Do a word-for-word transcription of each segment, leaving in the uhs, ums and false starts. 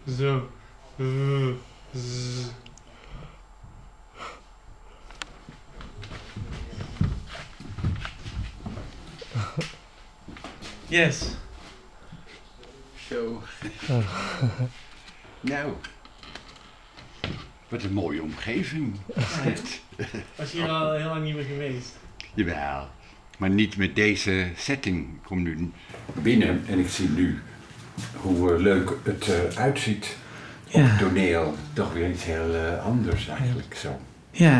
Zo. Yes. Zo. Nou. Wat een mooie omgeving. Ja, was je hier al heel lang niet meer geweest? Jawel. Maar niet met deze setting. Ik kom nu binnen en ik zie nu hoe uh, leuk het uh, uitziet. Ja. Op het toneel. Toch weer iets heel uh, anders eigenlijk zo. Ja.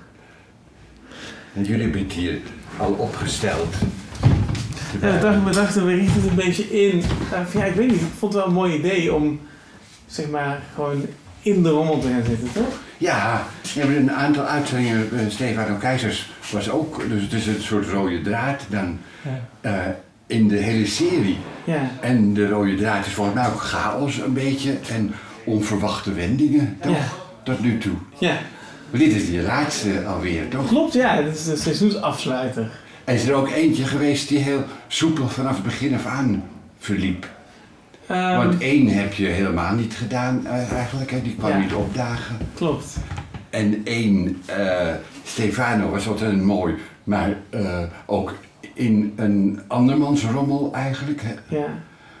En jullie hebben het hier al opgesteld. Ja, we dachten, we dachten, we richten het een beetje in. Ja, ik weet niet, ik vond het wel een mooi idee om, zeg maar, gewoon in de rommel te gaan zitten, toch? Ja, we hebben een aantal uitzendingen. Uh, Stefano Keizers was ook, dus het is een soort rode draad dan ja. uh, in de hele serie. Ja. En de rode draad is volgens mij ook chaos een beetje en onverwachte wendingen, toch? Ja. Tot nu toe. Ja. Maar dit is die laatste alweer, toch? Klopt, ja, dit is de seizoensafsluiter. En is er ook eentje geweest die heel soepel vanaf het begin af aan verliep? Um, Want één heb je helemaal niet gedaan uh, eigenlijk, hè? Die kwam ja. niet opdagen. Klopt. En één, uh, Stefano was altijd mooi, maar uh, ook in een andermans rommel eigenlijk. Hè? Ja.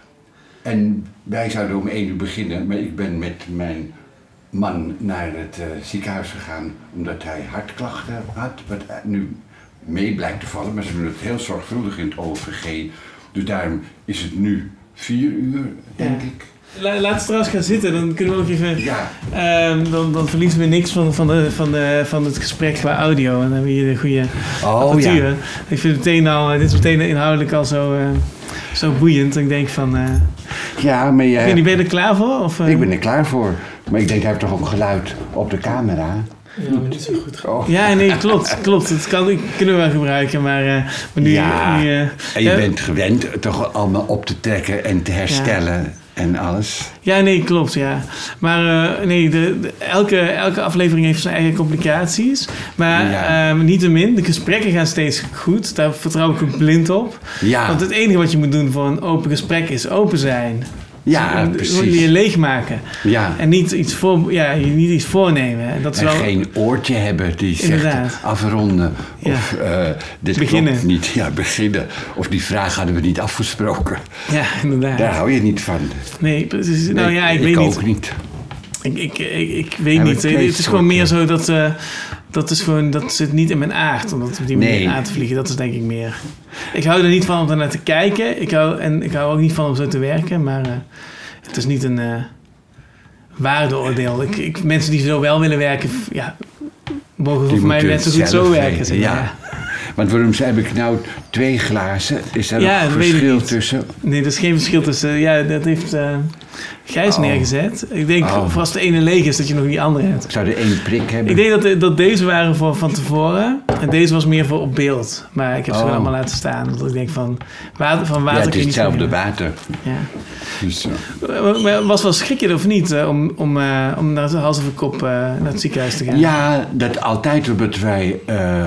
En wij zouden om één uur beginnen, maar ik ben met mijn man naar het uh, ziekenhuis gegaan omdat hij hartklachten had, wat nu mee blijkt te vallen, maar ze doen het heel zorgvuldig in het O V G. Dus daarom is het nu vier uur, denk ja. ik. La, laat het trouwens gaan zitten, dan kunnen we nog even... Ja. Um, dan, dan verliezen we niks van, van, de, van, de, van het gesprek qua audio. En dan hebben we hier de goede oh, apparatuur. Ja. Ik vind het meteen al, dit is meteen inhoudelijk al zo, uh, zo boeiend. Ik denk van... Uh, ja, maar jij... Ben je er klaar voor? Of, uh, ik ben er klaar voor. Maar ik denk, hij heeft toch ook geluid op de camera? Ja, maar niet zo goed. Oh. Ja, nee, klopt, klopt. Dat kan, kunnen we wel gebruiken, maar, uh, maar nu... Ja, nu, uh, en je uh, bent gewend toch allemaal op te trekken en te herstellen ja. en alles. Ja, nee, klopt, ja. Maar uh, nee, de, de, elke, elke aflevering heeft zijn eigen complicaties. Maar ja. uh, niettemin, de gesprekken gaan steeds goed. Daar vertrouw ik ook blind op. Ja. Want het enige wat je moet doen voor een open gesprek is open zijn. Ja, dus, precies. Je leegmaken. Ja. En niet iets, voor, ja, je niet iets voornemen. En, dat is en wel... geen oortje hebben die Inderdaad. zegt afronden. Ja. Of uh, dit beginnen. klopt niet. Ja, beginnen. Of die vraag hadden we niet afgesproken. Ja, inderdaad. Daar hou je niet van. Nee, precies. Nee, nou ja, ik, ik weet ook niet. niet. Ik, ik, ik, ik weet ja, niet. Het is gewoon meer zo dat... Uh, dat is gewoon... Dat zit niet in mijn aard. Om dat op die manier nee. aan te vliegen. Dat is denk ik meer... Ik hou er niet van om ernaar te kijken. Ik hou, en ik hou ook niet van om zo te werken. Maar... Uh, Het is niet een uh, waardeoordeel. Ik, ik, mensen die zo wel willen werken, ja, mogen voor mij net zo goed zo werken. Zeg maar. Ja. Want waarom heb ik nou twee glazen? Is daar ja, nog verschil tussen? Nee, er is geen verschil tussen. Ja, dat heeft uh, Gijs oh. neergezet. Ik denk, oh. voor als de ene leeg is, dat je nog die andere hebt. Ik zou er één prik hebben. Ik denk dat, dat deze waren voor van tevoren. En deze was meer voor op beeld. Maar ik heb ze oh. allemaal laten staan. Dat ik denk van, water, van water ja, het is kun je hetzelfde niet water. Ja. Dus, uh. Maar was wel schrik je of niet uh, om, om, uh, om naar hals over kop uh, naar het ziekenhuis te gaan? Ja, dat altijd omdat wij... Uh,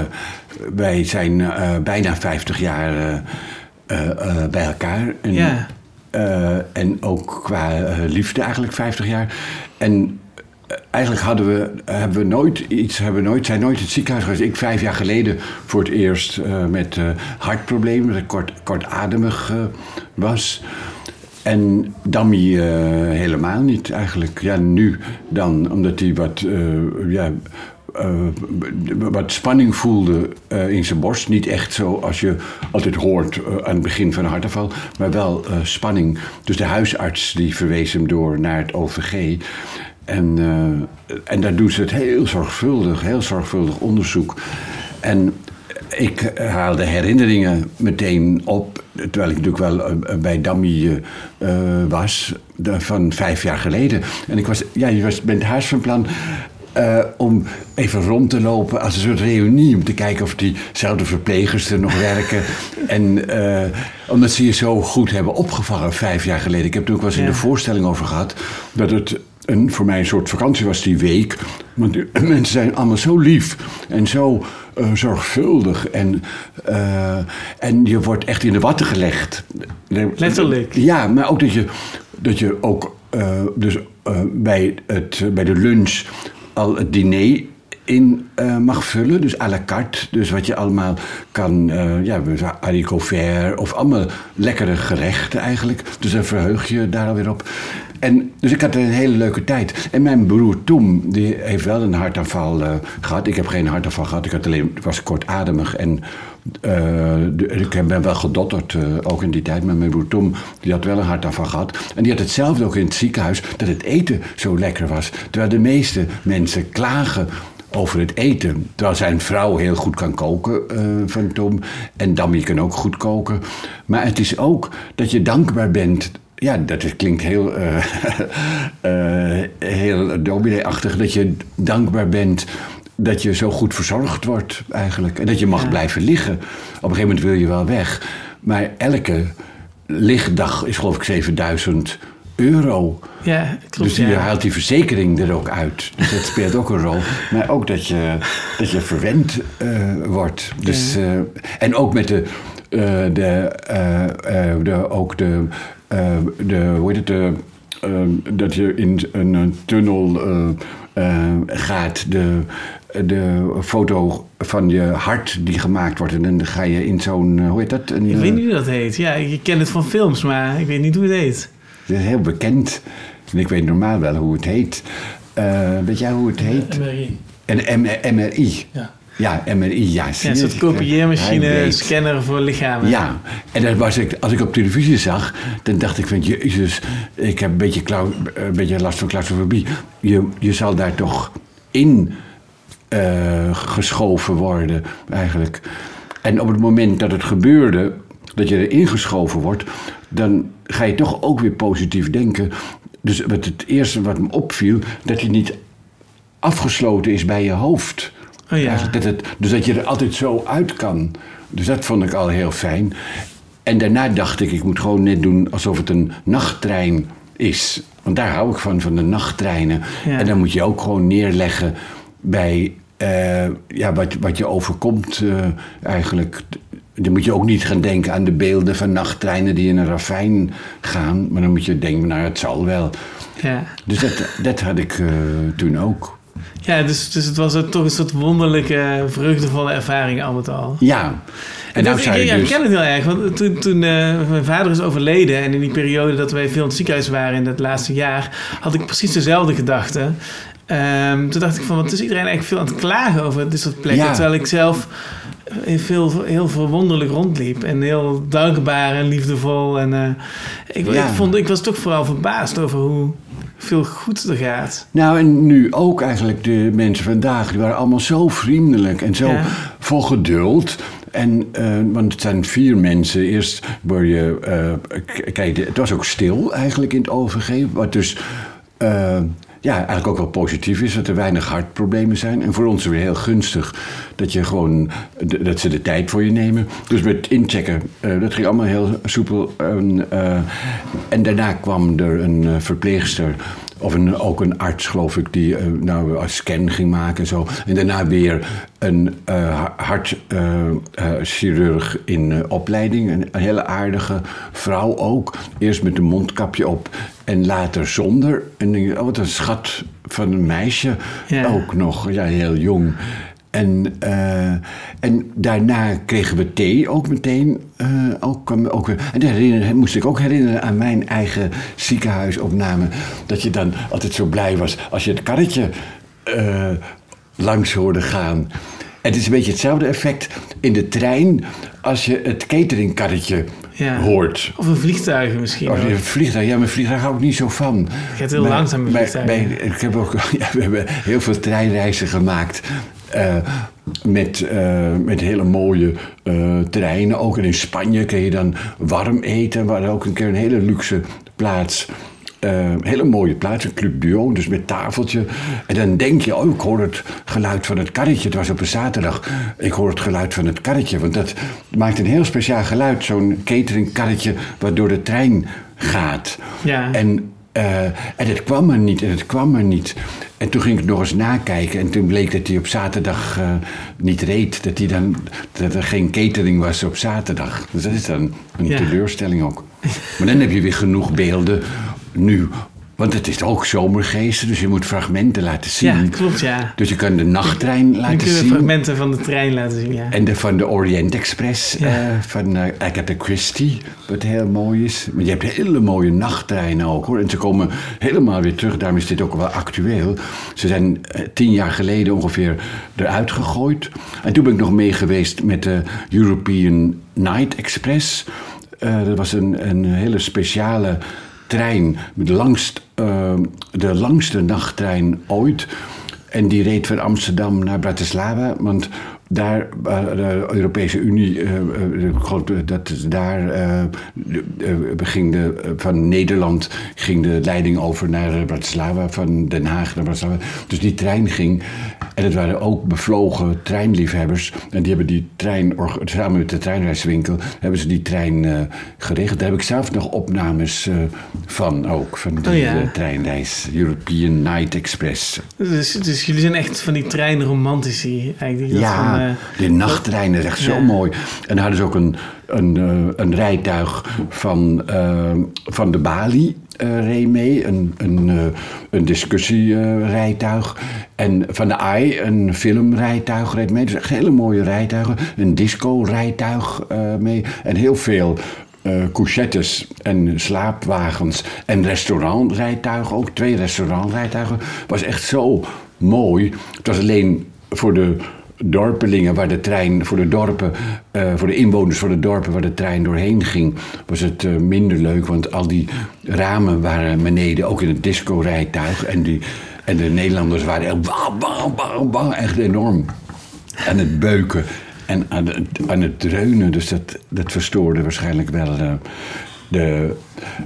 wij zijn uh, bijna vijftig jaar uh, uh, uh, bij elkaar. En, ja. uh, en ook qua uh, liefde eigenlijk vijftig jaar. En uh, eigenlijk hadden we, hebben we nooit iets, hebben we nooit, zijn nooit het ziekenhuis geweest. Ik vijf jaar geleden voor het eerst uh, met uh, hartproblemen, dat ik kort, kortademig uh, was. En Dammy uh, helemaal niet eigenlijk. Ja, nu dan, omdat hij wat... Uh, ja, Uh, wat spanning voelde uh, in zijn borst. Niet echt zo als je altijd hoort uh, aan het begin van een hartaanval, maar wel uh, spanning. Dus de huisarts die verwees hem door naar het O V G. En, uh, en daar doen ze het heel zorgvuldig, heel zorgvuldig onderzoek. En ik haalde herinneringen meteen op, terwijl ik natuurlijk wel uh, bij Dammy uh, was, de, van vijf jaar geleden. En ik was, ja, je was, bent huis van plan... Uh, om even rond te lopen als een soort reunie. Om te kijken of diezelfde verplegers er nog werken. En uh, omdat ze je zo goed hebben opgevangen vijf jaar geleden. Ik heb er ook wel eens ja. in de voorstelling over gehad. Dat het een, voor mij een soort vakantie was die week. Want mensen zijn allemaal zo lief. En zo uh, zorgvuldig. En, uh, en je wordt echt in de watten gelegd. Letterlijk. Ja, maar ook dat je, dat je ook... uh, dus uh, bij, het, bij de lunch al het diner in uh, mag vullen. Dus à la carte. Dus wat je allemaal kan... Uh, ja, haricots verts of allemaal lekkere gerechten eigenlijk. Dus dan verheug je daar alweer op. En, dus ik had een hele leuke tijd. En mijn broer Tom, die heeft wel een hartaanval uh, gehad. Ik heb geen hartaanval gehad. Ik had alleen, was kortademig. En uh, de, ik ben wel gedotterd, uh, ook in die tijd. Maar mijn broer Tom, die had wel een hartaanval gehad. En die had hetzelfde ook in het ziekenhuis. Dat het eten zo lekker was. Terwijl de meeste mensen klagen over het eten. Terwijl zijn vrouw heel goed kan koken, uh, van Tom. En Dammy kan ook goed koken. Maar het is ook dat je dankbaar bent. Ja, dat klinkt heel, uh, uh, heel dominee-achtig. Dat je dankbaar bent dat je zo goed verzorgd wordt eigenlijk. En dat je mag ja. blijven liggen. Op een gegeven moment wil je wel weg. Maar elke lichtdag is geloof ik zevenduizend euro. Ja, klopt, dus je ja. haalt die verzekering er ook uit. Dus dat speelt ook een rol. Maar ook dat je, dat je verwend uh, wordt. Dus, uh, en ook met de... Uh, de, uh, uh, de ook de... Uh, de, hoe heet het, de, uh, dat je in een, een tunnel uh, uh, gaat, de, de foto van je hart die gemaakt wordt. En dan ga je in zo'n, uh, hoe heet dat? Een, ik weet niet hoe dat heet. Ja, ik ken het van films, maar ik weet niet hoe het heet. Het is heel bekend. En ik weet normaal wel hoe het heet. Uh, weet jij hoe het heet? M R I. Een M R I. Ja. Ja, M R I, ja. Ja, een soort kopieermachine, scanner voor lichamen. Ja, en dat was ik, als ik op televisie zag, dan dacht ik van, jezus, ik heb een beetje, klauw, een beetje last van claustrofobie. Je, je zal daar toch in uh, geschoven worden, eigenlijk. En op het moment dat het gebeurde, dat je erin geschoven wordt, dan ga je toch ook weer positief denken. Dus wat het eerste wat me opviel, dat hij niet afgesloten is bij je hoofd. Oh ja. dat het, dus dat je er altijd zo uit kan. Dus dat vond ik al heel fijn. En daarna dacht ik, ik moet gewoon net doen alsof het een nachttrein is. Want daar hou ik van, van de nachttreinen. Ja. En dan moet je ook gewoon neerleggen bij uh, ja, wat, wat je overkomt uh, eigenlijk. Dan moet je ook niet gaan denken aan de beelden van nachttreinen die in een ravijn gaan. Maar dan moet je denken, nou het zal wel. Ja. Dus dat, dat had ik uh, toen ook. Ja, dus, dus het was toch een soort wonderlijke, vreugdevolle ervaring al met al. Ja. En nou ik, zei ik, ja, dus... ik ken het heel erg, want toen, toen uh, mijn vader is overleden en in die periode dat wij veel in het ziekenhuis waren in het laatste jaar, had ik precies dezelfde gedachten. Um, toen dacht ik van, wat is iedereen eigenlijk veel aan het klagen over dit soort plekken, ja. Terwijl ik zelf veel, heel verwonderlijk rondliep en heel dankbaar en liefdevol. En uh, ik, ja. ik, vond, ik was toch vooral verbaasd over hoe veel goed er gaat. Nou, en nu ook eigenlijk de mensen vandaag, die waren allemaal zo vriendelijk en zo ja. vol geduld. En, uh, want het zijn vier mensen. Eerst word je... Uh, kijk, het was ook stil eigenlijk in het O V G. Wat dus... Uh, ja, eigenlijk ook wel positief is dat er weinig hartproblemen zijn. En voor ons weer heel gunstig dat je gewoon dat ze de tijd voor je nemen. Dus met inchecken, uh, dat ging allemaal heel soepel. Uh, uh, en daarna kwam er een uh, verpleegster of een, ook een arts, geloof ik, die uh, nou een scan ging maken en zo. En daarna weer een uh, hartchirurg uh, uh, in uh, opleiding. Een, een hele aardige vrouw ook. Eerst met een mondkapje op en later zonder. En denk ik, oh, wat een schat van een meisje. Ja. Ook nog, ja, heel jong. En, uh, en daarna kregen we thee ook meteen. Uh, ook, ook, en daar moest ik ook herinneren aan mijn eigen ziekenhuisopname. Dat je dan altijd zo blij was als je het karretje uh, langs hoorde gaan. Het is een beetje hetzelfde effect in de trein als je het cateringkarretje ja. hoort. Of een vliegtuig misschien. Of een vliegtuig, ja, maar vliegtuig hou ik niet zo van. Je gaat heel maar, langzaam met vliegtuigen. Ik heb ook, ja, we hebben heel veel treinreizen gemaakt. Uh, met, uh, met hele mooie uh, terreinen. Ook in Spanje kun je dan warm eten. We hadden ook een keer een hele luxe plaats. Uh, een hele mooie plaats, een Club Duo, dus met tafeltje. En dan denk je, oh, ik hoor het geluid van het karretje. Het was op een zaterdag. Ik hoor het geluid van het karretje. Want dat maakt een heel speciaal geluid. Zo'n cateringkarretje wat door de trein gaat. Ja. En, uh, en het kwam er niet en het kwam er niet. En toen ging ik nog eens nakijken. En toen bleek dat hij op zaterdag uh, niet reed. Dat, hij dan, dat er geen catering was op zaterdag. Dus dat is dan een ja. teleurstelling ook. Maar dan heb je weer genoeg beelden nu Want het is ook zomergeesten, dus je moet fragmenten laten zien. Ja, klopt, ja. Dus je kan de nachttrein laten zien. Je kunt fragmenten van de trein laten zien, ja. En de, van de Orient Express, ja. uh, van uh, Agatha Christie, wat heel mooi is. Maar je hebt hele mooie nachttreinen ook, hoor. En ze komen helemaal weer terug, daarom is dit ook wel actueel. Ze zijn uh, tien jaar geleden ongeveer eruit gegooid. En toen ben ik nog mee geweest met de European Night Express. Uh, dat was een, een hele speciale trein, met de, langst, uh, de langste nachttrein ooit. En die reed van Amsterdam naar Bratislava, want daar, uh, de Europese Unie, uh, uh, dat daar uh, uh, ging de, uh, van Nederland ging de leiding over naar Bratislava, van Den Haag naar Bratislava. Dus die trein ging. En het waren ook bevlogen treinliefhebbers. En die hebben die trein, samen met de treinreiswinkel, hebben ze die trein uh, geregeld. Daar heb ik zelf nog opnames uh, van ook, van die oh ja. uh, treinreis. European Night Express. Dus, dus jullie zijn echt van die treinromantici eigenlijk. Ja, van, uh, de nachttrein is echt ja. zo mooi. En daar hadden ze ook een, een, uh, een rijtuig van, uh, van de Bali. Uh, reed mee, een, een, uh, een discussierijtuig. Uh, en van de A I een filmrijtuig reed mee. Dus echt hele mooie rijtuigen. Een disco-rijtuig uh, mee. En heel veel uh, couchettes en slaapwagens. En restaurantrijtuigen ook. Twee restaurantrijtuigen. Het was echt zo mooi. Het was alleen voor de dorpelingen waar de trein, voor de dorpen, uh, voor de inwoners van de dorpen waar de trein doorheen ging, was het uh, minder leuk, want al die ramen waren beneden, ook in het disco-rijtuig. En, die, en de Nederlanders waren echt, bam, bam, bam, bam, echt enorm aan het beuken en aan het, aan het dreunen. Dus dat, dat verstoorde waarschijnlijk wel uh, de,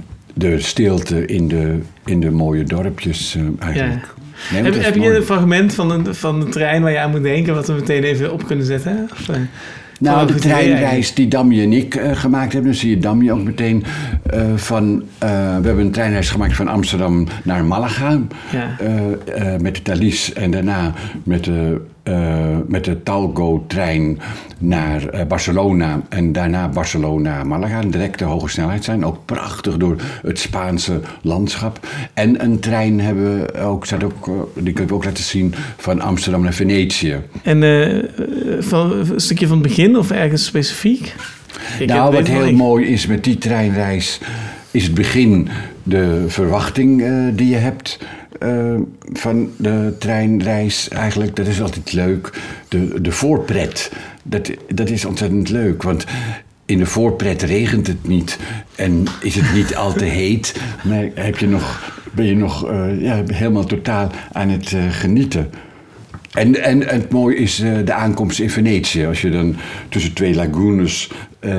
de stilte in de, in de mooie dorpjes uh, eigenlijk. Ja. Nee, heb heb je een fragment van de, van de trein waar je aan moet denken, wat we meteen even op kunnen zetten? Of, uh, nou, de treinreis die Damje en ik uh, gemaakt hebben, dan zie je Damje ook meteen uh, van... Uh, we hebben een treinreis gemaakt van Amsterdam naar Malaga. Ja. Uh, uh, met de Thalys en daarna met de, uh, met de Talgo-trein naar uh, Barcelona. En daarna Barcelona-Malaga. Een directe hoge snelheid zijn. Ook prachtig door het Spaanse landschap. En een trein hebben we ook, staat ook, uh, die kunnen we ook laten zien, van Amsterdam naar Venetië. En uh, van, een stukje van het begin of ergens specifiek? Ik nou, wat heel ik... mooi is met die treinreis, is het begin de verwachting uh, die je hebt uh, van de treinreis. Eigenlijk, dat is altijd leuk. De, de voorpret, dat, dat is ontzettend leuk, want in de voorpret regent het niet en is het niet al te heet, maar heb je nog, ben je nog uh, ja, helemaal totaal aan het uh, genieten. En, en, en het mooie is uh, de aankomst in Venetië. Als je dan tussen twee lagunes uh,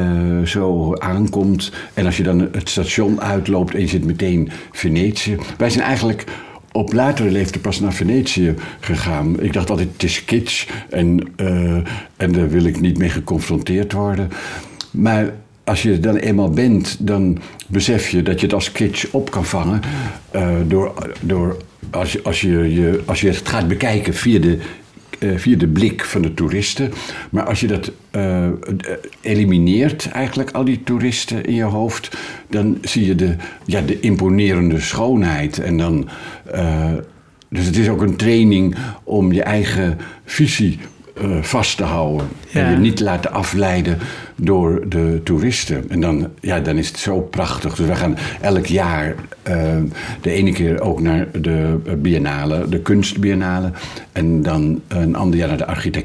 zo aankomt en als je dan het station uitloopt en je zit meteen Venetië. Wij zijn eigenlijk op latere leeftijd pas naar Venetië gegaan. Ik dacht altijd, het is kitsch en, uh, en daar wil ik niet mee geconfronteerd worden. Maar als je er dan eenmaal bent, dan besef je dat je het als kitsch op kan vangen uh, door... door Als je, als, je, je, als je het gaat bekijken via de, uh, via de blik van de toeristen. Maar als je dat uh, elimineert, eigenlijk al die toeristen in je hoofd, dan zie je de, ja, de imponerende schoonheid. En dan, uh, dus het is ook een training om je eigen visie uh, vast te houden. Ja. En je niet te laten afleiden door de toeristen. En dan, ja, dan is het zo prachtig. Dus we gaan elk jaar uh, de ene keer ook naar de biennale, de kunstbiennale. En dan een ander jaar naar de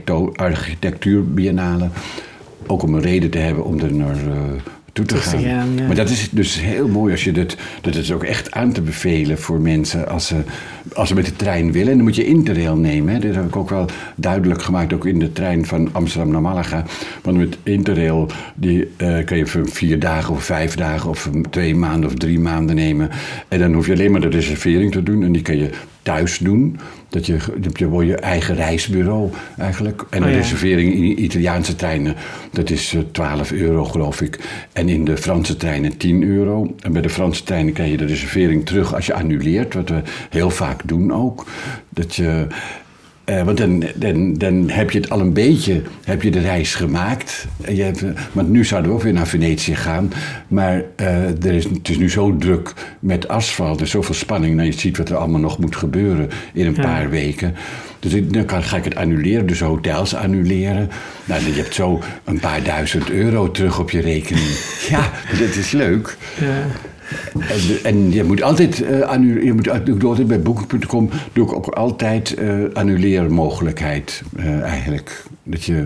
architectuurbiennale. Ook om een reden te hebben om er naar uh, toe te gaan. gaan ja. Maar dat is dus heel mooi als je dat... Dat is ook echt aan te bevelen voor mensen als ze, als ze met de trein willen. En dan moet je Interrail nemen. Hè. Dat heb ik ook wel duidelijk gemaakt, ook in de trein van Amsterdam naar Malaga. Want met Interrail die, uh, kan je voor vier dagen of vijf dagen of twee maanden of drie maanden nemen. En dan hoef je alleen maar de reservering te doen. En die kan je thuis doen. Dat je, dat je je eigen reisbureau eigenlijk. En de oh ja. reservering in Italiaanse treinen, dat is twaalf euro geloof ik. En in de Franse treinen tien euro. En bij de Franse treinen krijg je de reservering terug als je annuleert. Wat we heel vaak doen ook. Dat je... Uh, want dan, dan, dan heb je het al een beetje, heb je de reis gemaakt. En je hebt, want nu zouden we ook weer naar Venetië gaan. Maar uh, er is, het is nu zo druk met asfalt. Er is zoveel spanning. Nou, je ziet wat er allemaal nog moet gebeuren in een ja. paar weken. Dus ik, dan kan, ga ik het annuleren, dus hotels annuleren. Nou, je hebt zo een paar duizend euro terug op je rekening. Ja, dat is leuk. Ja. En, en je moet altijd uh, annuleren. Je moet, ik doe altijd bij booking punt com doe ik ook altijd uh, annuleermogelijkheid uh, eigenlijk. Dat je.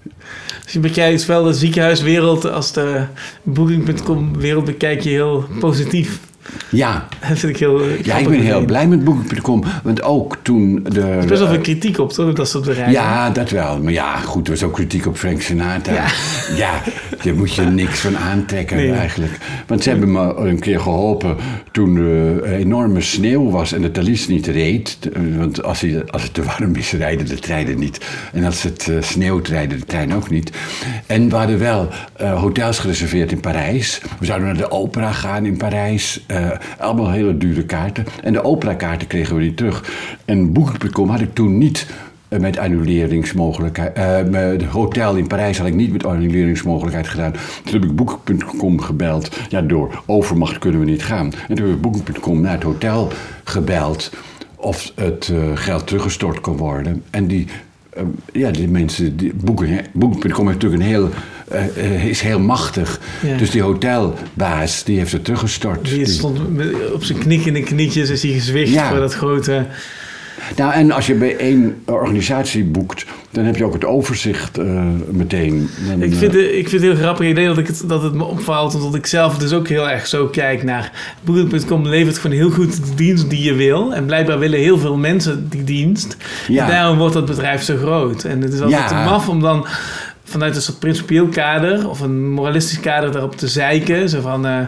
Dus je bekijkt wel de ziekenhuiswereld als de booking punt com wereld bekijk je heel positief. Ja, dat vind ik heel. Ja, ik ben heel blij met booking punt com, want ook toen de. Er is best wel veel kritiek op, toch? Dat soort bedrijven. Ja, dat wel. Maar ja, goed, er was ook kritiek op Frank Sinatra. Ja, ja daar moet je niks van aantrekken nee. eigenlijk. Want ze hebben me een keer geholpen toen er enorme sneeuw was en de Thalys niet reed. Want als, hij, als het te warm is, rijden de treinen niet. En als het uh, sneeuwt, rijden de treinen ook niet. En we hadden wel uh, hotels gereserveerd in Parijs. We zouden naar de opera gaan in Parijs. Uh, allemaal hele dure kaarten. En de operakaarten kregen we niet terug. En booking punt com had ik toen niet uh, met annuleringsmogelijkheid. Uh, het hotel in Parijs had ik niet met annuleringsmogelijkheid gedaan. Toen heb ik booking punt com gebeld. Ja, door overmacht kunnen we niet gaan. En toen heb ik booking punt com naar het hotel gebeld of het uh, geld teruggestort kon worden. En die, uh, ja, die mensen, die booking punt com heeft natuurlijk een heel. Uh, uh, is heel machtig. Ja. Dus die hotelbaas, die heeft het teruggestort. Die stond op zijn knikkende knietjes, is hij gezwicht ja. voor dat grote. Nou, en als je bij één organisatie boekt, dan heb je ook het overzicht uh, meteen. Dan, ik, vind, uh, ik vind het heel grappig. Ik denk dat, ik het, dat het me opvalt, omdat ik zelf dus ook heel erg zo kijk naar. booking punt com levert gewoon heel goed de dienst die je wil. En blijkbaar willen heel veel mensen die dienst. Ja. En daarom wordt dat bedrijf zo groot. En het is altijd ja. te maf om dan vanuit een soort principieel kader of een moralistisch kader daarop te zeiken. Zo van, uh,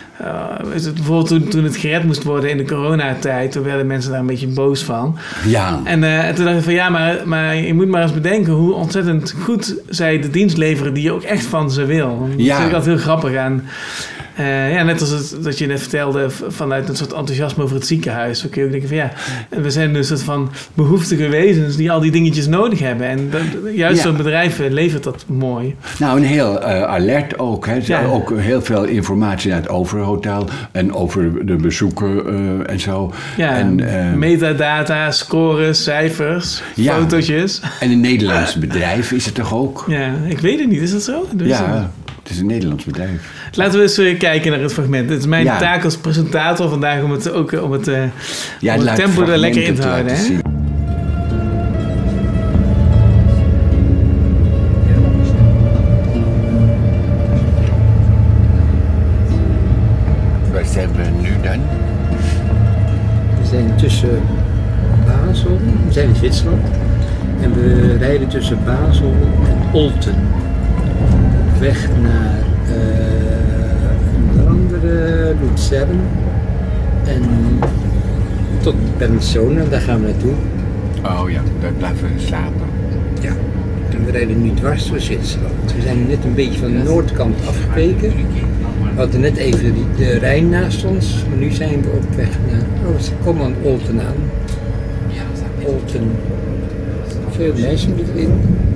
uh, is het bijvoorbeeld toen, toen het gered moest worden in de coronatijd, toen werden mensen daar een beetje boos van. Ja. En uh, toen dacht ik van ja, maar, maar je moet maar eens bedenken hoe ontzettend goed zij de dienst leveren die je ook echt van ze wil. Dat ja. vind ik altijd heel grappig aan. Uh, ja, net als het, dat je net vertelde vanuit een soort enthousiasme over het ziekenhuis. Dan kun je ook denken van ja, we zijn dus een soort van behoeftige wezens die al die dingetjes nodig hebben. En dat, juist ja. zo'n bedrijf levert dat mooi. Nou, een heel uh, alert ook. Hè. Ja. Ook heel veel informatie uit over het hotel en over de bezoeken uh, en zo. Ja, en, uh, metadata, scores, cijfers, ja. fotootjes. En een Nederlands bedrijf is het toch ook? Ja, ik weet het niet. Is dat zo? Doe ja. Het is een Nederlands bedrijf. Laten we eens uh, kijken naar het fragment. Het is mijn ja. taak als presentator vandaag om het, ook, om het, uh, ja, om het tempo er lekker in te houden. Hè? Waar zijn we nu dan? We zijn tussen Basel, we zijn in Zwitserland. En we rijden tussen Basel en Olten. Weg naar uh, onder andere Luzern en tot Bellinzona, daar gaan we naartoe. Oh ja, daar blijven we slapen. Ja, en we rijden nu dwars door Zwitserland. We zijn net een beetje van de noordkant afgeweken. We hadden net even de Rijn naast ons, maar nu zijn we op weg naar, oh, ze komen aan Olten aan. Olten, veel mensen erin.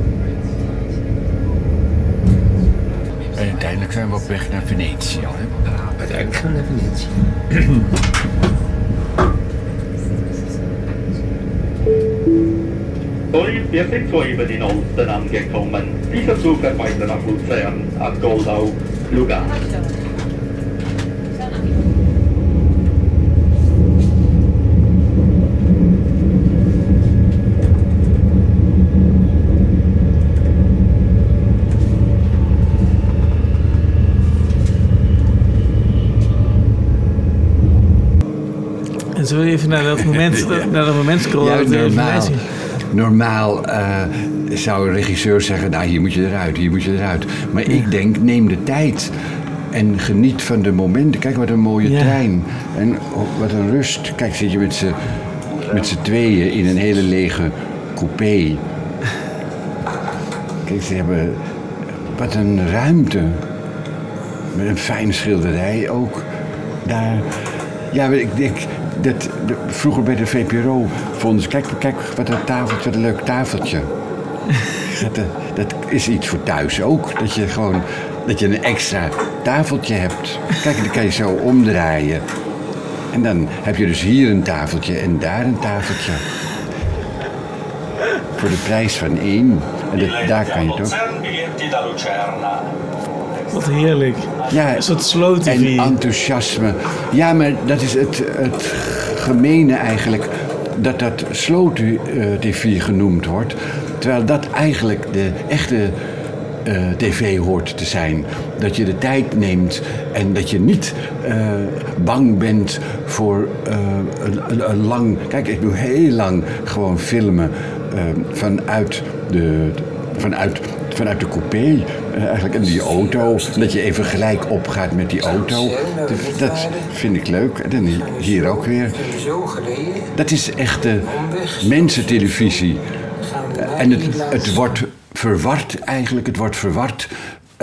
En uiteindelijk zijn we op weg naar Venetië. Hè? Uiteindelijk gaan we naar Venetië. Sorry, wir sind soeben in Olten angekommen. Dieser Zug fährt weiter nach Luzern, ab Goldau, Lugano. En zullen we even naar dat moment, ja. naar dat moment scrollen? Ja, normaal normaal uh, zou een regisseur zeggen, nou hier moet je eruit, hier moet je eruit. Maar ja. ik denk, neem de tijd en geniet van de momenten. Kijk, wat een mooie ja. trein. En oh, wat een rust. Kijk, zit je met z'n, met z'n tweeën in een hele lege coupé. Kijk, ze hebben, wat een ruimte. Met een fijne schilderij ook daar. Ja, ik denk, dat, de, vroeger bij de V P R O vonden ze... Kijk, kijk wat een tafeltje, wat een leuk tafeltje. dat, dat is iets voor thuis ook. Dat je gewoon dat je een extra tafeltje hebt. Kijk, dan kan je zo omdraaien. En dan heb je dus hier een tafeltje en daar een tafeltje. Voor de prijs van één. En dat, daar kan je het ook. Wat heerlijk. Ja, een soort slow T V. En enthousiasme. Ja, maar dat is het, het gemene eigenlijk. Dat dat slow T V genoemd wordt. Terwijl dat eigenlijk de echte uh, tv hoort te zijn. Dat je de tijd neemt en dat je niet uh, bang bent voor uh, een, een, een lang... Kijk, ik doe heel lang gewoon filmen uh, vanuit de... Vanuit, vanuit de coupé, uh, eigenlijk in die auto. Dat je even gelijk opgaat met die auto. Dat, dat vind ik leuk. En hier ook weer. Dat is echte mensentelevisie. En het, het wordt verward eigenlijk. Het wordt verward uh,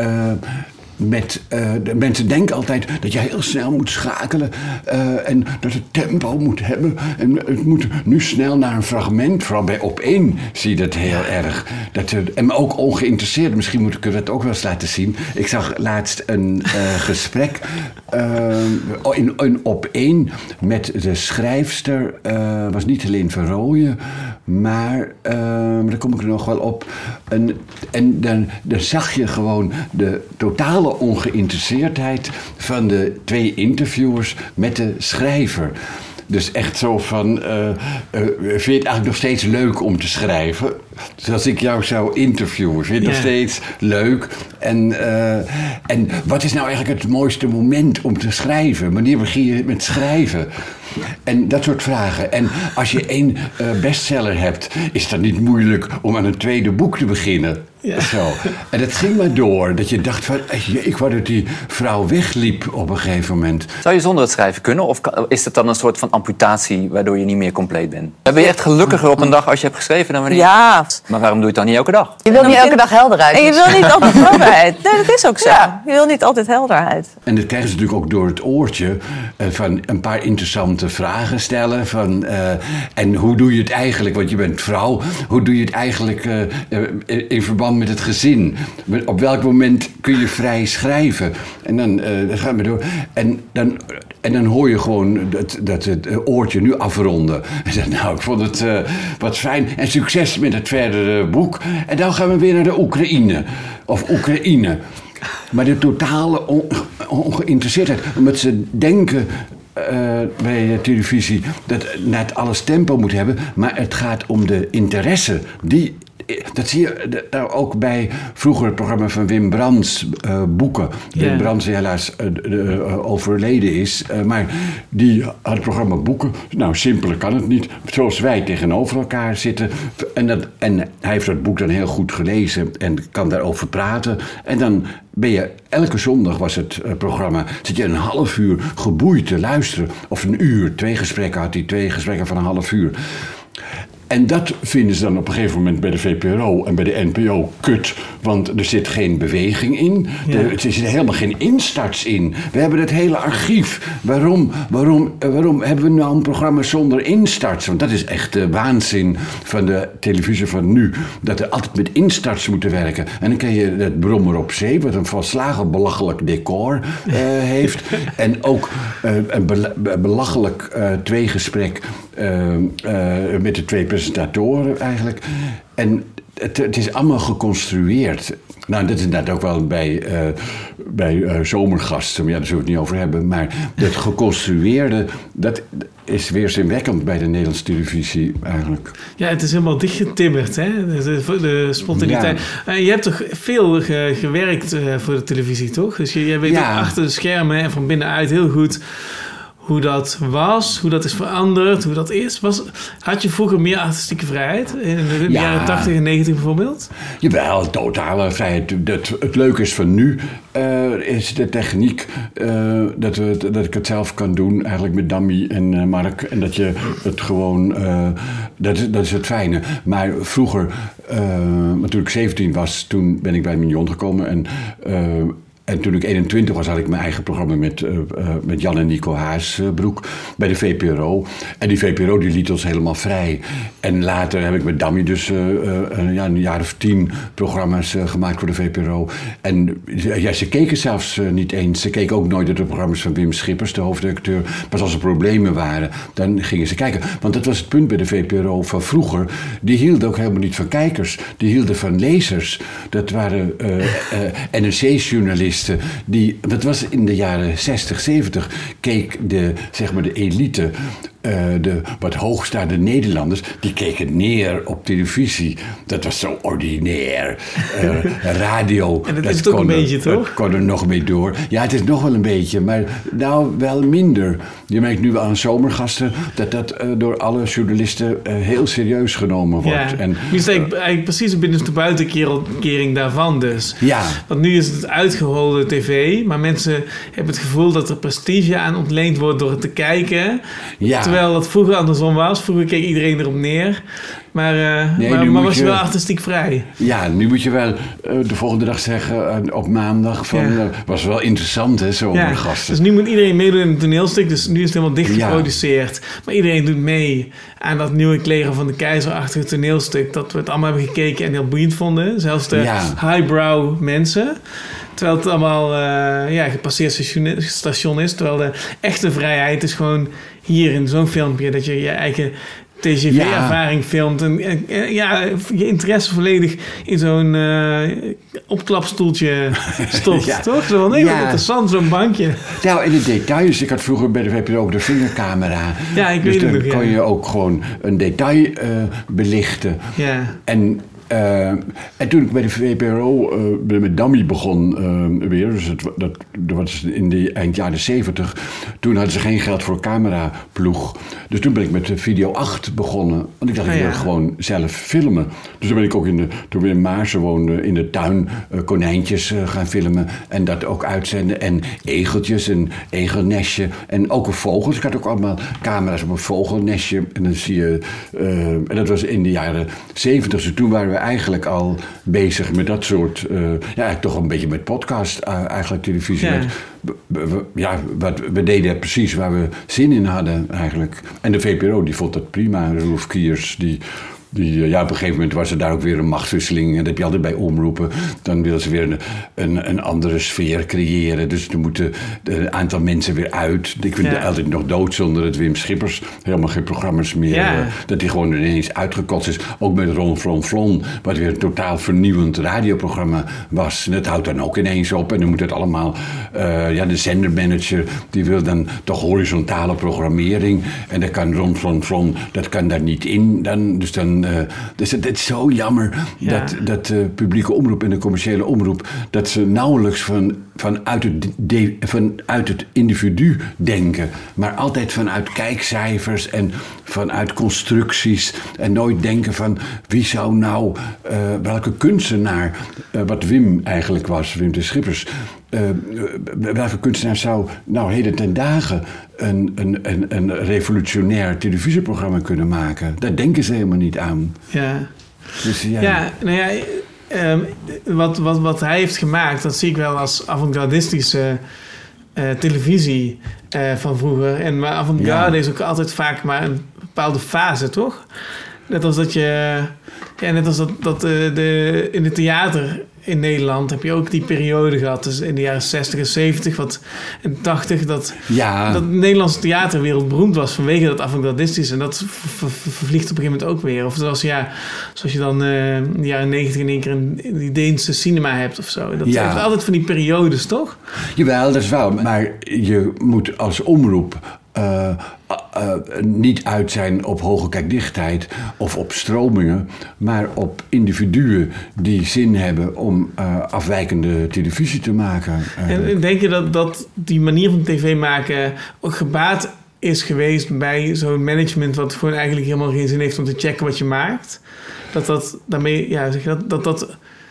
met... Uh, de mensen denken altijd dat je heel snel moet schakelen. Uh, en dat het tempo moet hebben. En het moet nu snel naar een fragment. Vooral bij Op één zie je dat heel erg. Dat er, en ook ongeïnteresseerd. Misschien moet ik dat ook wel eens laten zien. Ik zag laatst een uh, gesprek uh, in, in Op één met de schrijfster. Uh, was niet Helene van Rooyen. Maar uh, daar kom ik er nog wel op. En, en dan, dan zag je gewoon de totale ongeïnteresseerdheid van de twee interviewers met de schrijver. Dus echt zo van, uh, uh, vind je het eigenlijk nog steeds leuk om te schrijven? Dus als ik jou zou interviewen, vind je het yeah. nog steeds leuk? En, uh, en wat is nou eigenlijk het mooiste moment om te schrijven? Wanneer begin je met schrijven? En dat soort vragen. En als je één uh, bestseller hebt, is het dan niet moeilijk om aan een tweede boek te beginnen? Ja. Zo. En het ging maar door. Dat je dacht van, ik wou dat die vrouw wegliep op een gegeven moment. Zou je zonder het schrijven kunnen? Of is het dan een soort van amputatie waardoor je niet meer compleet bent? Ben je echt gelukkiger op een dag als je hebt geschreven dan wanneer? Ja. Maar waarom doe je het dan niet elke dag? Je wil niet elke dag helderheid. En je wil niet altijd helderheid. Nee, dat is ook zo. Ja. Je wil niet altijd helderheid. En dat krijgen ze natuurlijk ook door het oortje. Uh, van een paar interessante vragen stellen. Van, uh, en hoe doe je het eigenlijk? Want je bent vrouw. Hoe doe je het eigenlijk uh, uh, in verband met het gezin? Op welk moment kun je vrij schrijven? En dan, uh, dan gaan we door. En dan, en dan hoor je gewoon dat, dat het oortje nu afronden. En zeg, nou, ik vond het uh, wat fijn. En succes met het verdere boek. En dan gaan we weer naar de Oekraïne. Of Oekraïne. Maar de totale on, ongeïnteresseerdheid. Omdat ze denken... Uh, bij de televisie dat net alles tempo moet hebben, maar het gaat om de interesse. Die, dat zie je nou ook bij vroeger het programma van Wim Brands, uh, boeken. Yeah. Wim Brands helaas uh, uh, overleden is, uh, maar die had het programma boeken. Nou, simpeler kan het niet. Zoals wij tegenover elkaar zitten. En, dat, en hij heeft dat boek dan heel goed gelezen en kan daarover praten. En dan ben je, elke zondag was het uh, programma, zit je een half uur geboeid te luisteren. Of een uur, twee gesprekken had hij, twee gesprekken van een half uur. En dat vinden ze dan op een gegeven moment bij de V P R O en bij de N P O kut. Want er zit geen beweging in. Ja. Er, er zitten helemaal geen instarts in. We hebben het hele archief. Waarom, waarom, waarom hebben we nou een programma zonder instarts? Want dat is echt de waanzin van de televisie van nu. Dat er altijd met instarts moeten werken. En dan krijg je het Brommer op Zee, wat een volslagen belachelijk decor uh, heeft. En ook uh, een be- belachelijk uh, tweegesprek uh, uh, met de twee presentatoren eigenlijk. En het, het is allemaal geconstrueerd. Nou, dat is inderdaad ook wel bij, uh, bij uh, zomergasten. Maar ja, daar zullen we het niet over hebben. Maar dat geconstrueerde, dat is weerzinwekkend bij de Nederlandse televisie eigenlijk. Ja, het is helemaal dichtgetimmerd, hè? De, de spontaniteit. Ja. Uh, je hebt toch veel ge, gewerkt uh, voor de televisie, toch? Dus je, je weet ja. ook achter de schermen en van binnenuit heel goed hoe dat was, hoe dat is veranderd, hoe dat is. Was, had je vroeger meer artistieke vrijheid? In de ja. jaren tachtig en negentig bijvoorbeeld? Jawel, totale vrijheid. Dat, het leuke is van nu, uh, is de techniek. Uh, dat, we, dat ik het zelf kan doen, eigenlijk met Dammy en uh, Mark. En dat je het gewoon... Uh, dat, is, dat is het fijne. Maar vroeger, uh, toen ik zeventien was, toen ben ik bij Mignon gekomen. En... Uh, En toen ik eenentwintig was, had ik mijn eigen programma met, uh, uh, met Jan en Nico Haasbroek bij de V P R O. En die V P R O die liet ons helemaal vrij. En later heb ik met Dammy dus uh, uh, ja, een jaar of tien programma's uh, gemaakt voor de V P R O. En ja, ze keken zelfs uh, niet eens. Ze keken ook nooit naar de programma's van Wim Schippers, de hoofdredacteur. Pas als er problemen waren, dan gingen ze kijken. Want dat was het punt bij de V P R O van vroeger. Die hielden ook helemaal niet van kijkers. Die hielden van lezers. Dat waren uh, uh, N R C-journalisten. Die, dat was in de jaren zestig, zeventig. Keek de, zeg maar de elite... Uh, de wat hoogstaande Nederlanders, die keken neer op televisie. Dat was zo ordinair. Uh, radio. En dat, dat is toch een beetje, toch? Dat kon er nog mee door. Ja, het is nog wel een beetje, maar nou wel minder. Je merkt nu wel aan zomergasten dat dat uh, door alle journalisten uh, heel serieus genomen wordt. Ja. En, nu is eigenlijk, eigenlijk precies de binnenste buitenkering daarvan dus. Ja. Want nu is het uitgeholde tv, maar mensen hebben het gevoel dat er prestige aan ontleend wordt door het te kijken. Ja. Terwijl dat vroeger andersom was. Vroeger keek iedereen erop neer. Maar, uh, nee, maar, maar was je je wel artistiek vrij. Ja, nu moet je wel uh, de volgende dag zeggen, uh, op maandag, van, ja. uh, was wel interessant hè, zo ja. gasten. Dus nu moet iedereen meedoen in het toneelstuk. Dus nu is het helemaal dicht geproduceerd. Ja. Maar iedereen doet mee aan dat nieuwe Kleger van de Keizerachtige toneelstuk. Dat we het allemaal hebben gekeken en heel boeiend vonden. Zelfs de ja. highbrow mensen. Terwijl het allemaal uh, ja, gepasseerd station is. Terwijl de echte vrijheid is gewoon hier in zo'n filmpje. Dat je je eigen T G V-ervaring ja. filmt. En, en, en ja, je interesse volledig in zo'n uh, opklapstoeltje stopt. ja. Toch? Zo van, nee, ja. wat interessant, zo'n bankje. Nou, in de details. Ik had vroeger bij de V P R O ook de vingercamera. Ja, ik dus weet het dan nog, kon ja. je ook gewoon een detail uh, belichten. Ja. En... Uh, en toen ik bij de V P R O uh, met Dammy begon uh, weer, dus het, dat, dat was in de eind jaren zeventig, toen hadden ze geen geld voor cameraploeg. Dus toen ben ik met de Video acht begonnen. Want ik dacht, oh, ik wil ja. gewoon zelf filmen. Dus toen ben ik ook in de, toen we in Maarsen woonden, in de tuin uh, konijntjes uh, gaan filmen. En dat ook uitzenden. En egeltjes, een egelnestje. En ook een vogel. Dus ik had ook allemaal camera's op een vogelnestje. En dan zie je, uh, en dat was in de jaren zeventig. Dus toen waren we eigenlijk al bezig met dat soort... Uh, ja, eigenlijk toch een beetje met podcast, uh, eigenlijk televisie. Ja. Met, we, we, ja, wat, we deden precies waar we zin in hadden eigenlijk. En de V P R O, die vond dat prima. Rolf Kiers, die... Die, ja, op een gegeven moment was er daar ook weer een machtswisseling. En dat heb je altijd bij omroepen. Dan willen ze weer een, een, een andere sfeer creëren. Dus er moeten een aantal mensen weer uit. Ik vind ja. het altijd nog doodzonde dat Wim Schippers helemaal geen programma's meer... Ja. Uh, dat hij gewoon ineens uitgekotst is. Ook met Ron Flon Flon, wat weer een totaal vernieuwend radioprogramma was. En dat houdt dan ook ineens op. En dan moet het allemaal... Uh, ja, de zendermanager, die wil dan toch horizontale programmering. En dat kan Ron Flon Flon, dat kan daar niet in. Dan, dus dan... Uh, dus het, het is zo jammer ja. dat, dat de publieke omroep en de commerciële omroep... dat ze nauwelijks van, vanuit, het de, vanuit het individu denken... maar altijd vanuit kijkcijfers en vanuit constructies... en nooit denken van wie zou nou... Uh, welke kunstenaar, uh, wat Wim eigenlijk was, Wim de Schippers... Uh, welke kunstenaar zou nou heden ten dagen een, een, een, een revolutionair televisieprogramma kunnen maken? Daar denken ze helemaal niet aan. Ja, dus, ja. ja nou ja, um, wat, wat, wat hij heeft gemaakt, dat zie ik wel als avant-gardistische uh, televisie uh, van vroeger. En maar avant-garde ja. is ook altijd vaak maar een bepaalde fase, toch? Net als dat je, ja, net als dat, dat uh, de, in het theater in Nederland heb je ook die periode gehad. Dus in de jaren zestig en zeventig wat, en tachtig... Dat, ja. dat de Nederlandse theaterwereld beroemd was vanwege dat avant-gardistische. En dat ver, ver, vervliegt op een gegeven moment ook weer. Of zoals, ja, zoals je dan uh, in de jaren negentig in één keer een, die Deense cinema hebt of zo. Dat ja. heeft altijd van die periodes, toch? Jawel, dat is wel. Maar je moet als omroep... Uh, uh, niet uit zijn op hoge kijkdichtheid of op stromingen, maar op individuen die zin hebben om uh, afwijkende televisie te maken. Uh. En denk je dat, dat die manier van tv maken ook gebaat is geweest bij zo'n management wat gewoon eigenlijk helemaal geen zin heeft om te checken wat je maakt? Dat dat daarmee, ja, zeg je dat, dat dat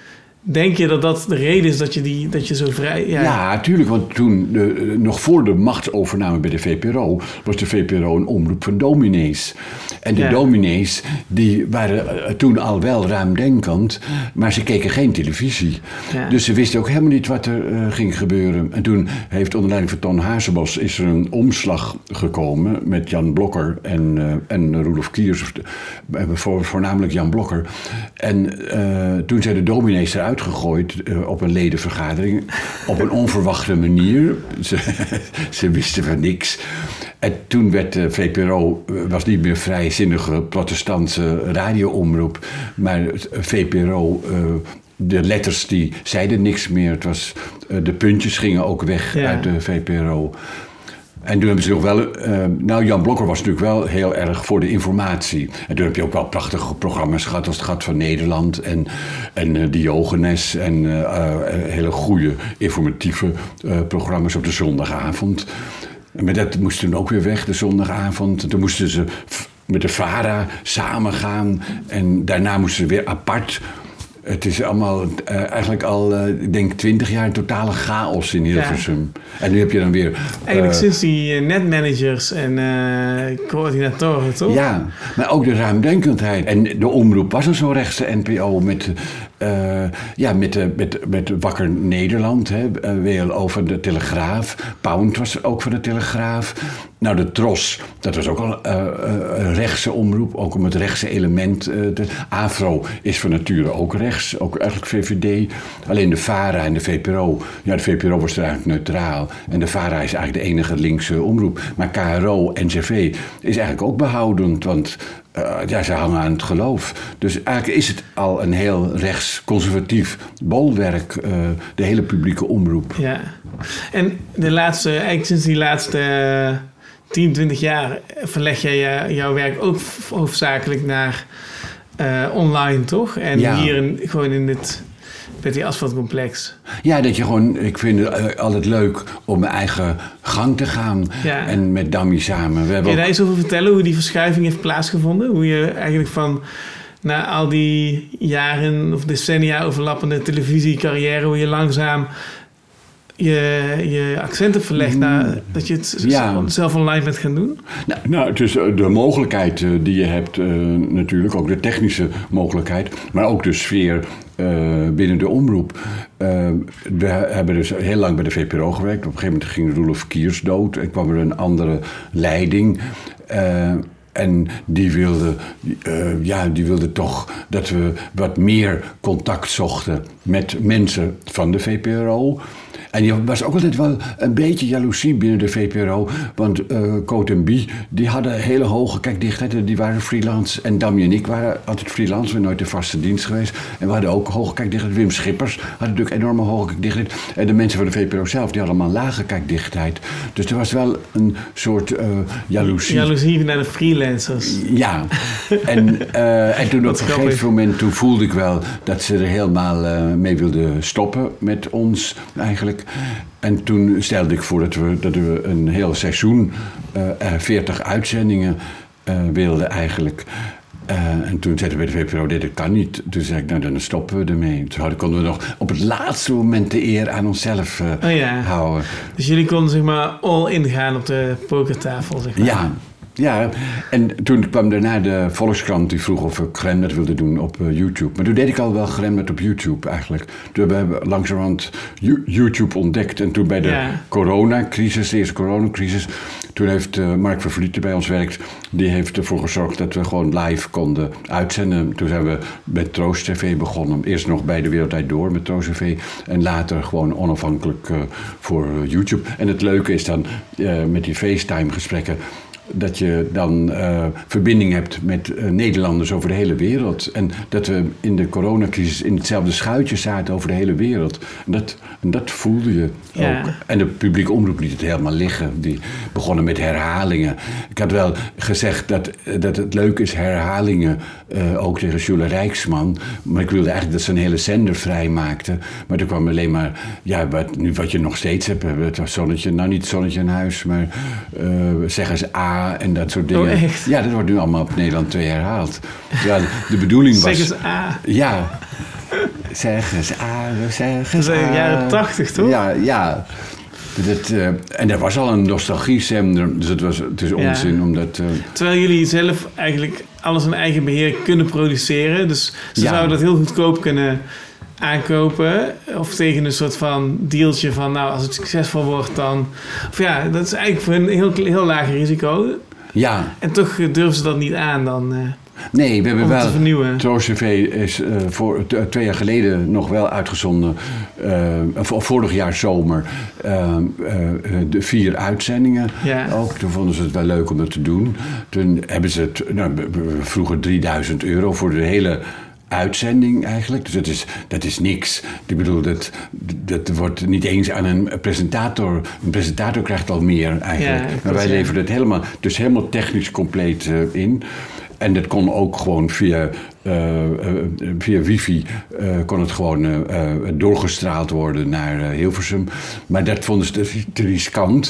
Denk je dat dat de reden is dat je, die, dat je zo vrij... Ja, ja tuurlijk. Want toen, de, nog voor de machtsovername bij de V P R O... was de V P R O een omroep van dominees. En de ja. dominees die waren toen al wel ruimdenkend... maar ze keken geen televisie. Ja. Dus ze wisten ook helemaal niet wat er uh, ging gebeuren. En toen heeft onder leiding van Ton Hazebos... is er een omslag gekomen met Jan Blokker en, uh, en Roelof Kiers. Voor, voornamelijk Jan Blokker. En uh, toen zijn de dominees eruit gegooid uh, op een ledenvergadering op een onverwachte manier. Ze, ze wisten van niks. En toen werd de V P R O, uh, was niet meer vrijzinnige protestantse radioomroep, maar V P R O, uh, de letters die zeiden niks meer. Het was, uh, de puntjes gingen ook weg ja. uit de V P R O. En toen hebben ze nog wel... Uh, nou, Jan Blokker was natuurlijk wel heel erg voor de informatie. En toen heb je ook wel prachtige programma's gehad... als het Gat van Nederland en, en uh, Diogenes... en uh, uh, hele goede informatieve uh, programma's op de zondagavond. En met dat moesten toen ook weer weg, de zondagavond. En toen moesten ze f- met de VARA samen gaan. En daarna moesten ze weer apart... Het is allemaal uh, eigenlijk al, uh, ik denk, twintig jaar een totale chaos in Hilversum. Ja. En nu heb je dan weer... Uh, Eigenlijk sinds die uh, netmanagers en uh, coördinatoren, toch? Ja, maar ook de ruimdenkendheid. En de omroep was een zo rechtse N P O met... Uh, ja, met, uh, met, met Wakker Nederland, hè, uh, W L O van de Telegraaf. Pound was ook van de Telegraaf. Nou, de Tros, dat was ook al uh, uh, een rechtse omroep, ook om het rechtse element. Uh, de Afro is van nature ook rechts, ook eigenlijk V V D. Alleen de VARA en de V P R O, ja, de V P R O was er eigenlijk neutraal. En de VARA is eigenlijk de enige linkse omroep. Maar K R O, N C V is eigenlijk ook behoudend, want... Uh, ja, ze hangen aan het geloof. Dus eigenlijk is het al een heel rechtsconservatief bolwerk, uh, de hele publieke omroep. Ja, en de laatste, eigenlijk sinds die laatste uh, tien, twintig jaar verleg jij uh, jouw werk ook hoofdzakelijk naar uh, online, toch? En ja. hier in, gewoon in dit... met die asfaltcomplex. Ja, dat je gewoon... Ik vind het altijd leuk om mijn eigen gang te gaan. Ja. En met Dammy samen. We Kun je ook... daar eens over vertellen hoe die verschuiving heeft plaatsgevonden? Hoe je eigenlijk van... na al die jaren of decennia overlappende televisiecarrière... hoe je langzaam je, je accenten verlegt naar dat je het ja. zelf online bent gaan doen? Nou, nou, het is de mogelijkheid uh, die je hebt uh, natuurlijk. Ook de technische mogelijkheid. Maar ook de sfeer... Uh, binnen de omroep. Uh, we hebben dus heel lang bij de V P R O gewerkt. Op een gegeven moment ging Roelof Kiers dood en kwam er een andere leiding. Uh, en die wilde, uh, ja, die wilde toch dat we wat meer contact zochten met mensen van de V P R O. En er was ook altijd wel een beetje jaloezie binnen de V P R O. Want uh, Coot en Bie, die hadden hele hoge kijkdichtheid. Die waren freelance. En Dammy en ik waren altijd freelance. We zijn nooit in vaste dienst geweest. En we hadden ook hoge kijkdichtheid. Wim Schippers had natuurlijk enorme hoge kijkdichtheid. En de mensen van de V P R O zelf, die hadden allemaal lage kijkdichtheid. Dus er was wel een soort uh, jaloezie. Jaloezie naar de freelancers. Ja. En, uh, en toen op een gegeven moment toen voelde ik wel dat ze er helemaal uh, mee wilden stoppen met ons eigenlijk. En toen stelde ik voor dat we, dat we een heel seizoen, uh, veertig uitzendingen uh, wilden eigenlijk. Uh, en toen zeiden we bij de V P R O, dit kan niet. Toen zei ik, nou dan stoppen we ermee. Toen konden we nog op het laatste moment de eer aan onszelf uh, oh ja. houden. Dus jullie konden zeg maar all in gaan op de pokertafel, zeg maar. Ja. Ja, en toen kwam daarna de Volkskrant die vroeg of ik Gremnet wilde doen op uh, YouTube. Maar toen deed ik al wel Gremnet op YouTube eigenlijk. Toen hebben we langzamerhand YouTube ontdekt. En toen bij de ja. coronacrisis, de eerste coronacrisis... toen heeft uh, Mark van Vlieten bij ons werkt... die heeft ervoor gezorgd dat we gewoon live konden uitzenden. Toen zijn we met Troost T V begonnen. Eerst nog bij De Wereld Draait Door met Troost T V... en later gewoon onafhankelijk uh, voor uh, YouTube. En het leuke is dan uh, met die FaceTime-gesprekken... dat je dan uh, verbinding hebt met uh, Nederlanders over de hele wereld. En dat we in de coronacrisis in hetzelfde schuitje zaten over de hele wereld. En dat, en dat voelde je ja. ook. En de publieke omroep liet het helemaal liggen. Die begonnen met herhalingen. Ik had wel gezegd dat, dat het leuk is, herhalingen, uh, ook tegen Jule Rijksman. Maar ik wilde eigenlijk dat ze een hele zender vrijmaakten. Maar toen kwam alleen maar, ja, wat, nu wat je nog steeds hebt. Het was Zonnetje, nou niet Zonnetje in huis, maar uh, zeg eens A. En dat soort dingen. Oh, echt? Ja, dat wordt nu allemaal op Nederland twee herhaald. Ja, de bedoeling was... Zeg eens A. Ja. zeg eens A, zeg eens Dat is in de A. jaren tachtig, toch? Ja, ja. Dat, uh, en er was al een nostalgie-zender, dus het, was, het is onzin ja. omdat... Uh... Terwijl jullie zelf eigenlijk alles in eigen beheer kunnen produceren. Dus ze ja. zouden dat heel goedkoop kunnen aankopen. Of tegen een soort van dealtje van... nou, als het succesvol wordt dan... Of ja, dat is eigenlijk voor een heel, heel laag risico. Ja. En toch durven ze dat niet aan dan... Uh, Nee, we hebben wel... vernieuwen. Tros T V is uh, voor, uh, twee jaar geleden nog wel uitgezonden. Uh, vorig jaar zomer. Uh, uh, de vier uitzendingen. Ja. Ook. Toen vonden ze het wel leuk om dat te doen. Toen hebben ze het... Nou, vroeger drieduizend euro voor de hele... uitzending eigenlijk. Dus dat is, dat is niks. Ik bedoel, dat, dat wordt niet eens aan een presentator. Een presentator krijgt al meer eigenlijk. Ja, maar wij leveren het helemaal, dus helemaal technisch compleet uh, in. En dat kon ook gewoon via, uh, uh, via wifi uh, kon het gewoon uh, uh, doorgestraald worden naar uh, Hilversum. Maar dat vonden ze te riskant.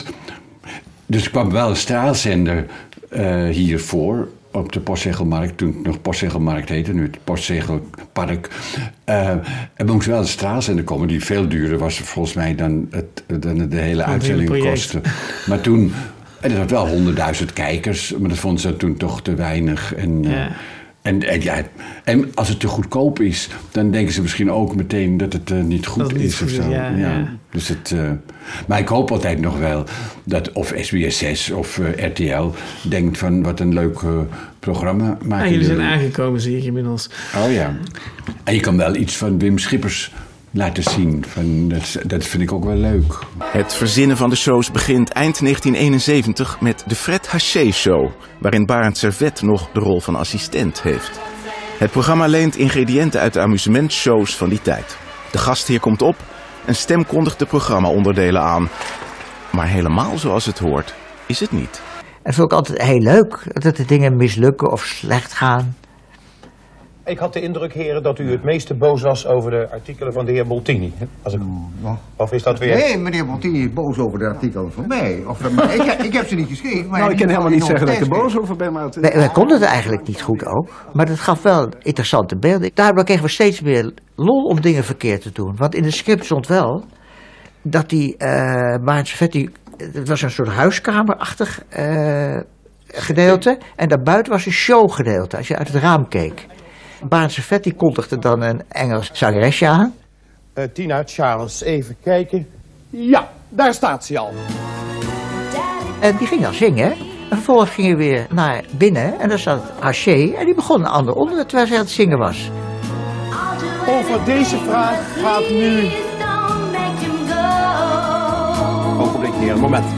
Dus er kwam wel een straalzender uh, hiervoor. Op de Postzegelmarkt, toen het nog Postzegelmarkt heette, nu het Postzegelpark. Uh, er moest wel een straalzender komen die veel duurder was volgens mij dan, het, dan de hele Van uitzending hele kostte. Maar toen, en dat had wel honderdduizend kijkers, maar dat vonden ze toen toch te weinig. En, ja. uh, en, en, ja, en als het te goedkoop is, dan denken ze misschien ook meteen dat het uh, niet goed dat is niet of zo. Ja, ja. Ja. Dus het, uh, maar ik hoop altijd nog wel dat of S B S zes of uh, R T L denkt van wat een leuk uh, programma maken. Ah, jullie zijn aangekomen, zie ik inmiddels. Oh ja. En je kan wel iets van Wim Schippers laten zien. Van, dat, dat vind ik ook wel leuk. Het verzinnen van de shows begint eind negentien eenenzeventig met de Fred Haché Show, waarin Barend Servet nog de rol van assistent heeft. Het programma leent ingrediënten uit de amusementshows van die tijd. De gastheer komt op, een stem kondigt de programma-onderdelen aan. Maar helemaal zoals het hoort, is het niet. Het vond ik altijd heel leuk, dat de dingen mislukken of slecht gaan. Ik had de indruk, heren, dat u het meeste boos was over de artikelen van de heer Boltini. Als ik... Of is dat weer... Nee, meneer Boltini is boos over de artikelen van mij. Of, maar ik, ik heb ze niet geschreven. Maar nou, ik kan helemaal niet zeggen dat ik er boos over ben. Maar het... wij, wij konden het eigenlijk niet goed ook. Maar dat gaf wel interessante beelden. Daardoor kregen we steeds meer lol om dingen verkeerd te doen. Want in het script stond wel dat die uh, Barend Servet, die, het was een soort huiskamerachtig uh, gedeelte. En daarbuiten was een showgedeelte, als je uit het raam keek. Barend Servet die kondigde dan een Engels zangeresje aan. Uh, Tina Charles, even kijken. Ja, daar staat ze al. En die ging dan zingen. En vervolgens ging hij weer naar binnen. En daar zat Haché. En die begon een ander onder terwijl zij aan het zingen was. Over deze vraag gaat nu... Ogenblik, heer, een moment.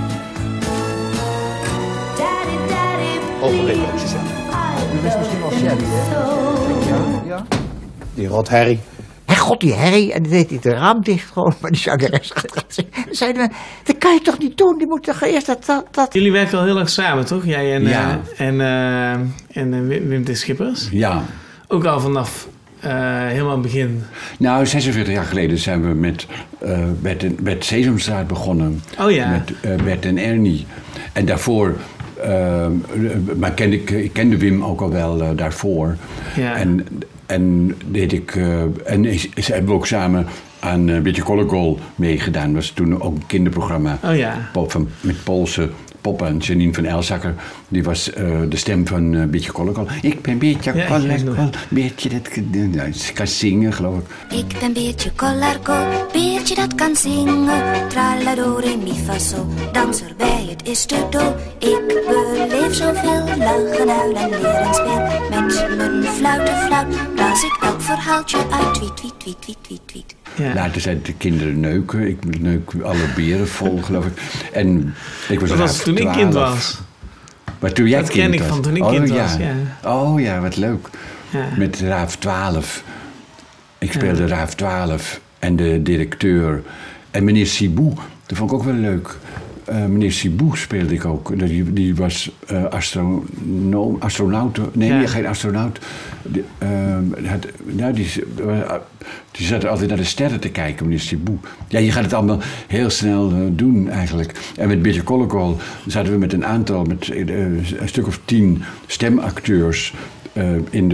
Ogenblik, moet je zeggen. U wist misschien wel Shelly, hè? Ja, ja. Die rot Harry. Hé, god, die Harry. En die deed hij het raam dicht gewoon. Maar die zangeres gaat zingen. Zeiden we, dat kan je toch niet doen? Die moet toch eerst dat, dat, dat... Jullie werken al heel erg samen, toch? Jij en, ja. uh, en, uh, en uh, Wim de Schippers. Ja. Ook al vanaf uh, helemaal het begin. Nou, zesenveertig jaar geleden zijn we met, uh, met, met Sesamstraat begonnen. Oh ja. Met uh, Bert en Ernie. En daarvoor... Uh, maar kende ik, ik kende Wim ook al wel uh, daarvoor. Ja. En, en deed ik... Uh, en is, is, hebben we ook samen aan uh, Beetje Collegol meegedaan. Dat was toen ook een kinderprogramma. Oh ja. Van, met Poolse poppen. En Janine van Elzakker, die was uh, de stem van uh, Beetje Collegol. Ik ben Beetje ja, Collegol, Beertje dat nou, kan zingen, geloof ik. Ik ben Beertje Collegol, Beertje dat kan zingen. Tralado, re, mi, fa, sol, dans erbij, het is te dol. Ik beleef zoveel, lachen, huilen en leren speel. Met mijn fluiten fluit, blaas ik elk verhaaltje uit. Tweet, tweet, tweet, tweet, tweet, tweet. Ja. Later zijn de kinderen neuken. Ik neuk alle beren vol, geloof ik. En ik was dat was toen ik kind was. Maar toen jij dat kind ken ik was. van toen ik oh, kind ja. was, ja. Oh ja, wat leuk. Ja. Met Raaf twaalf. Ik speelde ja. Raaf twaalf en de directeur. En meneer Sibou, dat vond ik ook wel leuk. Uh, meneer Sibou speelde ik ook. Die, die was uh, astrono- astronaut. Nee, ja. geen astronaut. Die, uh, had, nou, die, uh, die zat altijd naar de sterren te kijken, meneer Sibou. Ja, je gaat het allemaal heel snel uh, doen eigenlijk. En met Beetje Collegol zaten we met een aantal, met uh, een stuk of tien stemacteurs uh, in de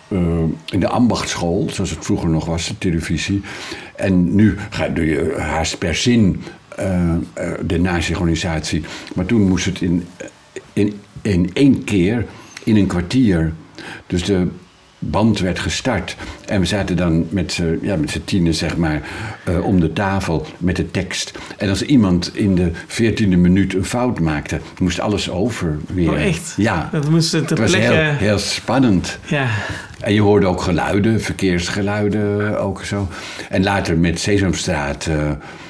uh, in de ambachtschool, zoals het vroeger nog was, de televisie. En nu ga, doe je haast per zin uh, uh, de nasynchronisatie. Maar toen moest het in, in, in één keer, in een kwartier. Dus de band werd gestart. En we zaten dan met z'n ja, met z'n tienen, zeg maar, uh, om de tafel met de tekst. En als iemand in de veertiende minuut een fout maakte, moest alles over weer. Oh, echt? Ja. Dat moest ter het was plekke... heel, heel spannend. Ja. En je hoorde ook geluiden, verkeersgeluiden ook zo. En later met Sesamstraat... Uh,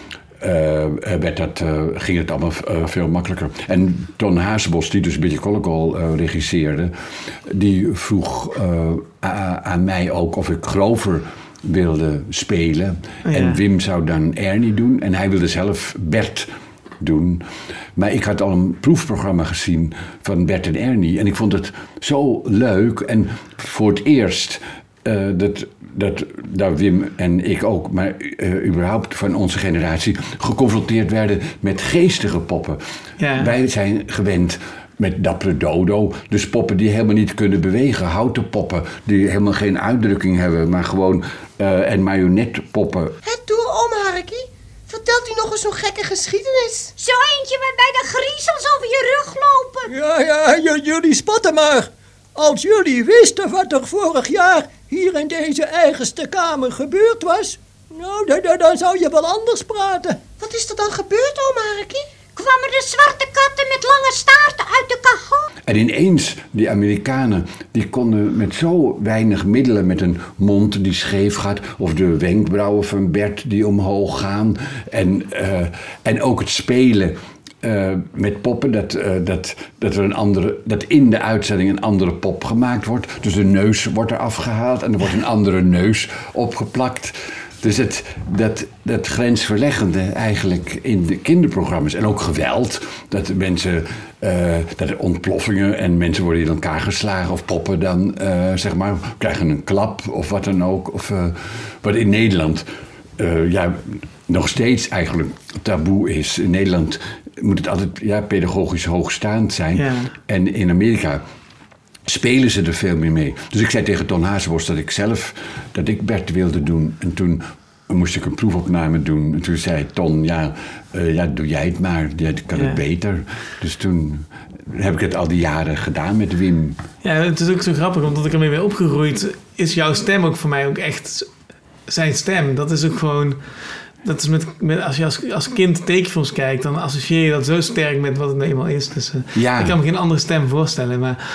Uh, werd dat, uh, ging het allemaal uh, veel makkelijker. En Ton Hazebos, die dus Billy Collecall uh, regisseerde, die vroeg uh, a- aan mij ook of ik Grover wilde spelen. Ja. En Wim zou dan Ernie doen. En hij wilde zelf Bert doen. Maar ik had al een proefprogramma gezien van Bert en Ernie. En ik vond het zo leuk. En voor het eerst... Uh, dat, dat, dat Wim en ik ook, maar uh, überhaupt van onze generatie, geconfronteerd werden met geestige poppen. Ja. Wij zijn gewend met Dappere Dodo, dus poppen die helemaal niet kunnen bewegen. Houten poppen die helemaal geen uitdrukking hebben, maar gewoon... Uh, en marionetpoppen. Het doe om, Harkie. Vertelt u nog eens zo'n gekke geschiedenis? Zo eentje waarbij de griezels over je rug lopen. Ja, ja, j- jullie spotten maar. Als jullie wisten wat er vorig jaar hier in deze eigenste kamer gebeurd was, nou, dan, dan, dan zou je wel anders praten. Wat is er dan gebeurd, oma Harkie? Kwamen de zwarte katten met lange staarten uit de kachel? En ineens, die Amerikanen, die konden met zo weinig middelen, met een mond die scheef gaat, of de wenkbrauwen van Bert die omhoog gaan, en, uh, en ook het spelen... Uh, met poppen, dat, uh, dat, dat, er een andere, dat in de uitzending een andere pop gemaakt wordt. Dus de neus wordt er afgehaald en er wordt een andere neus opgeplakt. Dus het, dat, dat grensverleggende eigenlijk in de kinderprogramma's. En ook geweld. Dat mensen, uh, dat er ontploffingen en mensen worden in elkaar geslagen. Of poppen dan, uh, zeg maar, krijgen een klap of wat dan ook. Of uh, wat in Nederland... Uh, ja, nog steeds eigenlijk taboe is. In Nederland moet het altijd ja, pedagogisch hoogstaand zijn. Ja. En in Amerika spelen ze er veel meer mee. Dus ik zei tegen Ton Hazebos dat ik zelf, dat ik Bert wilde doen. En toen moest ik een proefopname doen. En toen zei Ton, ja, uh, ja doe jij het maar. Jij kan ja. het beter. Dus toen heb ik het al die jaren gedaan met Wim. Ja, het is ook zo grappig, omdat ik ermee ben opgegroeid, is jouw stem ook voor mij ook echt... Zijn stem, dat is ook gewoon... Dat is met, met, als je als, als kind tekenfilms kijkt, dan associeer je dat zo sterk met wat het nou eenmaal is. Dus uh, ja. Ik kan me geen andere stem voorstellen, maar...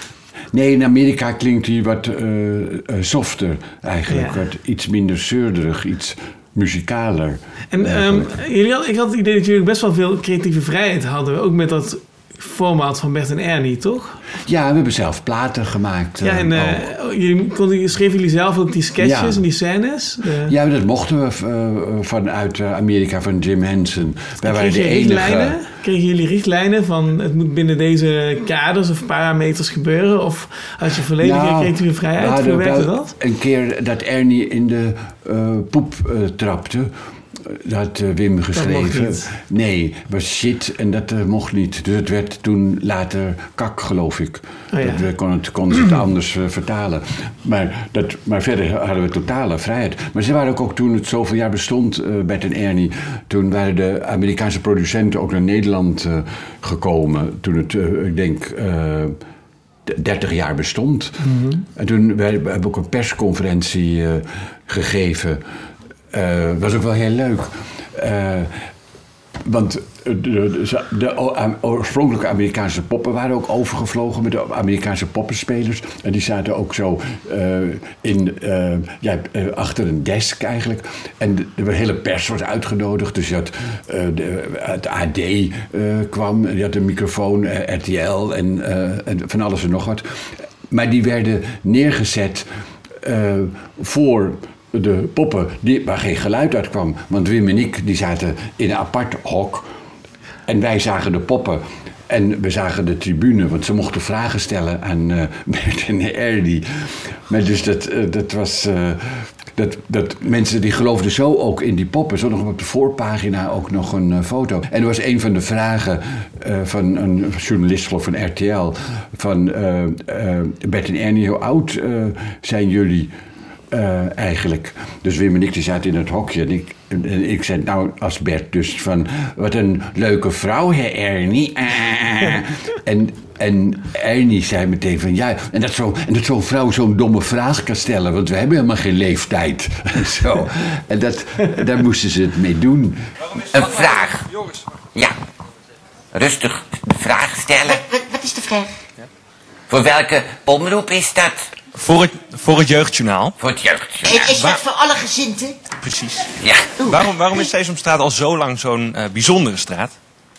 Nee, in Amerika klinkt hij wat uh, uh, softer eigenlijk. Ja. Wat iets minder zeurderig, iets muzikaler. En um, jullie had, ik had het idee dat jullie best wel veel creatieve vrijheid hadden. Ook met dat format van Bert en Ernie, toch? Ja, we hebben zelf platen gemaakt. Ja, en uh, jullie, kon, schreven jullie zelf ook die sketches ja. en die scènes? Uh. Ja, dat mochten we uh, vanuit Amerika, van Jim Henson. Wij waren de enige... Kregen jullie richtlijnen van het moet binnen deze kaders of parameters gebeuren? Of had je volledige nou, creatieve vrijheid? Hoe werkte dat? Een keer dat Ernie in de uh, poep uh, trapte... Dat had uh, Wim geschreven. Dat nee, was shit en dat uh, mocht niet. Dus het werd toen later kak, geloof ik. Oh, ja. Dat we kon het, konden ze het anders uh, vertalen. Maar, dat, maar verder hadden we totale vrijheid. Maar ze waren ook, ook toen het zoveel jaar bestond, uh, Bert en Ernie... toen waren de Amerikaanse producenten ook naar Nederland uh, gekomen. Toen het, uh, ik denk... Uh, dertig jaar bestond. Mm-hmm. En toen we, we hebben ook een persconferentie uh, gegeven... Uh, was ook wel heel leuk. Uh, want de, de, de oorspronkelijke Amerikaanse poppen waren ook overgevlogen met de Amerikaanse poppenspelers. En die zaten ook zo uh, in, uh, ja, uh, achter een desk eigenlijk. En de, de hele pers was uitgenodigd. Dus je had, uh, de, het A D uh, kwam, en die had een microfoon, uh, R T L en, uh, en van alles en nog wat. Maar die werden neergezet uh, voor... de poppen die, waar geen geluid uit kwam. Want Wim en ik die zaten in een apart hok. En wij zagen de poppen. En we zagen de tribune. Want ze mochten vragen stellen aan uh, Bert en Ernie. Maar dus dat, uh, dat was... Uh, dat, dat mensen die geloofden zo ook in die poppen. Zo nog op de voorpagina ook nog een uh, foto. En er was een van de vragen uh, van een journalist geloof van R T L. Van uh, uh, Bert en Ernie, hoe oud uh, zijn jullie uh, eigenlijk? Dus Wim en ik die zaten in het hokje. En ik, en ik zei nou als Bert dus van... Wat een leuke vrouw, hè Ernie? Uh, en... En Ernie zei meteen van ja, en dat, zo, en dat zo'n vrouw zo'n domme vraag kan stellen, want we hebben helemaal geen leeftijd. Zo. En dat, daar moesten ze het mee doen. Een vraag. Ja. Rustig de vraag stellen. Wat, wat, wat is de vraag? Voor welke omroep is dat? Voor het, voor het Jeugdjournaal. Voor het Jeugdjournaal. En is dat voor alle gezinten? Precies. Ja. Waarom, waarom is Sesamstraat al zo lang zo'n uh, bijzondere straat?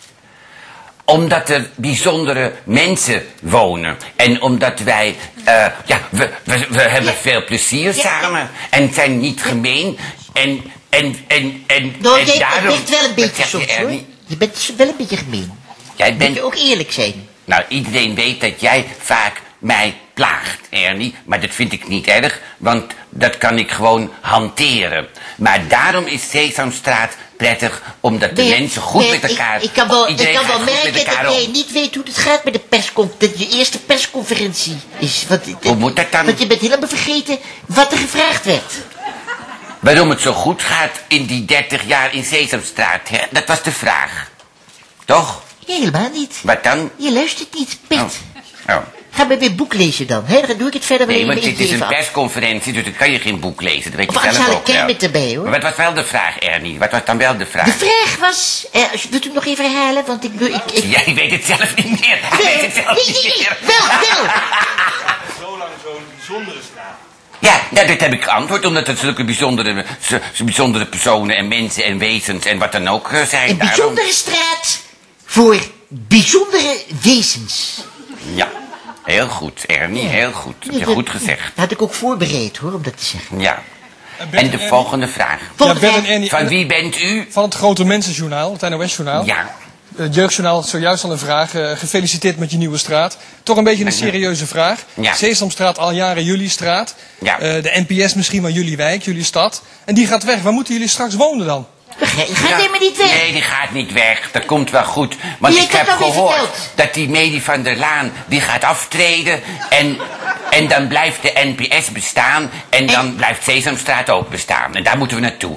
Omdat er bijzondere mensen wonen. En omdat wij, uh, ja, we, we, we hebben ja. veel plezier ja. samen. En zijn niet gemeen. En, en, en, en, nou, en jij daarom... bent wel een beetje soms, hoor. Niet? Je bent wel een beetje gemeen. Jij bent... Moet je ook eerlijk zijn. Nou, iedereen weet dat jij vaak mij plaagt, Ernie. Maar dat vind ik niet erg, want dat kan ik gewoon hanteren. Maar daarom is Sesamstraat prettig, omdat de nee, mensen goed nee, met elkaar... Ik, ik kan wel, ik kan wel merken dat jij niet weet hoe het gaat met de persconferentie. Dat je eerste persconferentie is. Want, hoe moet dat dan? Want je bent helemaal vergeten wat er gevraagd werd. Waarom het zo goed gaat in die dertig jaar in Sesamstraat, hè? Dat was de vraag. Toch? Nee, helemaal niet. Wat dan? Je luistert niet, Piet. Oh. Oh. Ga maar weer boek lezen dan, hè? Dan doe ik het verder nee, weer want dit is een af. persconferentie, dus dan kan je geen boek lezen. Dat weet of je zelf ook wel. Of erbij, hoor. Maar wat was wel de vraag, Ernie? Wat was dan wel de vraag? De vraag was... Eh, wilt u het nog even herhalen? Want ik... ik, ik... Jij weet het zelf niet meer. Hij nee, weet het zelf nee, niet nee, meer. Wel, wel. Zo lang zo'n bijzondere straat. Ja, ja, dat heb ik geantwoord, omdat er zulke bijzondere, zo, zo bijzondere personen en mensen en wezens en wat dan ook uh, zijn. Een bijzondere daarom... straat voor bijzondere wezens. Ja. Heel goed, Ernie, heel goed. Heb je goed gezegd. Dat had ik ook voorbereid, hoor, om dat te zeggen. Ja. En de volgende vraag. Ja, Ben en Ernie, van wie bent u? Van het Grote Mensenjournaal, het N O S-journaal. Ja. Het Jeugdjournaal had zojuist al een vraag. Uh, gefeliciteerd met je nieuwe straat. Toch een beetje een serieuze vraag. Ja. Sesamstraat al jaren jullie straat. Ja. Uh, de N P S misschien wel jullie wijk, jullie stad. En die gaat weg. Waar moeten jullie straks wonen dan? Die gaat ja. helemaal niet weg. Nee, die gaat niet weg. Dat komt wel goed. Want die ik heb gehoord dat die Medi van der Laan, die gaat aftreden. En, en dan blijft de N P S bestaan. En dan en... blijft Sesamstraat ook bestaan. En daar moeten we naartoe.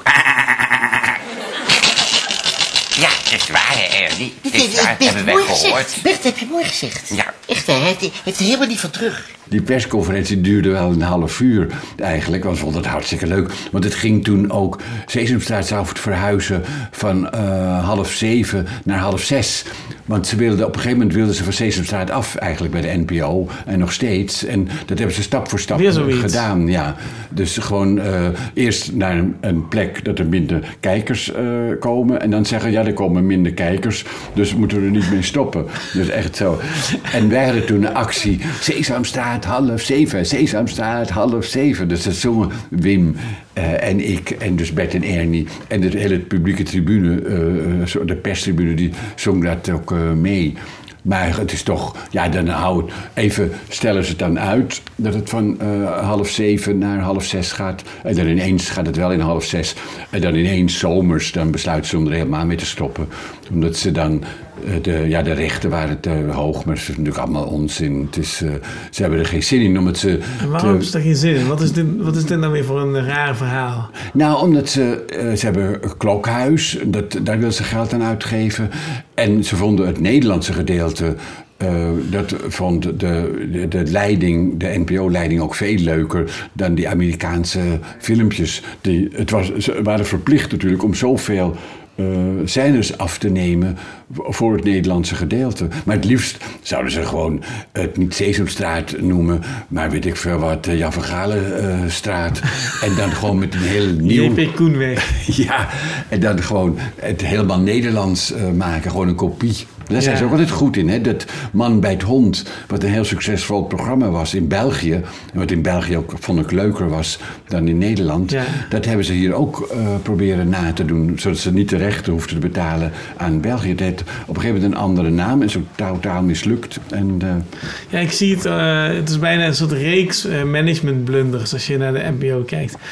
Ja, dat is waar, hè, Ernie. Dit is waar, hebben wij gehoord. Bert, heb je mooi gezegd. Ja. Echt, hij heeft, heeft er helemaal niet van terug. Die persconferentie duurde wel een half uur eigenlijk. Want we vonden het hartstikke leuk. Want het ging toen ook... Sesamstraat zou verhuizen van uh, half zeven naar half zes. Want ze wilden, op een gegeven moment wilden ze van Sesamstraat af eigenlijk bij de N P O. En nog steeds. En dat hebben ze stap voor stap gedaan. Ja. Dus gewoon uh, eerst naar een, een plek dat er minder kijkers uh, komen. En dan zeggen, ja, er komen minder kijkers. Dus moeten we er niet mee stoppen. Dus echt zo. En wij hadden toen een actie. Sesamstraat half zeven. Sesamstraat half zeven. Dus dat zongen Wim uh, en ik. En dus Bert en Ernie. En de hele publieke tribune. Uh, de perstribune. Die zong dat ook uh, mee. Maar het is toch, ja, dan houdt even, stellen ze het dan uit dat het van uh, half zeven naar half zes gaat. En dan ineens gaat het wel in half zes. En dan ineens zomers, dan besluiten ze om er helemaal mee te stoppen. Omdat ze dan, uh, de, ja, de rechten waren te hoog, maar het is natuurlijk allemaal onzin. Het is, uh, ze hebben er geen zin in, omdat ze... En waarom is er geen zin in? Wat is dit, wat is dit nou weer voor een raar verhaal? Nou, omdat ze, uh, ze hebben een klokhuis, dat, daar willen ze geld aan uitgeven. En ze vonden het Nederlandse gedeelte, uh, dat vond de, de, de leiding, de N P O-leiding ook veel leuker dan die Amerikaanse filmpjes. Die, het was, ze waren verplicht natuurlijk om zoveel uh, scènes af te nemen voor het Nederlandse gedeelte. Maar het liefst zouden ze gewoon het niet Sesamstraat noemen, maar weet ik veel wat, uh, Jan van Galenstraat. Uh, en dan gewoon met een heel nieuw... J P Koenweg. Ja, en dan gewoon het helemaal Nederlands uh, maken, gewoon een kopie. Daar zijn ja. ze ook altijd goed in, hè? Dat Man bij het Hond, wat een heel succesvol programma was in België, en wat in België ook, vond ik, leuker was dan in Nederland. Ja. Dat hebben ze hier ook uh, proberen na te doen, zodat ze niet de rechten hoefden te betalen aan België. Het heeft op een gegeven moment een andere naam en is ook totaal mislukt. En, uh... Ja, ik zie het, uh, het is bijna een soort reeks uh, managementblunders als je naar de N P O kijkt.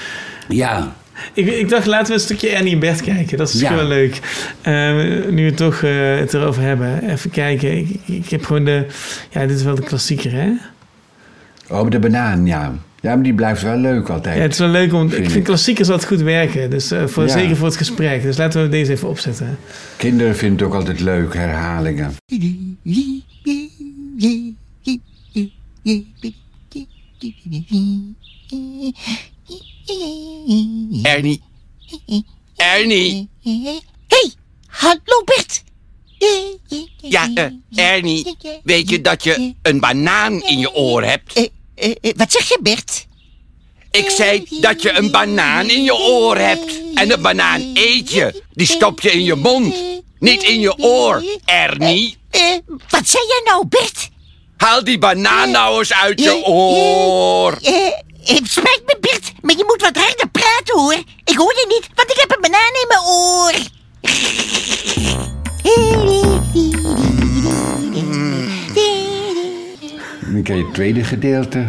Ja. Ik, ik dacht, laten we een stukje Ernie en Bert kijken. Dat is ja. wel leuk. Uh, nu we toch uh, het erover hebben. Even kijken. Ik, ik heb gewoon de... Ja, dit is wel de klassieker, hè? Oh, de banaan, ja. Ja, maar die blijft wel leuk altijd. Ja, het is wel leuk, om. Vind ik vind klassiekers altijd goed werken. Dus uh, voor, ja. zeker voor het gesprek. Dus laten we deze even opzetten. Kinderen vinden het ook altijd leuk, herhalingen. Ernie. Ernie. Hey, hallo Bert. Ja, uh, Ernie, weet je dat je een banaan in je oor hebt? Uh, uh, uh, wat zeg je, Bert? Ik zei dat je een banaan in je oor hebt. En een banaan eet je. Die stop je in je mond. Niet in je oor, Ernie. Uh, uh, wat zei jij nou, Bert? Haal die banaan nou eens uit je oor. Uh, uh, Het spijt me, Bert, maar je moet wat harder praten, hoor. Ik hoor je niet, want ik heb een banaan in mijn oor. Dan krijg je het tweede gedeelte.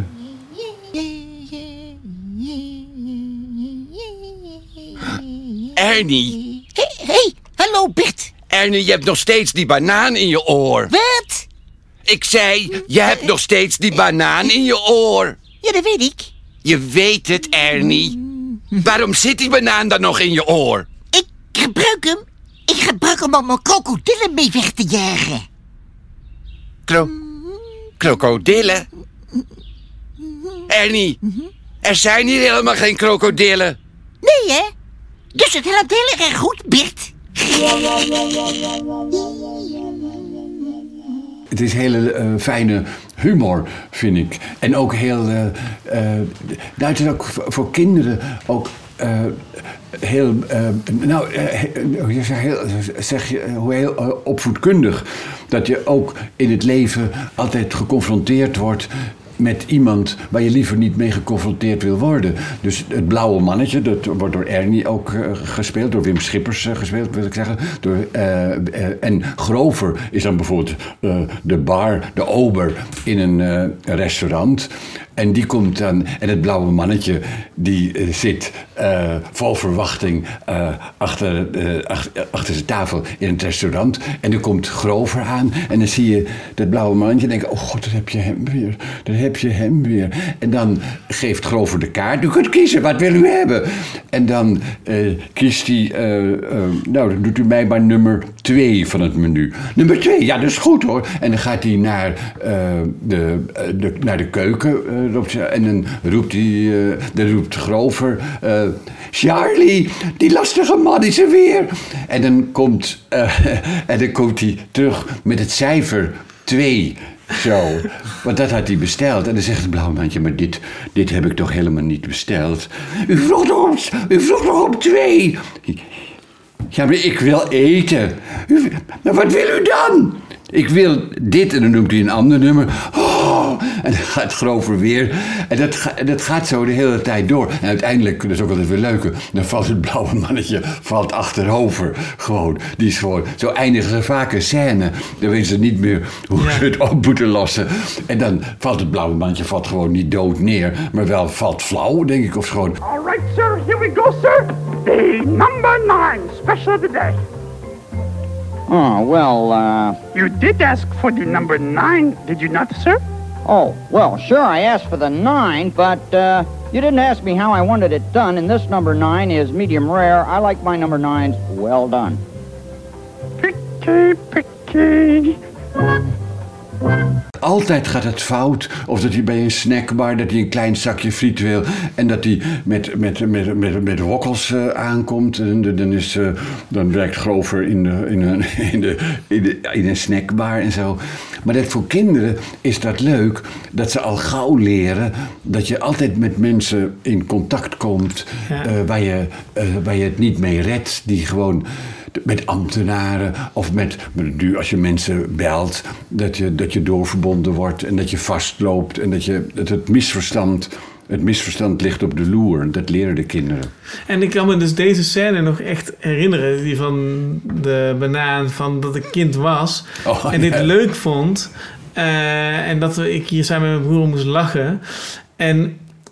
Ernie. Hé, hey, hey, hallo Bert. Ernie, je hebt nog steeds die banaan in je oor. Wat? Ik zei, je hebt nog steeds die banaan in je oor. Ja, dat weet ik. Je weet het, Ernie. Waarom zit die banaan dan nog in je oor? Ik gebruik hem. Ik gebruik hem om mijn krokodillen mee weg te jagen. Kro... Krokodillen? Ernie, er zijn hier helemaal geen krokodillen. Nee, hè? Dus het helpt heel erg goed, Bert. Het is hele uh, fijne humor, vind ik. En ook heel... Uh, uh, nou, het is ook voor, voor kinderen ook... Uh, heel, uh, nou, uh, zeg, heel, zeg je, hoe heel uh, opvoedkundig. Dat je ook in het leven altijd geconfronteerd wordt met iemand waar je liever niet mee geconfronteerd wil worden. Dus het blauwe mannetje, dat wordt door Ernie ook uh, gespeeld, door Wim Schippers uh, gespeeld, wil ik zeggen. Door, uh, uh, en Grover is dan bijvoorbeeld uh, de bar, de ober in een uh, restaurant. En die komt dan, en het blauwe mannetje, die uh, zit uh, vol verwachting uh, achter, uh, achter, achter zijn tafel in het restaurant. En dan komt Grover aan en dan zie je dat blauwe mannetje denken, oh god, daar heb je hem weer, daar heb je hem weer. En dan geeft Grover de kaart, u kunt kiezen, wat wil u hebben? En dan uh, kiest hij, uh, uh, nou dan doet u mij maar nummer twee van het menu. Nummer twee, ja dat is goed hoor. En dan gaat hij naar, uh, de, uh, de, naar de keuken, uh, en dan roept hij, uh, dan roept Grover, uh, Charlie, die lastige man is er weer. En dan komt, uh, en dan komt hij terug met het cijfer twee. Zo, want dat had hij besteld. En dan zegt het blauwe mandje, maar dit, dit heb ik toch helemaal niet besteld. U vroeg nog om, u vroeg nog om twee. Ja, maar ik wil eten. U, maar wat wil u dan? Ik wil dit, en dan noemt hij een ander nummer. Oh, en dan gaat Grover weer. En dat, ga, dat gaat zo de hele tijd door. En uiteindelijk, dat is ook altijd weer leuker, dan valt het blauwe mannetje valt achterover. Gewoon, die is gewoon, zo eindigen ze vaak een scène. Dan weten ze niet meer hoe ja. ze het op moeten lossen. En dan valt het blauwe mannetje valt gewoon niet dood neer, maar wel valt flauw, denk ik, of gewoon. All right, sir, here we go, sir. The number nine special of the day. Oh, well, uh... You did ask for the number nine, did you not, sir? Oh, well, sure, I asked for the nine, but, uh, you didn't ask me how I wanted it done, and this number nine is medium rare. I like my number nines well done. Picky, picky. Altijd gaat het fout. Of dat hij bij een snackbar dat hij een klein zakje friet wil. En dat hij met, met, met, met, met wokkels uh, aankomt. En dan, is, uh, dan werkt Grover in, de, in, een, in, de, in, de, in een snackbar en zo. Maar dat voor kinderen is dat leuk. Dat ze al gauw leren dat je altijd met mensen in contact komt. Ja. Uh, waar, je, uh, waar je het niet mee redt. Die gewoon... met ambtenaren of met, nu als je mensen belt, dat je, dat je doorverbonden wordt en dat je vastloopt en dat, je, dat het misverstand, het misverstand ligt op de loer. Dat leren de kinderen. En ik kan me dus deze scène nog echt herinneren, die van de banaan, van dat ik kind was oh, en dit ja. leuk vond uh, en dat ik hier samen met mijn broer moest lachen. En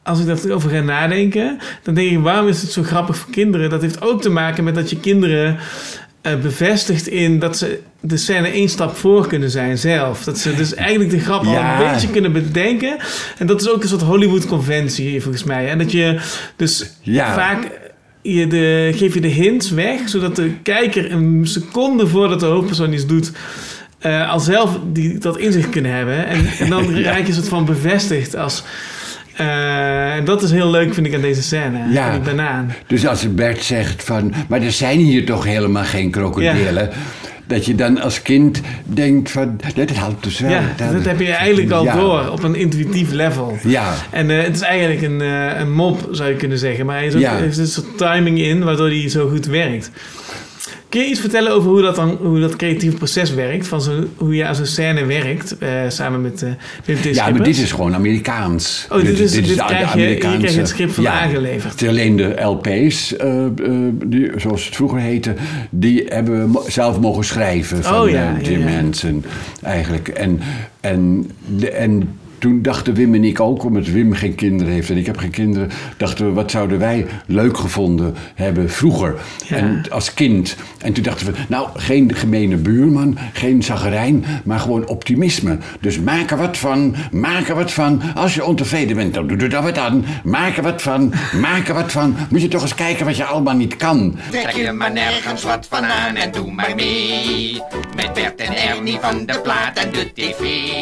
als ik daarover ga nadenken, dan denk ik, waarom is het zo grappig voor kinderen? Dat heeft ook te maken met dat je kinderen uh, bevestigt in dat ze de scène één stap voor kunnen zijn zelf. Dat ze dus eigenlijk de grap ja. al een beetje kunnen bedenken. En dat is ook een soort Hollywood-conventie volgens mij. En dat je dus ja. vaak... Je de, geef je de hints weg, zodat de kijker een seconde voordat de hoofdpersoon iets doet... Uh, al zelf die, dat in zich kunnen hebben. En, en dan ja. raak je soort van bevestigd als... Uh, en dat is heel leuk, vind ik, aan deze scène. Ja. Van die banaan. Dus als Bert zegt van... maar er zijn hier toch helemaal geen krokodillen... Ja. Dat je dan als kind denkt van... dat helpt dus wel. Ja, dat, dat heb je eigenlijk al ja. door op een intuïtief level. Ja. En uh, het is eigenlijk een, uh, een mop, zou je kunnen zeggen. Maar hij ja. heeft een soort timing in, waardoor hij zo goed werkt. Kun je iets vertellen over hoe dat, dan, hoe dat creatieve proces werkt? Van zo, hoe je als een scène werkt, uh, samen met uh, Wim T. Schippers? Ja, maar dit is gewoon Amerikaans. Oh, dit, is, dit, dit dit krijg je, je krijgt het script van ja, aangeleverd. Het is alleen de L P's, uh, uh, die, zoals het vroeger heette, die hebben we zelf mogen schrijven van oh, ja, uh, Jim ja, ja. Henson eigenlijk. En, en, de, en toen dachten Wim en ik ook, omdat Wim geen kinderen heeft en ik heb geen kinderen, dachten we, wat zouden wij leuk gevonden hebben vroeger ja. en als kind. En toen dachten we, nou, geen gemene buurman, geen zagerijn, maar gewoon optimisme. Dus maak er wat van, maak er wat van. Als je ontevreden bent, dan doe er wat aan. Maak er wat van, maak er wat van. Moet je toch eens kijken wat je allemaal niet kan. Trek je maar nergens wat van aan en doe maar mee. Met Bert en Ernie van de plaat en de tv.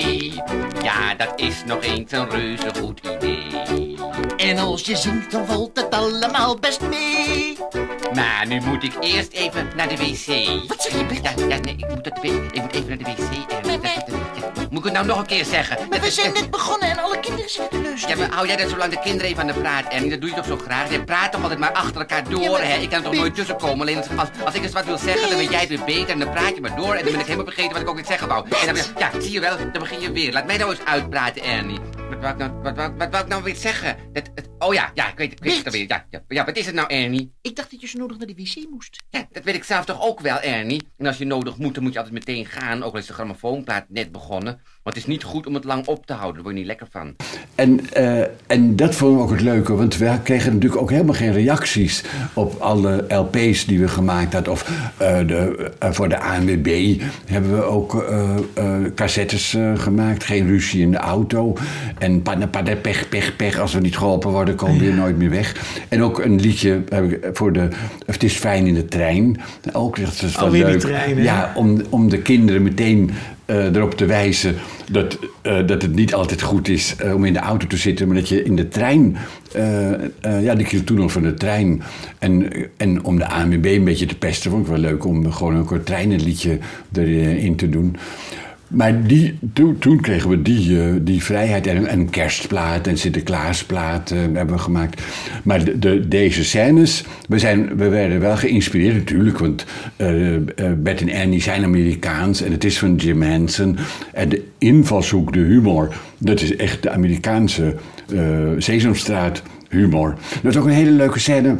Ja, dat is nog eens een reuze goed idee. En als je zingt, dan valt het allemaal best mee. Maar nu moet ik eerst even naar de wc. Wat zeg je, Bert? Ja, ja nee, ik moet, dat, ik moet even naar de wc. En, dat, dat, ja. Moet ik het nou nog een keer zeggen? Maar we zijn net begonnen en alle kinderen zitten te luisteren. Ja, maar hou jij dat zo lang de kinderen even aan de praat, Ernie? Dat doe je toch zo graag? Je praat toch altijd maar achter elkaar door, ja, hè? Ik kan er toch nooit tussenkomen. Alleen als, als, als ik eens wat wil zeggen, dan weet jij het weer beter. En dan praat je maar door. En dan ben ik helemaal vergeten wat ik ook niet zeggen wou. En dan, ja, zie je wel, dan begin je weer. Laat mij nou eens uitpraten, Ernie. Wat wou ik nou, wat, wat, wat wou ik nou weer zeggen? Dat, het, oh ja, ja, ik weet, ik weet het alweer. Ja, ja, ja, wat is het nou, Ernie? Ik dacht dat je zo nodig naar de wc moest. Ja, dat weet ik zelf toch ook wel, Ernie? En als je nodig moet, dan moet je altijd meteen gaan. Ook al is de grammofoonplaat net begonnen. Want het is niet goed om het lang op te houden. Daar word je niet lekker van. En, uh, en dat vonden we ook het leuke. Want we kregen natuurlijk ook helemaal geen reacties op alle L P's die we gemaakt hadden. Of uh, de, uh, voor de A N W B hebben we ook uh, uh, cassettes uh, gemaakt. Geen ruzie in de auto. En padda, padda, pech, pech, pech. Als we niet geholpen worden, komen we weer nooit meer weg. En ook een liedje heb ik voor de... Het is fijn in de trein. Ook, dat is wel leuk. Trein, ja, om, om de kinderen meteen... Uh, erop te wijzen dat, uh, dat het niet altijd goed is uh, om in de auto te zitten, maar dat je in de trein, uh, uh, ja, die kreeg toen nog van de trein. En, en om de A N W B een beetje te pesten, vond ik wel leuk om gewoon een kort treinenliedje erin te doen. Maar die, toen, toen kregen we die, uh, die vrijheid en een kerstplaat en Sinterklaasplaat uh, hebben we gemaakt. Maar de, de, deze scènes, we, zijn, we werden wel geïnspireerd natuurlijk, want uh, uh, Bert en Ernie zijn Amerikaans en het is van Jim Henson. En de invalshoek, de humor, dat is echt de Amerikaanse uh, Sesamstraat humor. Dat is ook een hele leuke scène,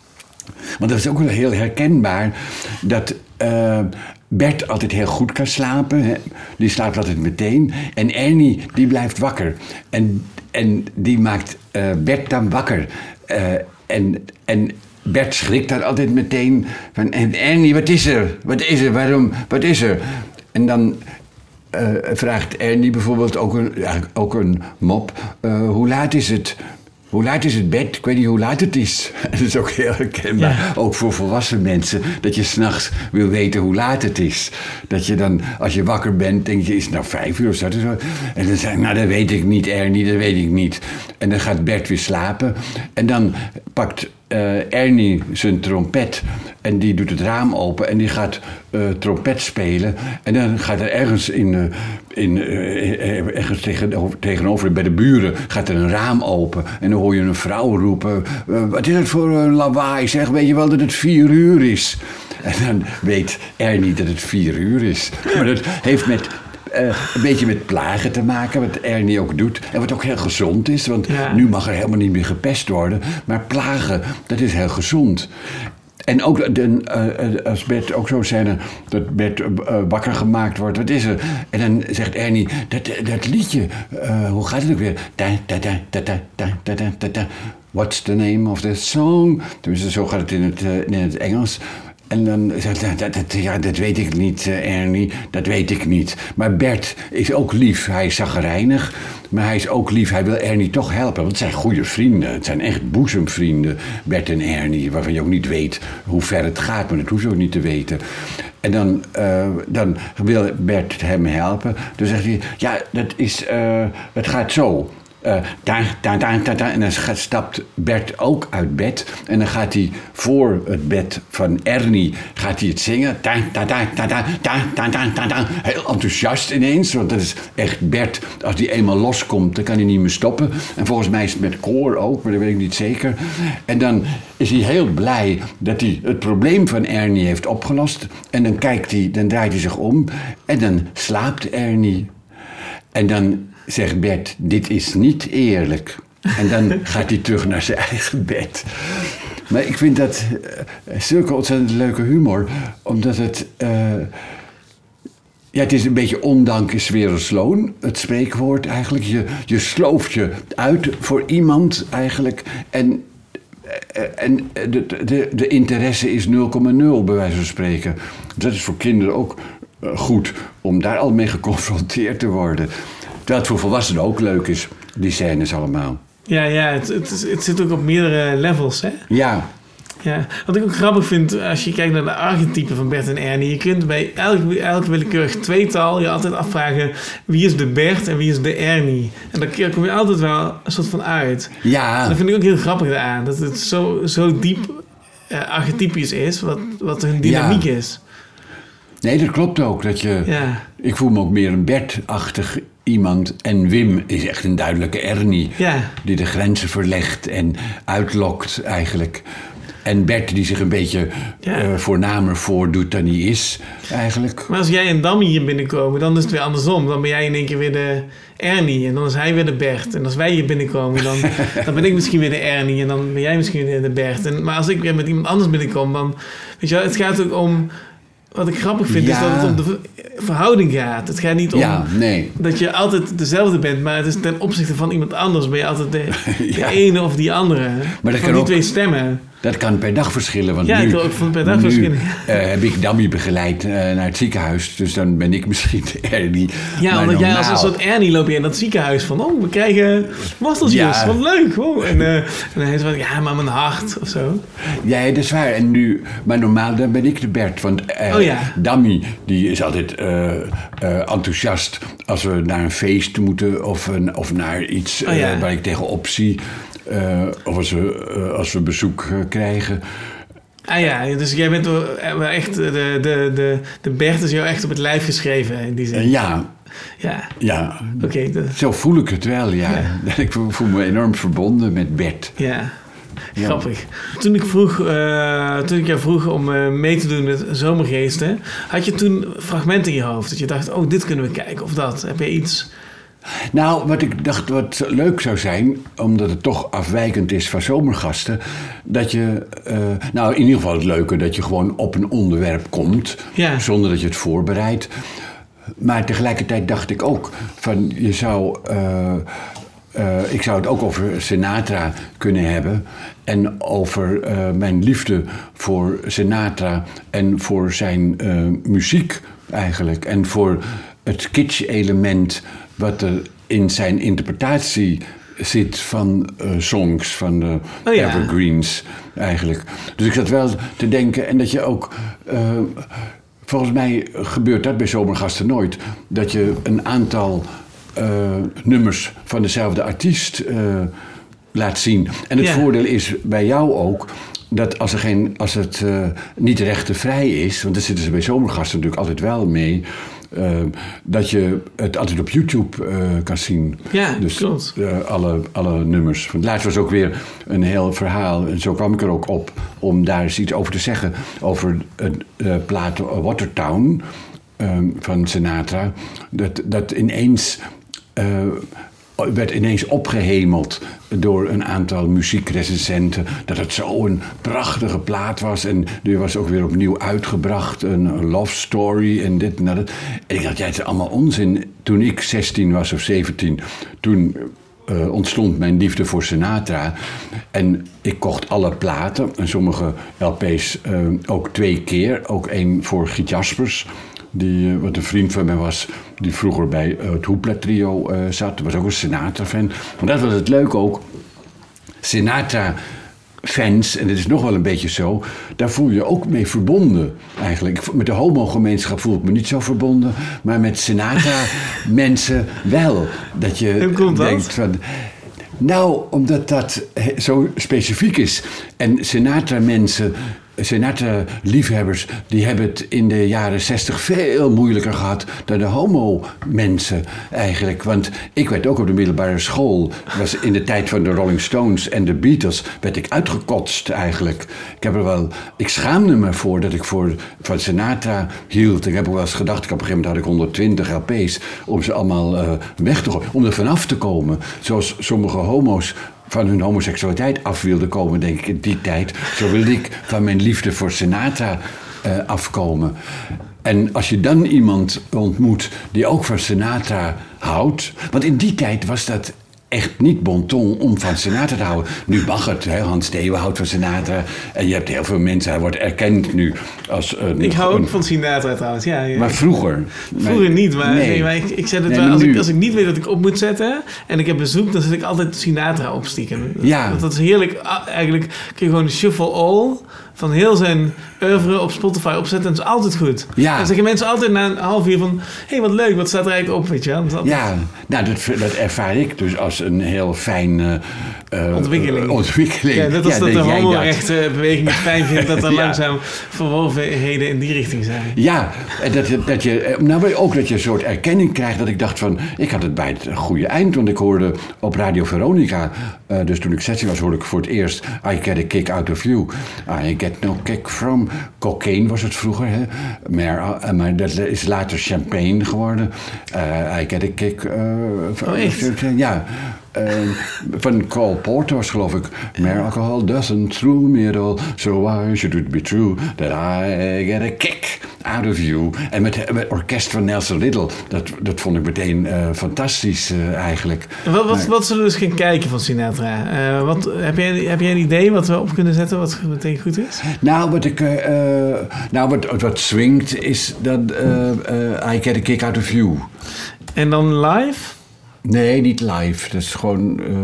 want dat is ook wel heel herkenbaar dat... Uh, Bert altijd heel goed kan slapen. Hè? Die slaapt altijd meteen. En Ernie, die blijft wakker. En, en die maakt uh, Bert dan wakker. Uh, en, en Bert schrikt daar altijd meteen van... En Ernie, wat is er? Wat is er? Waarom? Wat is er? En dan uh, vraagt Ernie bijvoorbeeld ook een, ja, ook een mop. Uh, hoe laat is het? Hoe laat is het bed? Ik weet niet hoe laat het is. Dat is ook heel herkenbaar. Ja. Ook voor volwassen mensen. Dat je 's nachts wil weten hoe laat het is. Dat je dan, als je wakker bent, denk je, is het nou vijf uur of zo? En dan zeg ik, nou dat weet ik niet, Ernie, dat weet ik niet. En dan gaat Bert weer slapen. En dan pakt uh, Ernie zijn trompet. En die doet het raam open. En die gaat uh, trompet spelen. En dan gaat er ergens in... Uh, In, uh, ergens tegenover, tegenover bij de buren gaat er een raam open. En dan hoor je een vrouw roepen... Uh, wat is het voor een lawaai, zeg? Weet je wel dat het vier uur is? En dan weet Ernie dat het vier uur is. Maar dat heeft met... Uh, een beetje met plagen te maken, wat Ernie ook doet. En wat ook heel gezond is, want ja. nu mag er helemaal niet meer gepest worden. Maar plagen, dat is heel gezond. En ook de, uh, als Bert ook zo zijn, dat Bert uh, wakker gemaakt wordt. Wat is er? En dan zegt Ernie, dat, dat liedje, uh, hoe gaat het ook weer? Da, da, da, da, da, da, da, da, da. What's the name of the song? Tenminste, zo gaat het in het, uh, in het Engels. En dan zegt hij, dat, dat, ja, dat weet ik niet, uh, Ernie, dat weet ik niet. Maar Bert is ook lief, hij is chagrijnig, maar hij is ook lief. Hij wil Ernie toch helpen, want het zijn goede vrienden. Het zijn echt boezemvrienden, Bert en Ernie, waarvan je ook niet weet hoe ver het gaat, maar dat hoef je ook niet te weten. En dan, uh, dan wil Bert hem helpen. Dan zegt hij, ja, dat is, uh, het gaat zo. Uh, da, da, da, da, da. En dan stapt Bert ook uit bed. En dan gaat hij voor het bed van Ernie gaat hij het zingen. Da, da, da, da, da, da, da, da, da. Heel enthousiast ineens. Want dat is echt Bert. Als die eenmaal loskomt, dan kan hij niet meer stoppen. En volgens mij is het met koor ook, maar dat weet ik niet zeker. En dan is hij heel blij dat hij het probleem van Ernie heeft opgelost. En dan kijkt hij, dan draait hij zich om. En dan slaapt Ernie. En dan zegt Bert, dit is niet eerlijk. En dan gaat hij terug naar zijn eigen bed. Maar ik vind dat uh, zulke ontzettend leuke humor. Omdat het... Uh, ja, het is een beetje ondank is wereldsloon. Het spreekwoord eigenlijk. Je, je slooft je uit voor iemand eigenlijk. En... En de, de, de interesse is nul komma nul, bij wijze van spreken. Dat is voor kinderen ook goed om daar al mee geconfronteerd te worden. Terwijl het voor volwassenen ook leuk is, die scènes allemaal. Ja, ja het, het, het zit ook op meerdere levels, hè? Ja. Ja, wat ik ook grappig vind, als je kijkt naar de archetypen van Bert en Ernie... je kunt bij elk, elk willekeurig tweetal je altijd afvragen... wie is de Bert en wie is de Ernie? En daar kom je altijd wel een soort van uit. Ja. Dat vind ik ook heel grappig aan. Dat het zo, zo diep uh, archetypisch is, wat, wat hun dynamiek ja. is. Nee, dat klopt ook. Dat je, ja. Ik voel me ook meer een Bert-achtig iemand. En Wim is echt een duidelijke Ernie. Ja. Die de grenzen verlegt en uitlokt eigenlijk... En Bert die zich een beetje ja. uh, voornamer voordoet dan hij is, eigenlijk. Maar als jij en Dammy hier binnenkomen, dan is het weer andersom. Dan ben jij in één keer weer de Ernie en dan is hij weer de Bert. En als wij hier binnenkomen, dan, dan ben ik misschien weer de Ernie en dan ben jij misschien weer de Bert. En, maar als ik weer met iemand anders binnenkom, dan... Weet je wel, het gaat ook om... Wat ik grappig vind, ja. is dat het om de verhouding gaat. Het gaat niet om ja, nee. dat je altijd dezelfde bent, maar het is ten opzichte van iemand anders ben je altijd de, de ja. ene of die andere. Maar dat van kan die ook, twee stemmen. Dat kan per dag verschillen. Want ja, nu, ik ook van per dag verschillen. Nu uh, heb ik Dammy begeleid uh, naar het ziekenhuis. Dus dan ben ik misschien de Ernie. Ja, maar omdat normaal... jij als een soort Ernie loop je in dat ziekenhuis van... Oh, we krijgen worteltjes. Ja. Wat leuk. Oh. En, uh, en dan heeft hij van, ja, maar mijn hart of zo. Ja, dat is waar. En nu, maar normaal dan ben ik de Bert. Want uh, oh, ja. Dammy, die is altijd uh, uh, enthousiast als we naar een feest moeten. Of, een, of naar iets uh, oh, ja. waar ik tegenop zie. Uh, of als we, uh, als we bezoek uh, krijgen. Ah ja, dus jij bent wel echt... De, de, de, de Bert is jou echt op het lijf geschreven in die zin. Uh, ja. Ja. ja. Okay, de... Zo voel ik het wel, ja. ja. Ik voel me enorm verbonden met Bert. Ja. Grappig. Ja. Toen ik, vroeg, uh, toen ik jou vroeg om uh, mee te doen met Zomergeesten... had je toen fragmenten in je hoofd? Dat je dacht, oh, dit kunnen we kijken of dat. Heb je iets... Nou, wat ik dacht wat leuk zou zijn, omdat het toch afwijkend is van Zomergasten, dat je, uh, nou in ieder geval het leuke, dat je gewoon op een onderwerp komt, ja. zonder dat je het voorbereidt. Maar tegelijkertijd dacht ik ook van, je zou, uh, uh, ik zou het ook over Sinatra kunnen hebben en over uh, mijn liefde voor Sinatra en voor zijn uh, muziek eigenlijk en voor het kitsch-element wat er in zijn interpretatie zit van uh, songs, van de oh ja. evergreens eigenlijk. Dus ik zat wel te denken, en dat je ook... Uh, volgens mij gebeurt dat bij Zomergasten nooit, dat je een aantal uh, nummers van dezelfde artiest uh, laat zien. En het ja. voordeel is bij jou ook... dat als, er geen, als het uh, niet rechtenvrij is... want daar zitten ze bij Zomergasten natuurlijk altijd wel mee... Uh, dat je het altijd op YouTube uh, kan zien. Ja, dus, klopt. Uh, alle, alle nummers. Want laatst was ook weer een heel verhaal... en zo kwam ik er ook op om daar eens iets over te zeggen... over een uh, plaat Watertown um, van Sinatra. Dat, dat ineens... Uh, werd ineens opgehemeld door een aantal muziekrecensenten. Dat het zo'n prachtige plaat was. En er was ook weer opnieuw uitgebracht. Een love story en dit en dat. En ik dacht, ja, het is allemaal onzin. Toen ik zestien was of zeventien, toen uh, ontstond mijn liefde voor Sinatra. En ik kocht alle platen. En sommige L P's uh, ook twee keer. Ook één voor Giet Jaspers. Die, wat een vriend van mij was, die vroeger bij uh, het Hoopla Trio uh, zat. Was ook een Sinatra-fan. Maar dat was het leuk ook. Sinatra-fans, en het is nog wel een beetje zo, daar voel je je ook mee verbonden eigenlijk. Met de homogemeenschap voel ik me niet zo verbonden, maar met Sinatra-mensen wel. Dat je Hoe komt dat? denkt van... Nou, omdat dat zo specifiek is. En Sinatra-mensen... Sinatra-liefhebbers, die hebben het in de jaren zestig veel moeilijker gehad dan de homo-mensen eigenlijk. Want ik werd ook op de middelbare school, was in de tijd van de Rolling Stones en de Beatles, werd ik uitgekotst eigenlijk. Ik heb er wel, ik schaamde me voor dat ik voor, van Sinatra hield. Ik heb ook wel eens gedacht, ik op een gegeven moment had ik honderdtwintig L P's om ze allemaal uh, weg te gooien, om er vanaf te komen. Zoals sommige homo's van hun homoseksualiteit af wilde komen, denk ik, in die tijd. Zo wilde ik van mijn liefde voor Sinatra uh, afkomen. En als je dan iemand ontmoet die ook van Sinatra houdt... Want in die tijd was dat echt niet bon ton om van Sinatra te houden. Nu mag het, hè? Hans Theeuwen houdt van Sinatra. En je hebt heel veel mensen, hij wordt erkend nu als een... Ik hou ook een, van Sinatra trouwens, ja. ja. Maar vroeger? Vroeger maar, niet, maar, nee. nee, maar ik, ik zet het nee, wel... Als nu, ik, als ik niet weet dat ik op moet zetten en ik heb bezoek, dan zet ik altijd Sinatra op stiekem. Ja. Dat, dat is heerlijk. Eigenlijk kun je gewoon shuffle all van heel zijn oeuvre op Spotify opzetten en dat is altijd goed. Ja. Dan zeggen mensen altijd na een half uur van, hé, hey, wat leuk, wat staat er eigenlijk op, weet je wel. Dat altijd... Ja, nou, dat, dat ervaar ik dus als een heel fijn... Uh, uh, ontwikkeling. ontwikkeling. Ja, net als ja, dat de jij homo-rechtenbeweging het fijn vindt dat er ja. langzaam verworvenheden in die richting zijn. Ja, en dat, dat je, nou, ook dat je een soort erkenning krijgt. Dat ik dacht van, ik had het bij het goede eind. Want ik hoorde op Radio Veronica, uh, dus toen ik zestien was, hoorde ik voor het eerst I Get a Kick Out of You. I Get No Kick From. Cocaine was het vroeger, hè. Maar, uh, maar dat is later champagne geworden. Uh, I Get a Kick... Uh, oh, echt? Ja. Uh, van Cole Porter was geloof ik. Mere alcohol doesn't through me at all. So why should it be true that I get a kick out of you? En met het orkest van Nelson Riddle. Dat, dat vond ik meteen uh, fantastisch uh, eigenlijk. Wat, wat, maar, wat zullen we dus gaan kijken van Sinatra? Uh, wat, heb, jij, heb jij een idee wat we op kunnen zetten wat meteen goed is? Nou, wat ik... Uh, nou, wat, wat swingt is dat uh, uh, I Get a Kick Out of You. En dan live? Nee, niet live. Dat is gewoon uh,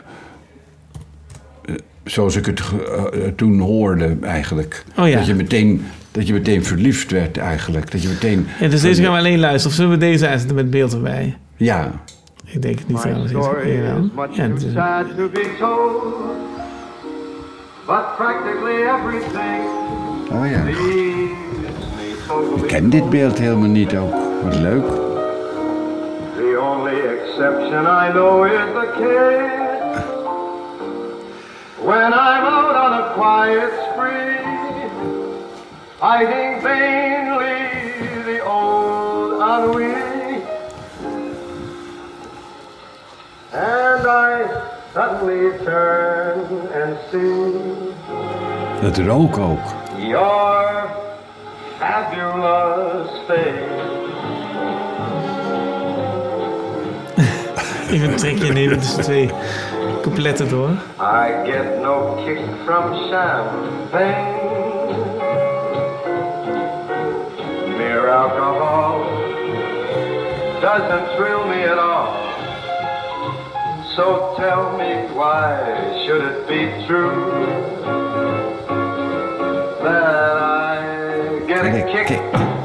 uh, zoals ik het uh, toen hoorde eigenlijk. Oh ja. Dat je meteen, dat je meteen verliefd werd eigenlijk. Dat je meteen. Ja, dus deze gaan we alleen luisteren. Of zullen we deze aanzetten met beeld erbij? Ja. Ik denk het niet trouwens. My story is much ja, too sad to be told, but practically everything. Oh ja. Ik ken dit beeld helemaal niet ook. Wat leuk. The only exception I know is the kid. When I'm out on a quiet spree, hiding vainly the old ennui. And I suddenly turn and see dat rook ook. your fabulous face. Even een trekje nemen tussen twee coupletten door. I get no kick from champagne. Mere alcohol doesn't thrill me at all. So tell me, why should it be true that I get a kick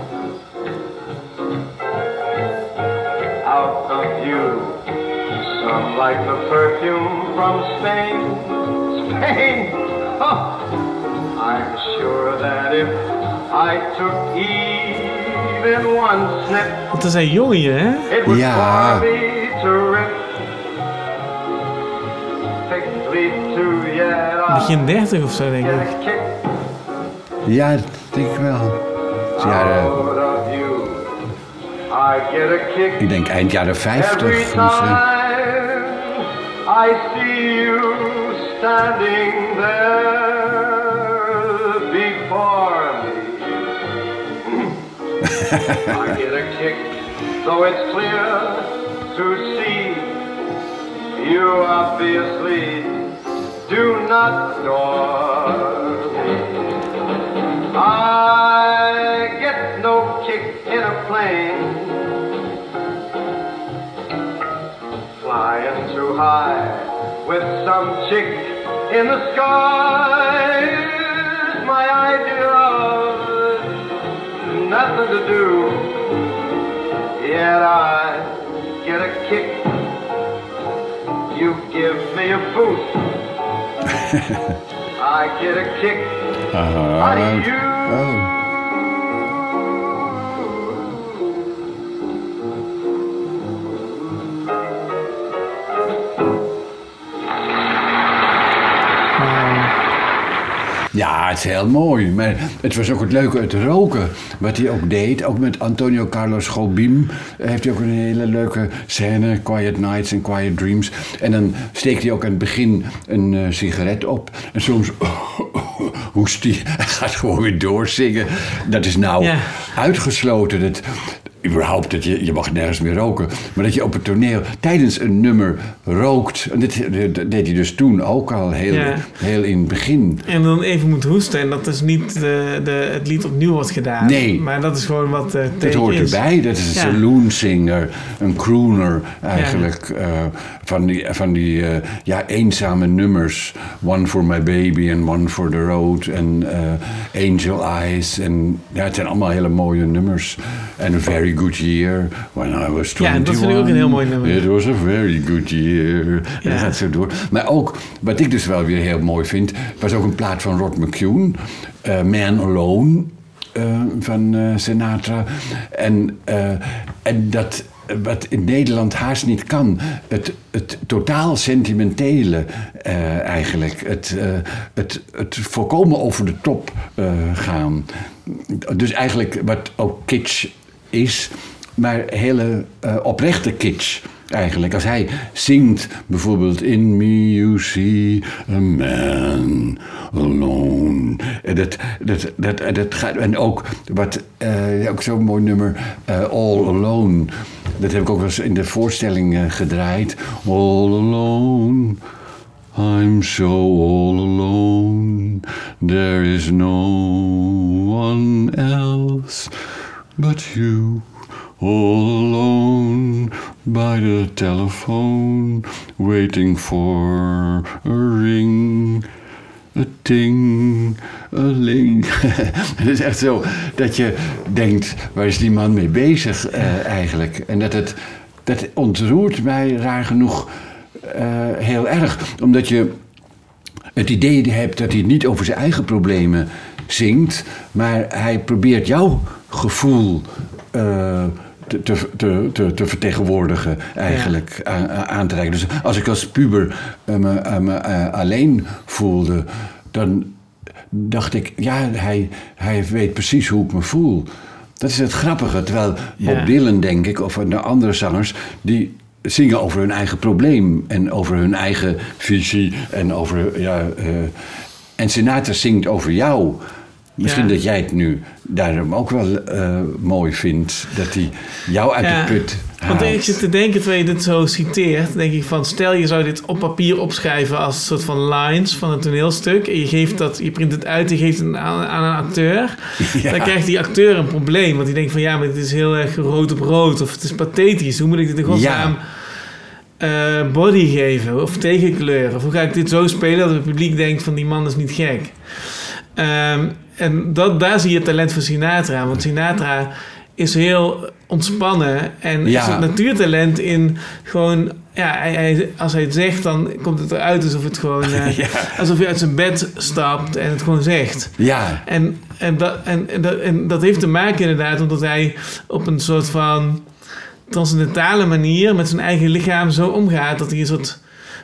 out of you? Some like the perfume from Spain. Spain! Oh, I'm sure that if I took even one sniff, Want dat zijn jongen hier, hè? it would Ja. bore me to rip. Thickly to yet Begin dertig of zo, denk ik. Ja, dat denk ik wel. Dus jaren, out of you. I get a kick ik denk eind jaren every vijftig. Dus, uh, time I see you standing there before me. I get a kick, though it's clear to see you obviously do not adore me. I get no kick in a plane, flying too high with some chick in the sky is my idea of nothing to do. Yet I get a kick, you give me a boost. I get a kick Uh, out of you. oh. Ja, het is heel mooi. Maar het was ook het leuke uit roken. Wat hij ook deed. Ook met Antonio Carlos Jobim heeft hij ook een hele leuke scène. Quiet Nights en Quiet Dreams. En dan steekt hij ook aan het begin een uh, sigaret op. En soms hoest hij. Hij gaat gewoon weer doorzingen. Dat is nou ja. uitgesloten. Dat, überhaupt, dat je, je mag nergens meer roken. Maar dat je op het toneel tijdens een nummer rookt. En dit, dat deed hij dus toen ook al heel, ja. heel in het begin. En dan even moet hoesten. En dat is niet de, de, het lied opnieuw wordt gedaan. Nee. Maar dat is gewoon wat uh, dat hoort is. erbij. Dat is een ja. saloon singer. Een crooner eigenlijk. Ja. Uh, van die, van die uh, ja, eenzame nummers. One for my baby and one for the road. En uh, Angel Eyes. En ja, het zijn allemaal hele mooie nummers. En A Very Good Year. When I was twenty-one. Ja, dat vind ik ook een heel mooi nummer. It was a very good year. En ja. dat gaat zo door. Maar ook, wat ik dus wel weer heel mooi vind, was ook een plaat van Rod McCune. Uh, Man Alone. Uh, van uh, Sinatra. En, uh, en dat... wat in Nederland haast niet kan. Het, het totaal sentimentele uh, eigenlijk. Het, uh, het, het volkomen over de top uh, gaan. Dus eigenlijk wat ook kitsch is, maar hele uh, oprechte kitsch. Eigenlijk, als hij zingt bijvoorbeeld In me you see a man alone. Dat, dat, dat, dat gaat, en ook, wat, uh, ook zo'n mooi nummer, uh, All Alone. Dat heb ik ook wel eens in de voorstelling uh, gedraaid. All alone, I'm so all alone. There is no one else but you. All alone by the telephone, waiting for a ring, a ting, a ling. Het is echt zo dat je denkt, waar is die man mee bezig uh, eigenlijk? En dat het, dat ontroert mij raar genoeg uh, heel erg. Omdat je het idee hebt dat hij niet over zijn eigen problemen zingt, maar hij probeert jouw gevoel uh, Te, te, te, te vertegenwoordigen eigenlijk, ja. aan, aan te reiken. Dus als ik als puber uh, me, uh, me uh, alleen voelde, dan dacht ik, ja, hij, hij weet precies hoe ik me voel. Dat is het grappige. Terwijl Bob ja. Dylan, denk ik, of de andere zangers, die zingen over hun eigen probleem en over hun eigen visie en over, ja, uh, en Sinatra zingt over jou. Misschien ja. dat jij het nu daarom ook wel uh, mooi vindt, dat hij jou uit ja, de put haalt. Want ik zit te denken, terwijl je dit zo citeert, denk ik van, stel je zou dit op papier opschrijven als een soort van lines van een toneelstuk en je geeft dat, je print het uit en geeft het aan, aan een acteur, ja. dan krijgt die acteur een probleem, want die denkt van ja, maar dit is heel erg rood op rood of het is pathetisch, hoe moet ik dit in godsnaam ja. uh, body geven of tegenkleuren, of hoe ga ik dit zo spelen dat het publiek denkt van die man is niet gek. Um, en dat, daar zie je het talent van Sinatra. Want Sinatra is heel ontspannen. En ja. is het natuurtalent in gewoon... Ja, hij, hij, als hij het zegt, dan komt het eruit alsof het gewoon... Uh, ja. Alsof hij uit zijn bed stapt en het gewoon zegt. Ja. En, en, dat, en, en, dat, en dat heeft te maken inderdaad... omdat hij op een soort van transcendentale manier... met zijn eigen lichaam zo omgaat... dat hij een soort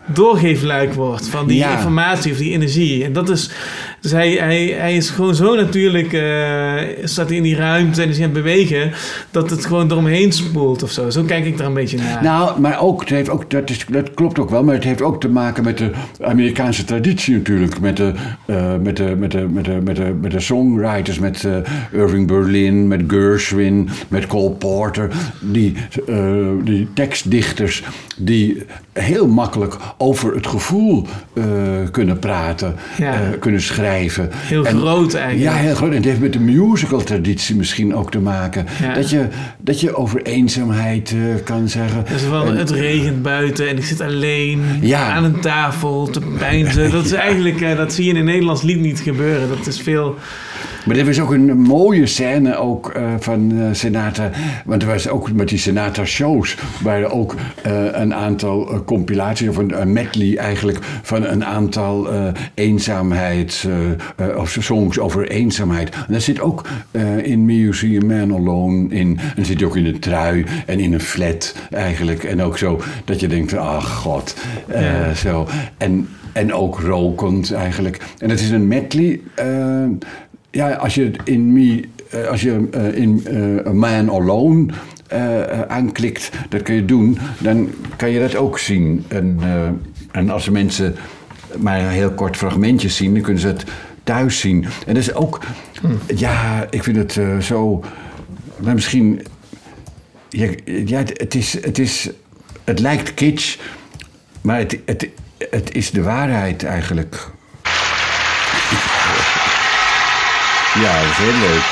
doorgeefluik wordt van die ja. informatie of die energie. En dat is... Dus hij, hij, hij is gewoon zo natuurlijk... Uh, staat hij in die ruimte en is aan het bewegen... dat het gewoon eromheen spoelt of zo. Zo kijk ik er een beetje naar. Nou, maar ook... Het heeft ook dat, is, dat klopt ook wel... maar het heeft ook te maken met de Amerikaanse traditie natuurlijk. Met de, uh, met de, met de, met de, met de, met de songwriters... met uh, Irving Berlin, met Gershwin... met Cole Porter. Die, uh, die tekstdichters... die heel makkelijk over het gevoel uh, kunnen praten... Ja. Uh, kunnen schrijven. Heel en, groot eigenlijk. Ja, heel groot. En het heeft met de musical-traditie misschien ook te maken. Ja. Dat, je, dat je over eenzaamheid uh, kan zeggen. Dus van, en, het regent buiten en ik zit alleen ja. aan een tafel te peinzen. Dat is eigenlijk, uh, dat zie je in een Nederlands lied niet gebeuren. Dat is veel... Maar er was ook een mooie scène ook, uh, van uh, Sinatra. Want er was ook met die Sinatra-shows... waren ook uh, een aantal uh, compilaties... of een, een medley eigenlijk... van een aantal uh, eenzaamheid... Uh, uh, of songs over eenzaamheid. En daar zit ook uh, in Me You See a Man Alone... in. En zit ook in een trui en in een flat eigenlijk. En ook zo dat je denkt... ach god, uh, ja. zo. En, en ook rokend eigenlijk. En het is een medley... Uh, Ja, als je in me, uh, als je uh, in uh, A Man Alone uh, uh, aanklikt, dat kun je doen, dan kan je dat ook zien. En, uh, en als de mensen maar een heel kort fragmentjes zien, dan kunnen ze het thuis zien. En dat is ook, hmm. ja, ik vind het uh, zo, maar misschien, ja, ja het is, het is, het lijkt kitsch, maar het, het, het is de waarheid eigenlijk. Ja, dat is heel leuk.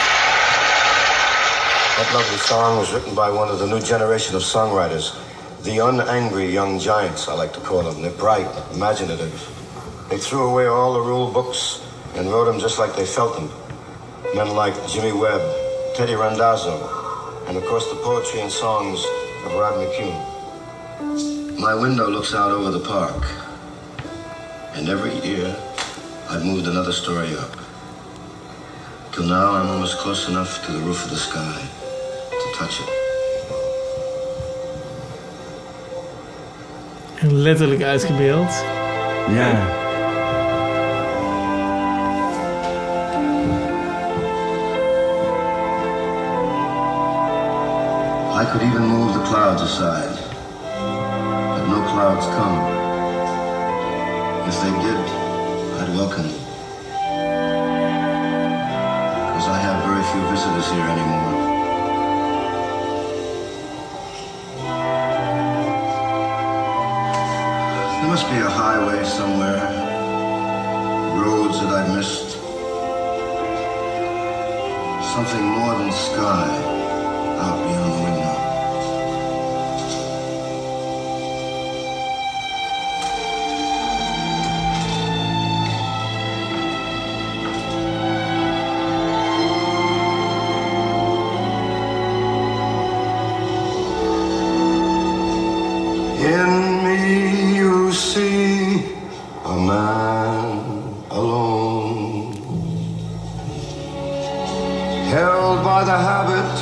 That lovely song was written by one of the new generation of songwriters. The unangry young giants, I like to call them. They're bright, imaginative. They threw away all the rule books and wrote them just like they felt them. Men like Jimmy Webb, Teddy Randazzo, and of course the poetry and songs of Rodney Kuhn. My window looks out over the park. And every year, I've moved another story up. Till now, I'm almost close enough to the roof of the sky to touch it. Letterlijk uitgebeeld. Ja. I could even move the clouds aside, but no clouds come. If they did, I'd welcome them. I have very few visitors here anymore. There must be a highway somewhere, roads that I've missed, something more than sky out beyond the window. In me you see a man alone, held by the habit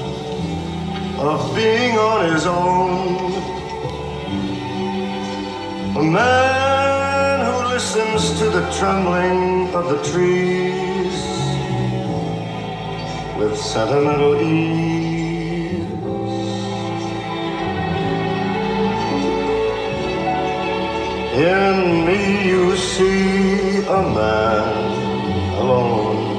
of being on his own. A man who listens to the trembling of the trees with sentimental ease. In me you see a man alone.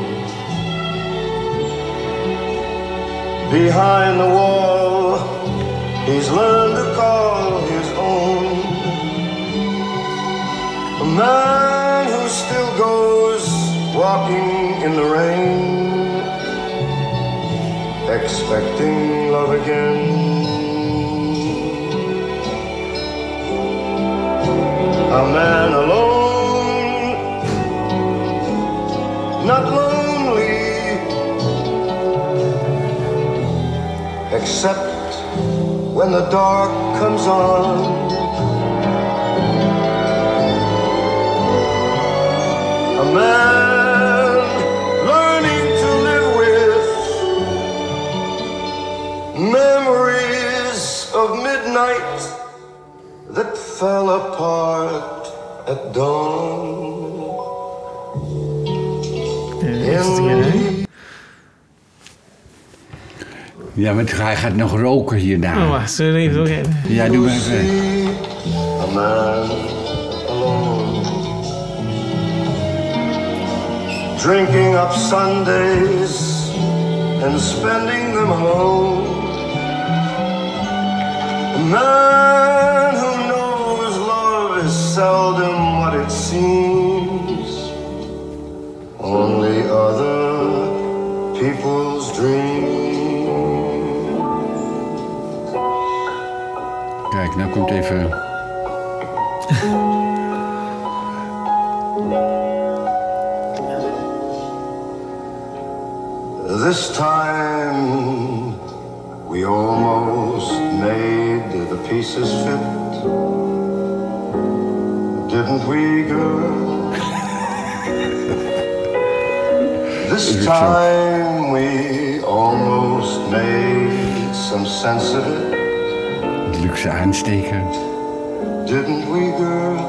Behind the wall, he's learned to call his own. A man who still goes walking in the rain, expecting love again. A man alone, not lonely, except when the dark comes on. A man learning to live with memories of midnight that fell apart at dawn. Ja, maar hij gaat nog roken hierna. Oh, wacht, zullen we even doorgeven? Ja, doe maar even. A man alone, drinking up Sundays and spending them alone. A man who knows love is seldom what it seems, only other people's dreams. Kijk, nou komt even... This time we almost made the pieces fit, didn't we, girl? This time we almost made some sense of it. Luxe aansteker. Didn't we, girl?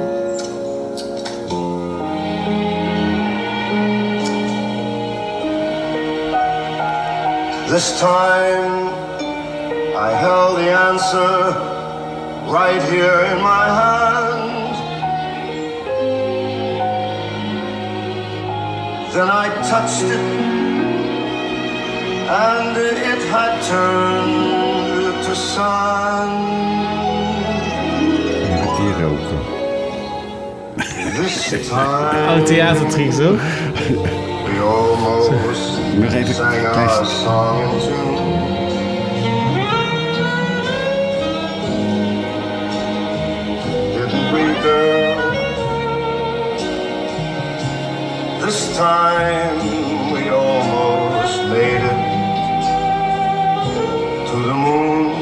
This time I held the answer right here in my hand. Then I touched it and it had turned to sand. Met die roken. This time Oud theatertruc, zo? we almost Nog even sang our song in tune. Didn't we, girl? This time we almost made it to the moon.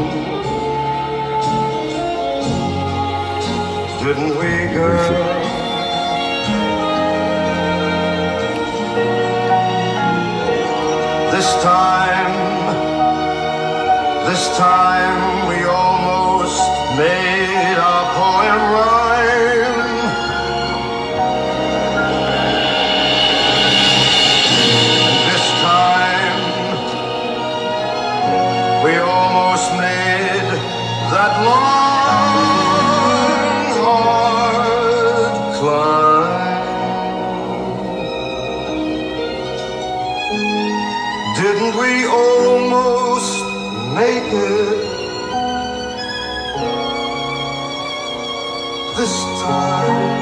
Didn't we, girl? This time, this time we almost made our poem rhyme. This time we almost made that long, hard climb. Didn't we almost make it this time?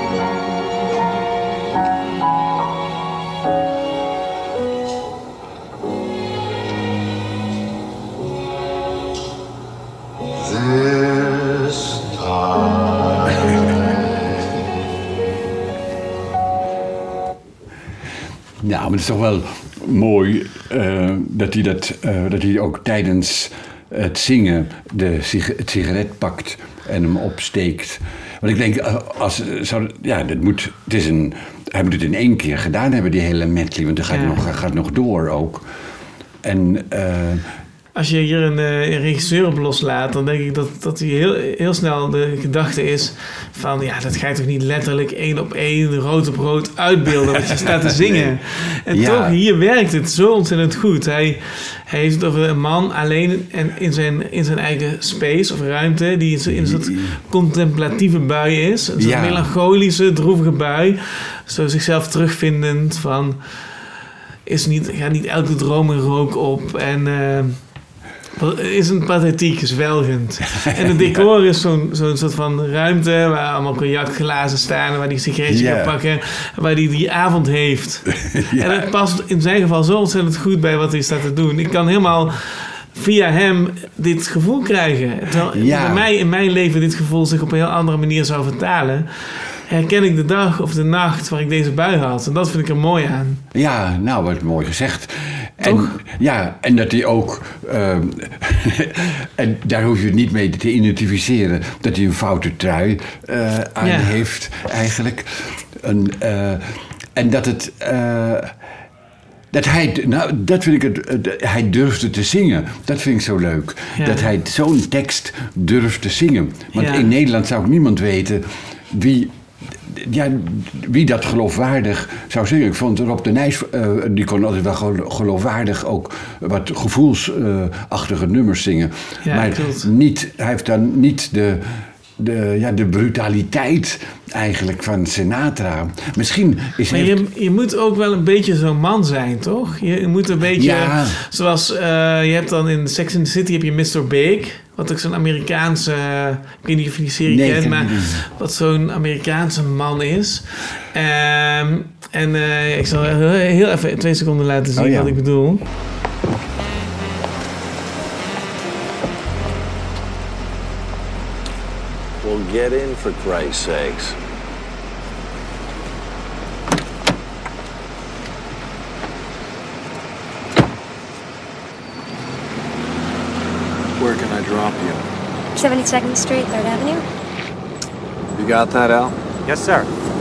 This Ja, maar het is toch wel mooi uh, dat hij dat, uh, dat hij ook tijdens het zingen de sig- het sigaret pakt en hem opsteekt. Want ik denk, uh, als, zou, ja, dat moet, het is een, hij moet het in één keer gedaan hebben, die hele medley, want hij gaat, ja. nog, hij gaat nog door ook. En... Uh, Als je hier een, uh, een regisseur op loslaat, dan denk ik dat, dat hij heel, heel snel de gedachte is van, ja, dat ga je toch niet letterlijk één op één, rood op rood uitbeelden wat je staat te zingen. En ja. toch, hier werkt het zo ontzettend goed. Hij, hij heeft het over een man alleen en in zijn, in zijn eigen space of ruimte, die in, in een soort contemplatieve bui is. Een soort ja. melancholische, droevige bui. Zo zichzelf terugvindend van, is niet, gaat niet elke droom een rook op en... Uh, is een pathetiek, zwelgend. En het decor ja. is zo'n, zo'n soort van ruimte waar allemaal cognacglazen staan en waar die sigaretje ja. kan pakken, waar hij die, die avond heeft. Ja. En het past in zijn geval zo ontzettend goed bij wat hij staat te doen. Ik kan helemaal via hem dit gevoel krijgen. Terwijl ja. bij mij in mijn leven dit gevoel zich op een heel andere manier zou vertalen. Herken ik de dag of de nacht waar ik deze bui had. En dat vind ik er mooi aan. Ja, nou, wat mooi gezegd. En, ja, en dat hij ook... Uh, en daar hoef je het niet mee te identificeren... dat hij een foute trui uh, aan ja. heeft, eigenlijk. Een, uh, en dat het... Uh, Dat hij, nou, dat vind ik het, het, hij durfde te zingen. Dat vind ik zo leuk. Ja. Dat hij zo'n tekst durft te zingen. Want ja. in Nederland zou ook niemand weten wie, ja, wie dat geloofwaardig zou zingen. Ik vond Rob de Nijs, uh, die kon altijd wel geloofwaardig ook wat gevoelsachtige uh, nummers zingen. Ja, maar niet, hij heeft dan niet de... De, ja, de brutaliteit eigenlijk van Sinatra. Misschien is maar heeft... je, je moet ook wel een beetje zo'n man zijn, toch? Je, je moet een beetje... Ja. Zoals, uh, je hebt dan in Sex and the City heb je mister Big. Wat ook zo'n Amerikaanse... Ik weet niet of je die serie nee, kent, maar niet. Wat zo'n Amerikaanse man is. Um, en uh, ik zal heel, heel even in twee seconden laten zien oh, ja. wat ik bedoel. Get in, for Christ's sakes. Where can I drop you? seventy-second Street, third Avenue. You got that, Al? Yes, sir.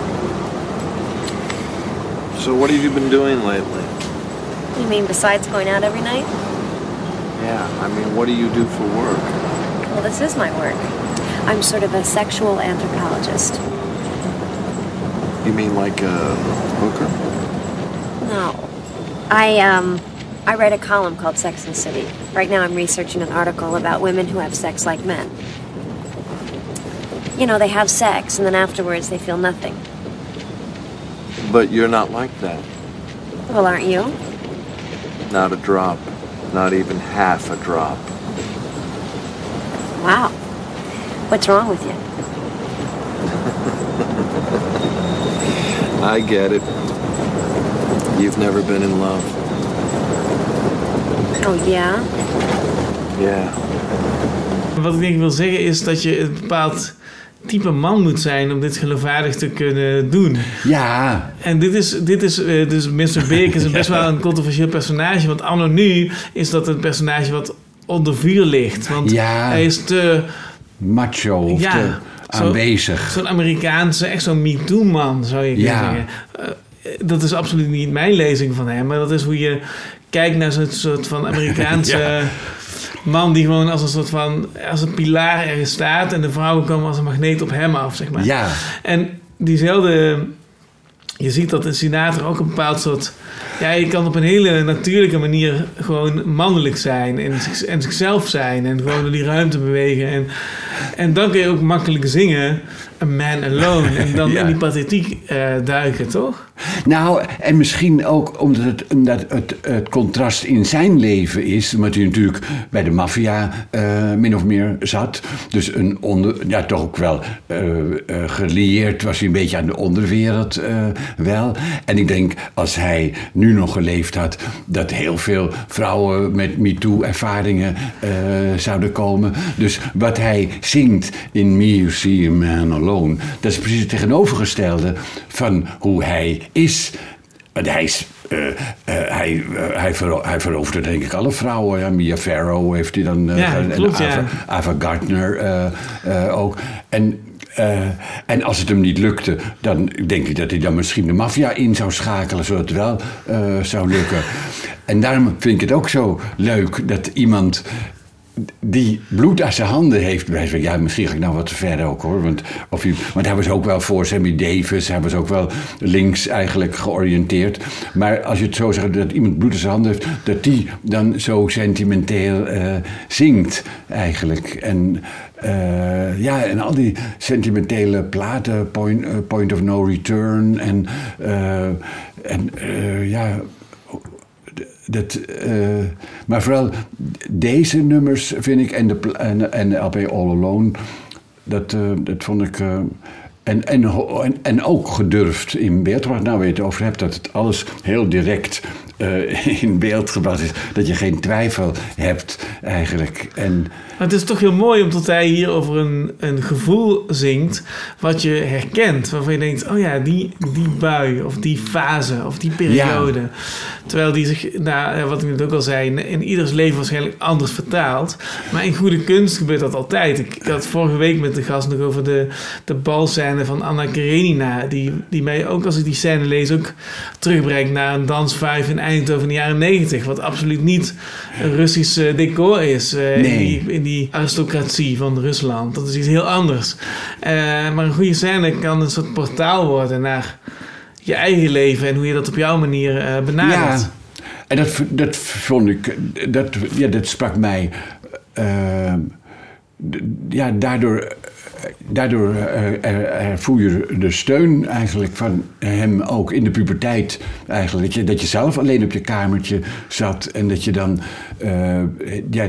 So what have you been doing lately? You mean besides going out every night? Yeah, I mean, what do you do for work? Well, this is my work. I'm sort of a sexual anthropologist. You mean like a hooker? No. I, um, I write a column called Sex and the City. Right now I'm researching an article about women who have sex like men. You know, they have sex and then afterwards they feel nothing. But you're not like that. Well, aren't you? Not a drop. Not even half a drop. Wow. What's wrong with you? I get it. You've never been in love. Oh, yeah? Yeah. Wat ik denk ik wil zeggen is dat je een bepaald type man moet zijn om dit geloofwaardig te kunnen doen. Ja. En dit is, dit is uh, dus mister Big is best wel een controversieel personage, want anno nu is dat een personage wat onder vuur ligt. Want ja. hij is te... macho of ja, te aanwezig. Zo'n Amerikaanse, echt zo'n MeToo-man, zou je ja. kunnen zeggen. Uh, dat is absoluut niet mijn lezing van hem, maar dat is hoe je kijkt naar zo'n soort van Amerikaanse ja. man die gewoon als een soort van, als een pilaar ergens staat en de vrouwen komen als een magneet op hem af, zeg maar. Ja. En diezelfde... Je ziet dat in Sinatra ook een bepaald soort... Ja, je kan op een hele natuurlijke manier gewoon mannelijk zijn. En, en zichzelf zijn. En gewoon door die ruimte bewegen. En, en dan kun je ook makkelijk zingen... A Man Alone. En dan ja. in die pathetiek uh, duiken, toch? Nou, en misschien ook omdat het, omdat het, het contrast in zijn leven is. Omdat hij natuurlijk bij de maffia uh, min of meer zat. Dus een onder, ja, toch ook wel uh, uh, gelieerd was hij een beetje aan de onderwereld uh, wel. En ik denk, als hij nu nog geleefd had, dat heel veel vrouwen met MeToo-ervaringen uh, zouden komen. Dus wat hij zingt in Me You See a Man Alone, dat is precies het tegenovergestelde van hoe hij is. Hij, is, uh, uh, hij, uh, hij, vero- hij veroverde denk ik alle vrouwen. Ja. Mia Farrow heeft hij dan... Uh, ja, en klopt, Ava, ja. Ava Gardner uh, uh, ook. En... Uh, en als het hem niet lukte, dan denk ik dat hij dan misschien de maffia in zou schakelen, zodat het wel uh, zou lukken. En daarom vind ik het ook zo leuk dat iemand die bloed aan zijn handen heeft. Ja, misschien ga ik nou wat te ver ook hoor. Want, of hij, want hij was ook wel voor Sammy Davis. Hij was ook wel links eigenlijk georiënteerd. Maar als je het zo zegt dat iemand bloed aan zijn handen heeft, dat die dan zo sentimenteel uh, zingt eigenlijk. En uh, ja, en al die sentimentele platen, Point, uh, Point of No Return. En, uh, en uh, ja... Dat, uh, maar vooral deze nummers vind ik en de, en, en de L P All Alone, dat, uh, dat vond ik... Uh, en, en, en, en ook gedurfd in beeld. Waar ik nou weer over heb, dat het alles heel direct uh, in beeld gebracht is. Dat je geen twijfel hebt eigenlijk. En, maar het is toch heel mooi omdat hij hier over een, een gevoel zingt wat je herkent. Waarvan je denkt, oh ja, die, die bui of die fase of die periode. Ja. Terwijl die zich, nou, wat ik net ook al zei, in, in ieders leven waarschijnlijk anders vertaalt. Maar in goede kunst gebeurt dat altijd. Ik, ik had vorige week met de gast nog over de, de balscène van Anna Karenina. Die, die mij ook, als ik die scène lees, ook terugbrengt naar een dansvijf in Eindhoven in de jaren negentig, wat absoluut niet een Russisch uh, decor is uh, nee. in, die, in die aristocratie van Rusland. Dat is iets heel anders. Uh, maar een goede scène kan een soort portaal worden naar je eigen leven en hoe je dat op jouw manier uh, benadert. Ja, en dat, dat vond ik, dat, ja, dat sprak mij, uh, ja, daardoor... Daardoor ervoer je de steun eigenlijk van hem ook in de puberteit. Eigenlijk. Dat, je, dat je zelf alleen op je kamertje zat en dat je dan uh, ja,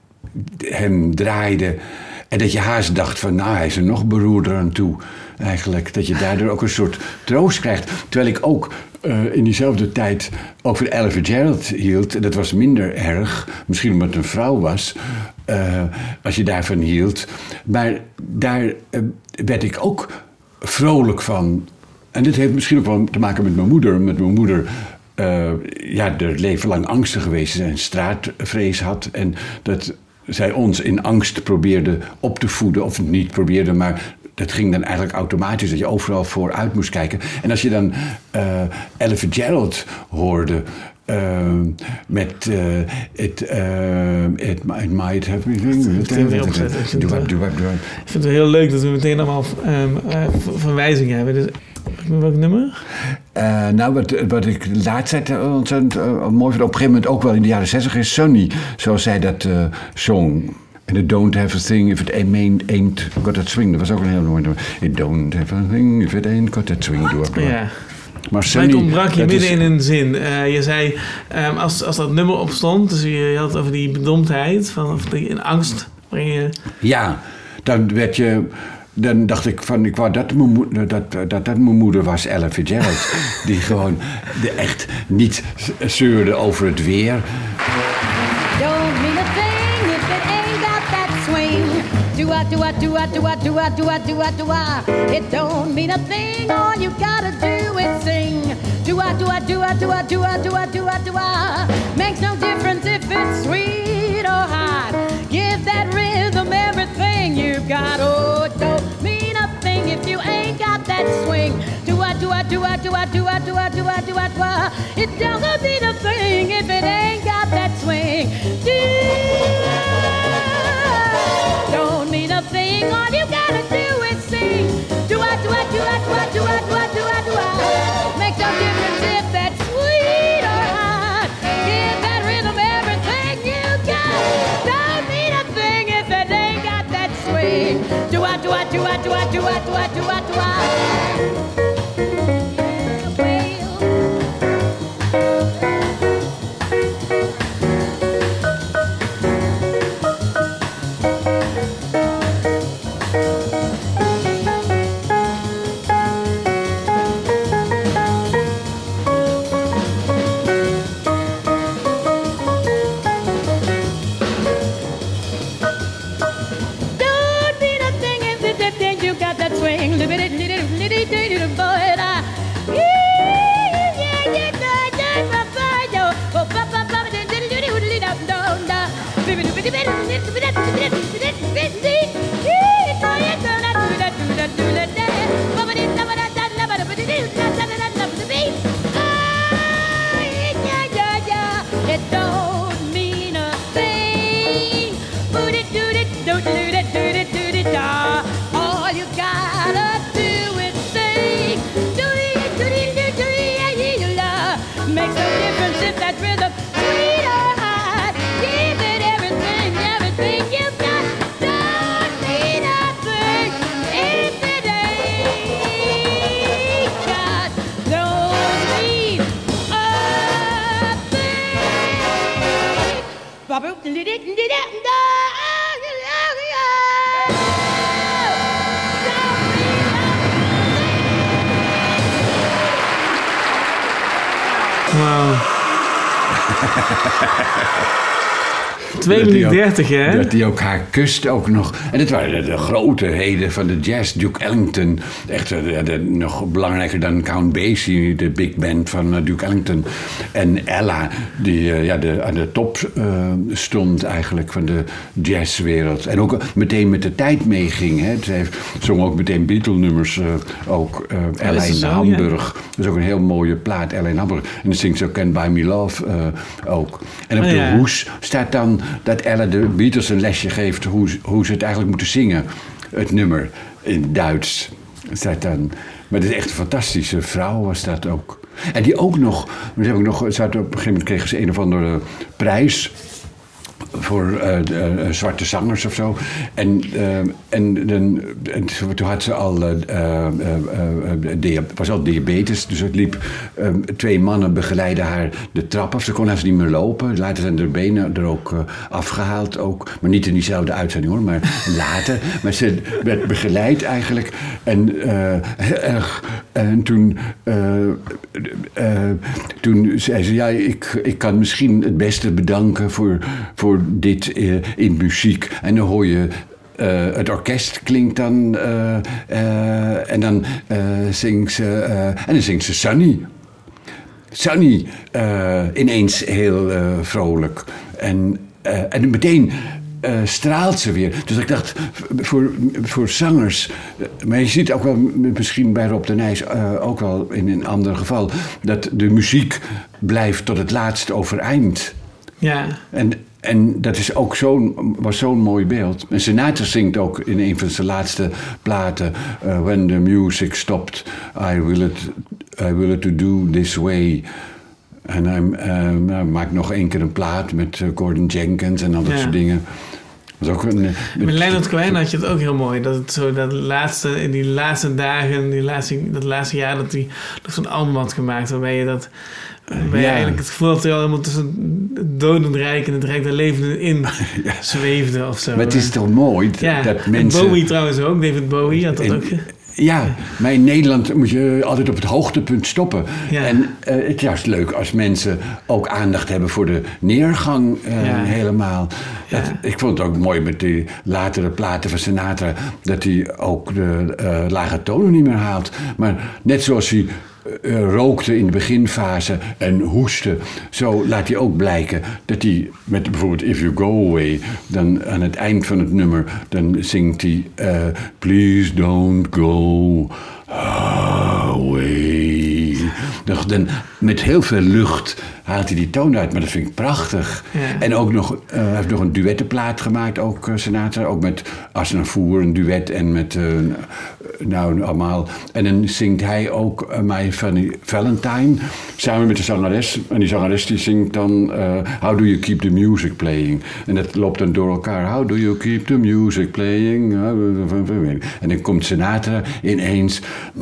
hem draaide. En dat je haast dacht van, nou, hij is er nog beroerder aan toe. Eigenlijk. Dat je daardoor ook een soort troost krijgt. Terwijl ik ook uh, in diezelfde tijd ook van Ella Fitzgerald hield. En dat was minder erg. Misschien omdat het een vrouw was. Uh, als je daarvan hield. Maar daar uh, werd ik ook vrolijk van. En dit heeft misschien ook wel te maken met mijn moeder. Met mijn moeder uh, ja, er leven lang angstig geweest is en straatvrees had. En dat zij ons in angst probeerde op te voeden. Of niet probeerde, maar dat ging dan eigenlijk automatisch. Dat je overal vooruit moest kijken. En als je dan uh, Ella Fitzgerald hoorde... Uh, met uh, it, uh, it, it might have been... Ik vind het heel leuk dat we meteen allemaal um, uh, verwijzingen hebben. Dus, welk nummer? Uh, nou, wat, wat ik laatst zei, ontzettend uh, mooi vond, op een gegeven moment ook wel in de jaren zestig is Sunny, zoals zij dat uh, zong. En it don't have a thing if it ain't, ain't got that swing. Dat was ook een heel mooi nummer. It don't have a thing if it ain't got that swing. Doe ja. Maar Sunny, het ontbrak je midden is... in een zin. Uh, je zei, um, als, als dat nummer opstond, dus je, je had het over die bedomdheid, van, of die in angst. Je... Ja, dan werd je... Dan dacht ik van, ik wou dat mijn moeder, dat, dat, dat mijn moeder was, Ella Fitzgerald. Die gewoon de echt niet zeurde over het weer. Don't mean a thing if it ain't got that swing. Do-a, do-a, do-a, do-a, do-a, do-a, do-a, do-a. It don't mean a thing, all you gotta do is sing. Do-a, do-a, do-a, do-a, do-a, do-a, do-a, do-a. Makes no difference if it's sweet or hot. Give that rhythm everything you've got. Oh, it don't mean a thing if you ain't got that swing. Do-a, do-a, do-a, do-a, do-a, do-a, do-a, do-a, do-a. It don't mean a thing if it ain't got that swing. Don't mean a thing, all you gotta do is sing. Do-a, do-a, do-a, do-a, do-a, do-a, do-a, do-a. Makes no difference if that's sweet or hot. Give that rhythm everything you got. Don't mean a thing if it ain't got that swing. Do-a, do-a, do-a, do-a, do-a, do-a, do-a, do-a. twee minuten dertig, hè? Dat hij ook haar kust ook nog. En dat waren de, de grote heden van de jazz. Duke Ellington, echt de, de, nog belangrijker dan Count Basie, de big band van uh, Duke Ellington. En Ella, die uh, ja, de, aan de top uh, stond eigenlijk van de jazzwereld. En ook meteen met de tijd meeging. Hè. Ze heeft zong ook meteen Beatle-nummers. Uh, ook uh, Ella in zo, Hamburg. Ja. Dat is ook een heel mooie plaat, Ella in Hamburg. En dan zingt ze ook Can't Buy Me Love uh, ook. En op oh, de ja. hoes staat dan dat Ella de Beatles een lesje geeft hoe, hoe ze het eigenlijk moeten zingen. Het nummer in Duits. Staat dan. Maar dat is echt een fantastische vrouw was dat ook. En die ook nog, dat heb ik nog, ze had op een gegeven moment kreeg ze een of andere prijs voor uh, de, uh, zwarte zangers of zo. En, uh, en, en, en toen had ze al, uh, uh, uh, dia- was al diabetes, dus het liep, uh, twee mannen begeleiden haar de trap af. Ze kon haast niet meer lopen. Later zijn de benen er ook uh, afgehaald, ook, maar niet in diezelfde uitzending hoor, maar later. Maar ze werd begeleid eigenlijk. En, uh, erg, en toen, uh, uh, toen zei ze, ja, ik, ik kan misschien het beste bedanken voor, voor dit uh, in muziek. En dan hoor je uh, het orkest klinkt dan uh, uh, en dan uh, zingt ze uh, en dan zingt ze Sunny. Sunny uh, ineens heel uh, vrolijk en, uh, en meteen uh, straalt ze weer. Dus ik dacht, voor, voor zangers, maar je ziet ook wel misschien bij Rob de Nijs uh, ook wel in een ander geval, dat de muziek blijft tot het laatst overeind. Ja. En, en dat is ook zo'n, was zo'n mooi beeld. En Sinatra zingt ook in een van zijn laatste platen, uh, When the music stopped, I will it, I will it to do this way. En hij uh, nou, maakt nog één keer een plaat met uh, Gordon Jenkins en al dat ja. soort dingen. Dat is ook een, met, met Leonard Cohen had je het ook heel mooi. Dat het zo dat laatste, in die laatste dagen, die laatste, dat laatste jaar dat hij zo'n album had gemaakt, waarbij je dat. Waarbij ja. je eigenlijk het gevoel dat hij al helemaal tussen het dood en het rijk en het rijk der levenden in ja. zweefde of zo. Maar het is toch mooi ja. dat mensen. Bowie trouwens ook, David Bowie had dat en, ook. Ja, maar in Nederland moet je altijd op het hoogtepunt stoppen. Ja. En uh, het is juist leuk als mensen ook aandacht hebben voor de neergang uh, ja. helemaal. Ja. Dat, ik vond het ook mooi met die latere platen van Sinatra, dat hij ook de uh, lage tonen niet meer haalt. Maar net zoals hij uh, rookte in de beginfase en hoestte, zo laat hij ook blijken dat hij met bijvoorbeeld If You Go Away, dan aan het eind van het nummer, dan zingt hij uh, Please don't go away. Dan, met heel veel lucht haalt hij die toon uit, maar dat vind ik prachtig. Ja. En ook nog, uh, hij heeft nog een duettenplaat gemaakt, ook uh, Sinatra, ook met Aznavour, een duet en met, uh, nou allemaal. En dan zingt hij ook uh, My Funny Valentine, samen met de zangeres. En die zangeres die zingt dan uh, How Do You Keep the Music Playing? En dat loopt dan door elkaar. How do you keep the music playing? En dan komt Sinatra ineens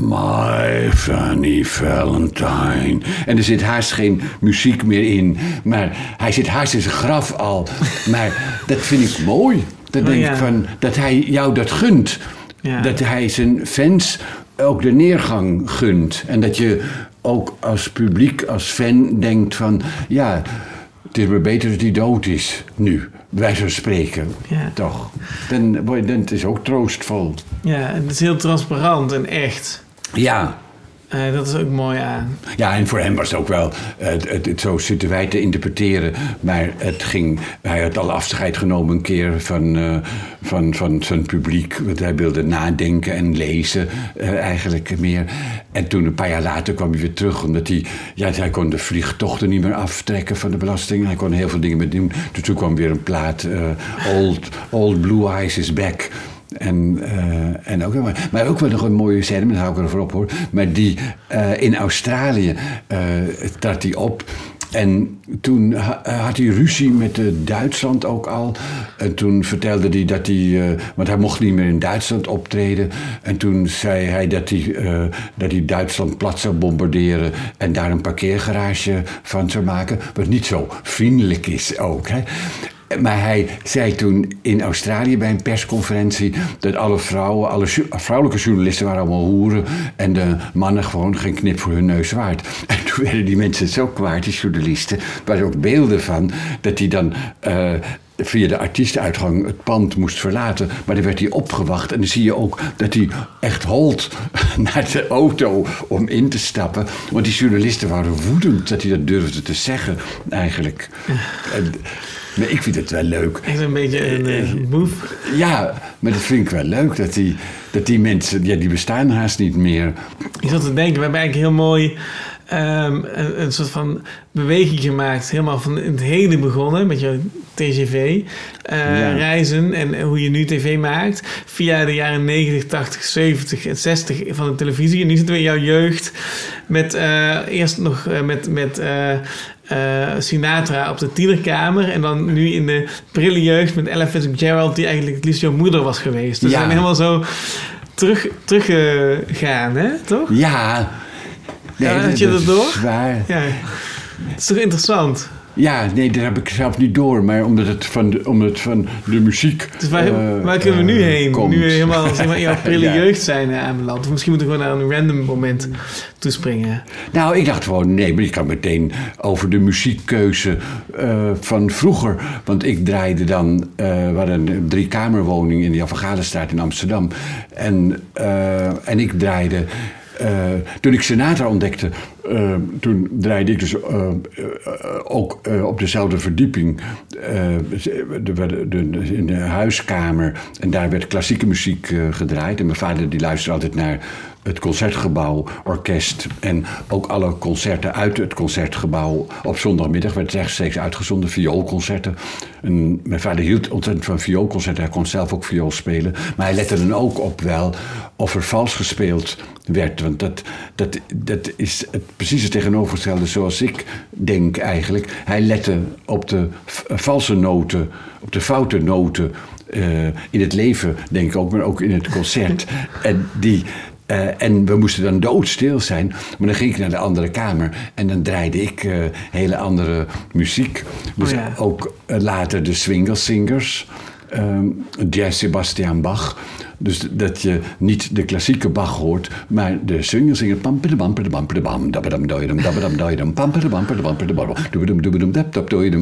My Funny Valentine. En er zit haast geen muziek meer in. Maar hij zit haast in zijn graf al. Maar dat vind ik mooi. Dat, oh, denk ja. ik van, dat hij jou dat gunt. Ja. Dat hij zijn fans ook de neergang gunt. En dat je ook als publiek, als fan denkt van, ja, het is maar beter dat hij dood is nu. Wij zo spreken, ja. toch? Dan, dan het is ook troostvol. Ja, het is heel transparant en echt. Ja. Uh, dat is ook mooi aan. Ja, en voor hem was het ook wel, uh, het, het, het, zo zitten wij te interpreteren. Maar het ging, hij had al afscheid genomen een keer van, uh, van, van zijn publiek. Want hij wilde nadenken en lezen uh, eigenlijk meer. En toen een paar jaar later kwam hij weer terug. Omdat hij, ja, hij kon de vliegtochten niet meer aftrekken van de belasting. Hij kon heel veel dingen met doen. Dus toen kwam weer een plaat, uh, Old, Old Blue Eyes is Back. En, uh, en ook, maar ook wel nog een mooie scène, daar hou ik ervoor op hoor. Maar die uh, in Australië uh, trad hij op. En toen ha- had hij ruzie met uh, Duitsland ook al. En toen vertelde hij dat hij... Uh, want hij mocht niet meer in Duitsland optreden. En toen zei hij dat hij, uh, dat hij Duitsland plat zou bombarderen en daar een parkeergarage van zou maken. Wat niet zo vriendelijk is ook, hè. Maar hij zei toen in Australië bij een persconferentie dat alle vrouwen, alle ju- vrouwelijke journalisten waren allemaal hoeren en de mannen gewoon geen knip voor hun neus waard. En toen werden die mensen zo kwaad, die journalisten, er waren ook beelden van, dat hij dan uh, via de artiestenuitgang het pand moest verlaten. Maar dan werd hij opgewacht. En dan zie je ook dat hij echt holt naar de auto om in te stappen. Want die journalisten waren woedend dat hij dat durfde te zeggen, eigenlijk. En, maar ik vind het wel leuk. Echt een beetje een uh, move. Ja, maar dat vind ik wel leuk. Dat die, dat die mensen, ja, die bestaan haast niet meer. Ik zat te denken, we hebben eigenlijk heel mooi... Um, een, een soort van beweging gemaakt. Helemaal van in het heden begonnen met jouw T G V. Uh, ja. Reizen en hoe je nu tv maakt. Via de jaren negentig, tachtig, zeventig en zestig van de televisie. En nu zitten we in jouw jeugd. Met uh, eerst nog uh, met... met uh, Uh, Sinatra op de tienerkamer. En dan nu in de prille jeugd met Ella Fitzgerald, die eigenlijk het liefst jouw moeder was geweest. Dus ja. We zijn helemaal zo terug, teruggegaan, hè? Toch? Ja. Nee, ja, had je dat, dat door? Zwaar. Ja. Het is toch interessant? Ja, nee, dat heb ik zelf niet door. Maar omdat het van de, omdat het van de muziek Dus waar, uh, waar kunnen we nu uh, heen? Komt. Nu we helemaal zeg maar, in jouw prille ja. jeugd zijn uh, aanbeland. Of misschien moeten we gewoon naar een random moment toespringen. Nou, ik dacht gewoon, nee, maar ik kan meteen over de muziekkeuze uh, van vroeger. Want ik draaide dan, uh, we hadden een driekamerwoning in de Jan van Galenstraat in Amsterdam. En, uh, en ik draaide... Uh, toen ik Sinatra ontdekte, uh, toen draaide ik dus uh, uh, ook uh, op dezelfde verdieping uh, de, de, de, in de huiskamer. En daar werd klassieke muziek uh, gedraaid. En mijn vader die luisterde altijd naar het Concertgebouw Orkest. En ook alle concerten uit het Concertgebouw op zondagmiddag werd rechtstreeks uitgezonden, vioolconcerten. En mijn vader hield ontzettend van vioolconcerten. Hij kon zelf ook viool spelen. Maar hij lette dan ook op wel of er vals gespeeld werd. Want dat, dat, dat is het, precies het tegenovergestelde zoals ik denk eigenlijk. Hij lette op de f- valse noten, op de foute noten uh, in het leven, denk ik ook, maar ook in het concert. En die... Uh, en we moesten dan doodstil zijn. Maar dan ging ik naar de andere kamer. En dan draaide ik uh, hele andere muziek. Dus oh ja. ook uh, later de Swingersingers. Um, Jazz Sebastian Bach. Dus dat je niet de klassieke Bach hoort, maar de Swingersingers. Pamper bamper bamper bam dabadam doidum dabadam doidum pamper bamper bamper bam doedum doedum dap dap doidum.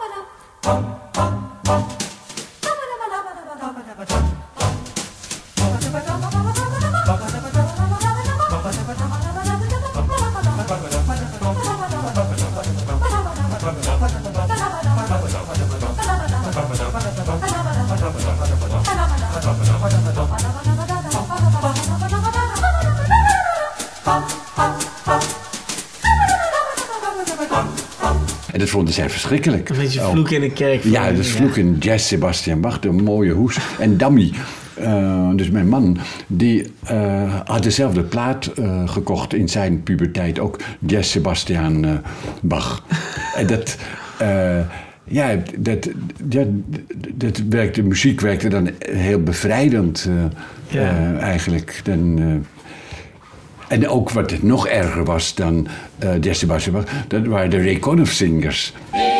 En dat vonden zij verschrikkelijk. Een beetje vloek in de kerk. Ja, dat is vloek in Jazz Sebastian Bach, de mooie hoes. En Dammy, uh, dus mijn man, die uh, had dezelfde plaat uh, gekocht in zijn puberteit. Ook Jazz Sebastian uh, Bach. En dat... Uh, Ja, dat, dat, dat werkte, de muziek werkte dan heel bevrijdend uh, ja. uh, eigenlijk. Dan, uh, en ook wat het nog erger was dan uh, Jazz Sebastian Bach, dat waren de Ray Conniff Singers.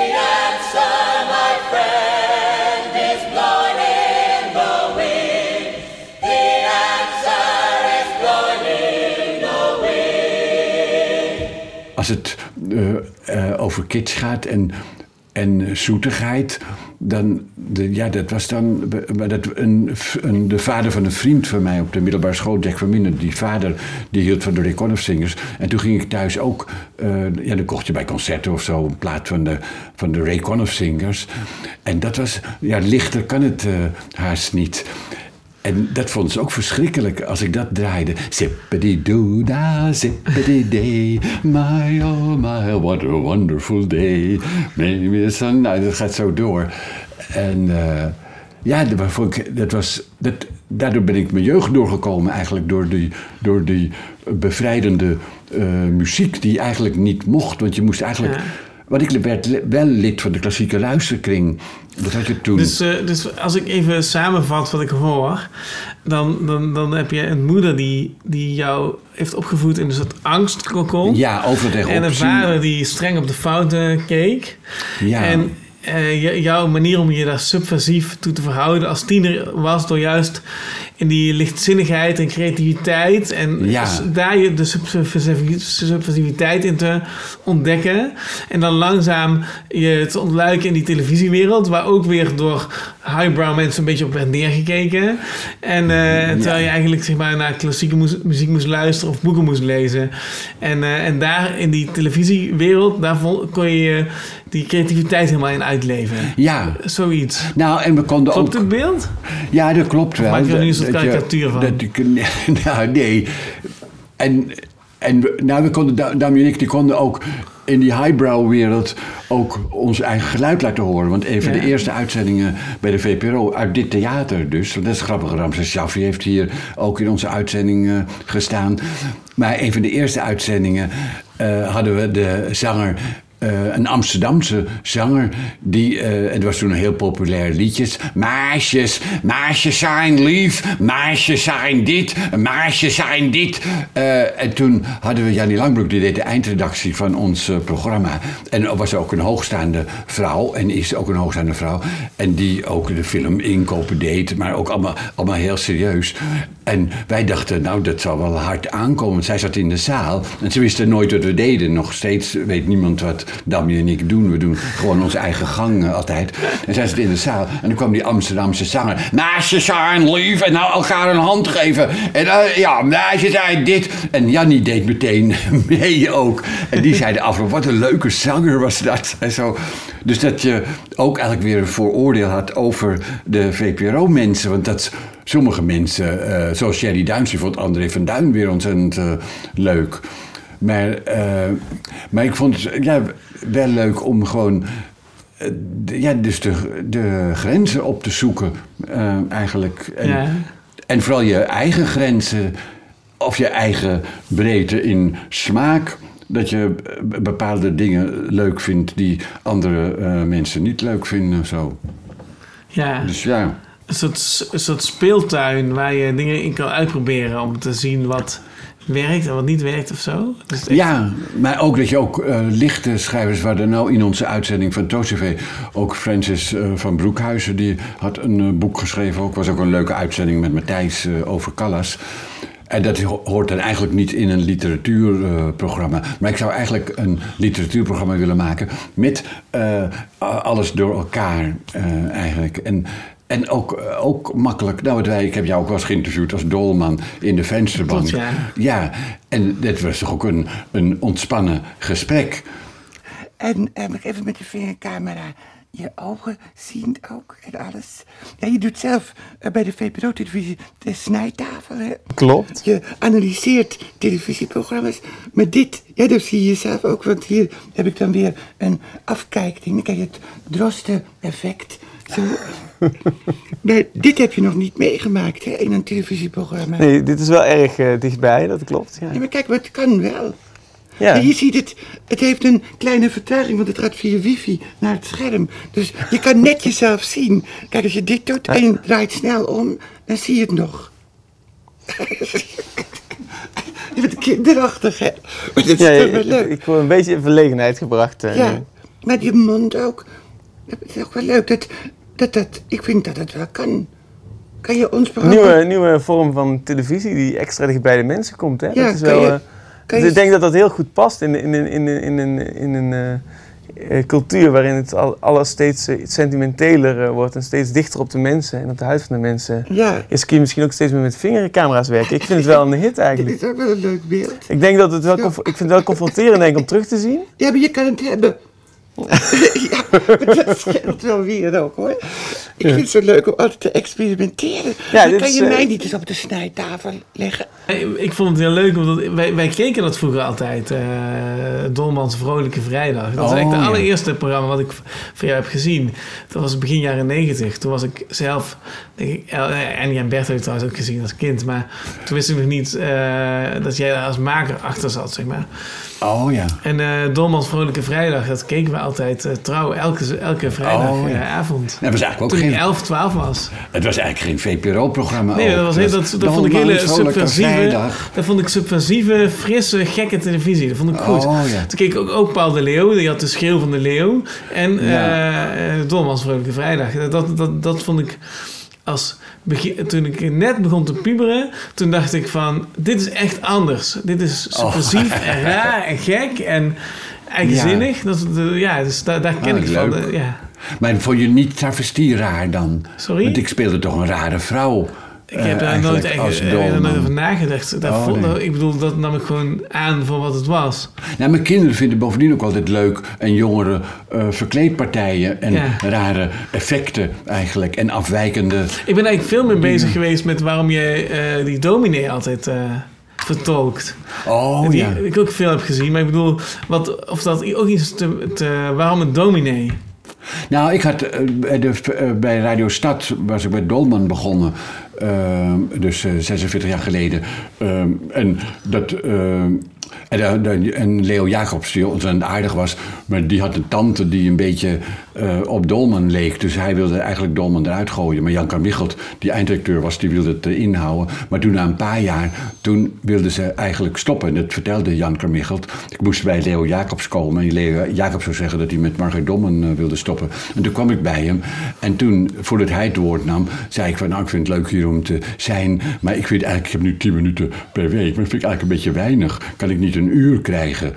Als het uh, uh, over kids gaat en... En zoetigheid, dan, de, ja, dat was dan dat een, een, de vader van een vriend van mij op de middelbare school, Jack van Minder, die vader, die hield van de Ray Conniff Singers. En toen ging ik thuis ook, uh, ja, dan kocht je bij concerten of zo een plaat van de, van de Ray Conniff Singers. En dat was, ja, lichter kan het uh, haast niet. En dat vonden ze ook verschrikkelijk als ik dat draaide. Zippity-doo-da, zippity-day, my oh my, what a wonderful day. Maybe sun. Nou, dat gaat zo door. En uh, ja, dat, vond ik, dat was, dat, daardoor ben ik mijn jeugd doorgekomen eigenlijk. Door die, door die bevrijdende uh, muziek die eigenlijk niet mocht. Want je moest eigenlijk... Ja. Want ik werd wel lid van de klassieke luisterkring. Dat had je toen. Dus, uh, dus als ik even samenvat wat ik hoor... dan, dan, dan heb je een moeder die, die jou heeft opgevoed in een soort angstkokon. Ja, over tegenop. En een vader die streng op de fouten keek. Ja. En uh, jouw manier om je daar subversief toe te verhouden als tiener was door juist in die lichtzinnigheid en creativiteit. En Ja. daar je de subversivi- subversiviteit in te ontdekken. En dan langzaam je te ontluiken in die televisiewereld, waar ook weer door highbrow mensen een beetje op werd neergekeken. En uh, terwijl je eigenlijk zeg maar, naar klassieke mu- muziek moest luisteren of boeken moest lezen. En, uh, en daar in die televisiewereld, daar vol- kon je die creativiteit helemaal in uitleven. Ja. Zoiets. Nou, en we konden Klopt ook... het beeld? Ja, dat klopt wel. Of maak je er nu een soort Dat je- karikatuur van? Dat ik, nou, nee. En, en we- nou, we konden, Da- Dami en ik, die konden ook in die highbrow-wereld ook ons eigen geluid laten horen. Want een van Ja. de eerste uitzendingen bij de V P R O, uit dit theater dus, want dat is grappig, Ramses Shaffi heeft hier ook in onze uitzending uh, gestaan. Maar een van de eerste uitzendingen uh, hadden we de zanger... Uh, een Amsterdamse zanger, die, uh, en het was toen een heel populair liedjes. Meisjes, meisjes zijn lief, meisjes zijn dit, meisjes zijn dit. Uh, en toen hadden we Jannie Langbroek, die deed de eindredactie van ons uh, programma. En was ook een hoogstaande vrouw, en is ook een hoogstaande vrouw. En die ook de film inkopen deed, maar ook allemaal, allemaal heel serieus. En wij dachten, nou, dat zal wel hard aankomen. Want zij zat in de zaal en ze wisten nooit wat we deden. Nog steeds weet niemand wat Dami en ik doen. We doen gewoon onze eigen gang uh, altijd. En zij zat in de zaal en dan kwam die Amsterdamse zanger. Meisjes zijn lief en nou elkaar een hand geven. En uh, ja, meisjes zijn dit. En Jannie deed meteen mee ook. En die zei de afloop, wat een leuke zanger was dat. En zo. Dus dat je ook eigenlijk weer een vooroordeel had over de V P R O-mensen. Want dat sommige mensen, uh, zoals Jerry Duins, die vond André van Duin weer ontzettend uh, leuk. Maar, uh, maar ik vond het ja, wel leuk om gewoon uh, de, ja, dus de, de grenzen op te zoeken uh, eigenlijk. En, Ja. en vooral je eigen grenzen of je eigen breedte in smaak. Dat je bepaalde dingen leuk vindt die andere uh, mensen niet leuk vinden of zo. Ja. Dus ja. Een soort, een soort speeltuin waar je dingen in kan uitproberen om te zien wat werkt en wat niet werkt of zo. Dus echt... Ja, maar ook dat je ook uh, lichte schrijvers... We hadden nou in onze uitzending van ToonTV ook Francis uh, van Broekhuizen... die had een uh, boek geschreven ook. Was ook een leuke uitzending met Matthijs uh, over Callas. En dat hoort dan eigenlijk niet in een literatuurprogramma. Uh, maar ik zou eigenlijk een literatuurprogramma willen maken... met uh, alles door elkaar uh, eigenlijk. En... En ook, ook makkelijk, nou, wij, ik heb jou ook wel eens geïnterviewd als Dolman in de vensterbank. Klopt, ja. Ja, en dat was toch ook een, een ontspannen gesprek. En uh, nog even met de vingercamera je ogen zien ook en alles. Ja, je doet zelf uh, bij de V P R O-televisie de snijtafel, hè? Klopt. Je analyseert televisieprogramma's. Maar dit, ja, dat zie je zelf ook. Want hier heb ik dan weer een afkijkding. Dan krijg je het Drosten-effect. Zo. Maar dit heb je nog niet meegemaakt, hè, in een televisieprogramma. Nee, dit is wel erg uh, dichtbij, dat klopt. Ja. Ja, maar kijk, maar het kan wel. Ja. Ja, je ziet het, het heeft een kleine vertraging, want het gaat via wifi naar het scherm. Dus je kan net jezelf zien. Kijk, als je dit doet en je draait snel om, dan zie je het nog. Je bent kinderachtig, hè? Maar dat is ja, toch wel leuk. Ik, ik word een beetje in verlegenheid gebracht. Uh, ja, nu. maar je mond ook. Dat is ook wel leuk. Dat, dat, dat, ik vind dat het wel kan. Kan je ons Een nieuwe, nieuwe vorm van televisie die extra dicht bij de mensen komt, hè? Ja, dat is kan wel, je, uh, kan ik je... denk dat dat heel goed past in, in, in, in, in, in, in een uh, uh, cultuur waarin het al, alles steeds uh, sentimenteler uh, wordt en steeds dichter op de mensen en op de huid van de mensen. Ja. Is kun je misschien ook steeds meer met vingercamera's werken. Ik vind het wel een hit eigenlijk. Dit is ook wel een leuk beeld. Ik denk dat het wel, ja. Ik vind het wel confronterend denk ik, om terug te zien. Ja, maar je kan het hebben. Ja, maar dat scheelt wel weer ook, hoor. Ik vind het zo leuk om altijd te experimenteren. Ja, maar kan je uh... mij niet eens op de snijtafel leggen? Ik vond het heel leuk, omdat wij, wij keken dat vroeger altijd. Uh, Dolmans Vrolijke Vrijdag. Dat was oh, eigenlijk het ja. allereerste programma wat ik van jou heb gezien. Dat was begin jaren negentig. Toen was ik zelf... Denk ik, Annie en Bert heb ik trouwens ook gezien als kind. Maar toen wist ik nog niet uh, dat jij daar als maker achter zat, zeg maar. Oh ja. En uh, Dolmans Vrolijke Vrijdag, dat keken we altijd uh, trouw elke, elke vrijdagavond. Oh, ja. Dat was eigenlijk ook toen geen... ik elf, twaalf was. Het was eigenlijk geen V P R O-programma. Nee, dat, was heel, dat, dat vond ik hele subversieve... Dat vond ik subversieve, frisse, gekke televisie. Dat vond ik goed. Oh, ja. Toen keek ik ook, ook Paul de Leeuw. Die had de Schreeuw van de Leeuw. En ja. uh, uh, Dolmans Vrolijke Vrijdag. Dat, dat, dat vond ik als begin, toen ik net begon te puberen, toen dacht ik van, dit is echt anders. Dit is subversief oh. en raar en gek en eigenzinnig. Ja, dat, ja dus daar, daar ken oh, ik van. De, ja. Maar vond je niet travestie raar dan? Sorry? Want ik speelde toch een rare vrouw. Ik heb daar uh, nooit, echt, uh, nooit over nagedacht. Dat oh, vond, nee. Ik bedoel, dat nam ik gewoon aan voor wat het was. Nou, mijn kinderen vinden bovendien ook altijd leuk. En jongere uh, verkleedpartijen. En ja. rare effecten eigenlijk. En afwijkende... Ik ben eigenlijk veel meer bezig dingen. geweest met waarom je uh, die dominee altijd... Uh, vertolkt. Oh, die, ja. Ik ook veel heb gezien. Maar ik bedoel, wat, of dat ook iets te, te... Waarom een dominee? Nou, ik had uh, de, uh, bij Radio Stad was ik bij Dolman begonnen. Uh, dus uh, zesenveertig jaar geleden. Uh, en dat... Uh, En, uh, en Leo Jacobs, die ontzettend aardig was, maar die had een tante die een beetje uh, op Dolman leek. Dus hij wilde eigenlijk Dolman eruit gooien. Maar Jan Carmichelt, die eindredacteur was, die wilde het uh, inhouden. Maar toen na een paar jaar, toen wilden ze eigenlijk stoppen. En dat vertelde Jan Carmichelt. Ik moest bij Leo Jacobs komen. En Leo Jacobs zou zeggen dat hij met Margaret Dolman uh, wilde stoppen. En toen kwam ik bij hem. En toen, voordat hij het woord nam, zei ik van, nou, ik vind het leuk hier om te zijn. Maar ik vind eigenlijk, ik heb nu tien minuten per week. Maar dat vind ik eigenlijk een beetje weinig. Kan ik niet een uur krijgen.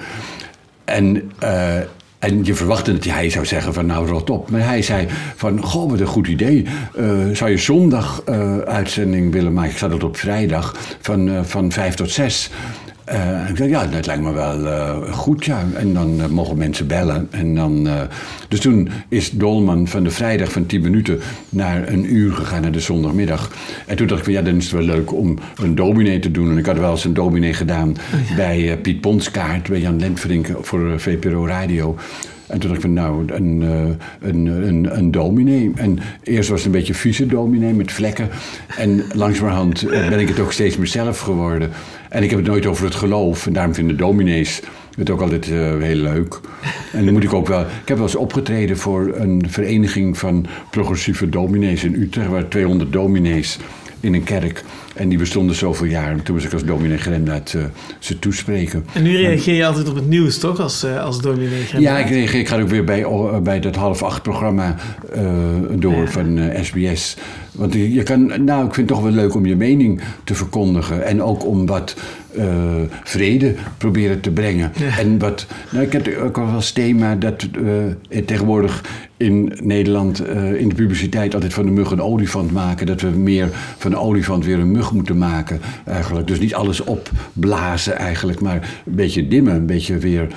En, uh, en je verwachtte dat hij zou zeggen van nou rot op. Maar hij zei van goh wat een goed idee. Uh, zou je zondag uh, uitzending willen maken? Ik zat het op vrijdag van, uh, van vijf tot zes. Uh, ik zei ja, dat lijkt me wel uh, goed, ja. En dan uh, mogen mensen bellen. En dan, uh, dus toen is Dolman van de vrijdag van tien minuten naar een uur gegaan naar de zondagmiddag. En toen dacht ik van ja, dan is het wel leuk om een dominee te doen. En ik had wel eens een dominee gedaan oh, ja. bij uh, Piet Ponskaart, bij Jan Lentverink voor uh, V P R O Radio. En toen dacht ik van nou, een, een, een, een dominee. En eerst was het een beetje vieze dominee met vlekken. En langzamerhand ben ik het ook steeds meer zelf geworden. En ik heb het nooit over het geloof. En daarom vinden dominees het ook altijd uh, heel leuk. En dan moet ik ook wel... Ik heb wel eens opgetreden voor een vereniging van progressieve dominees in Utrecht. Er waren tweehonderd dominees in een kerk. En die bestonden zoveel jaar. Toen was ik als dominee Gremdaad uh, ze toespreken. En nu reageer je altijd op het nieuws, toch? Als, uh, als dominee Gremdaad? Ja, ik reageer. Ik ga ook weer bij, uh, bij dat half acht programma uh, door ja. van uh, S B S. Want je, je kan... Nou, ik vind het toch wel leuk om je mening te verkondigen. En ook om wat uh, vrede proberen te brengen. Ja. En wat... Nou, ik heb ook wel als thema dat uh, tegenwoordig in Nederland uh, in de publiciteit altijd van de mug een olifant maken. Dat we meer van de olifant weer een mug moeten maken eigenlijk. Dus niet alles opblazen eigenlijk, maar een beetje dimmen. Een beetje weer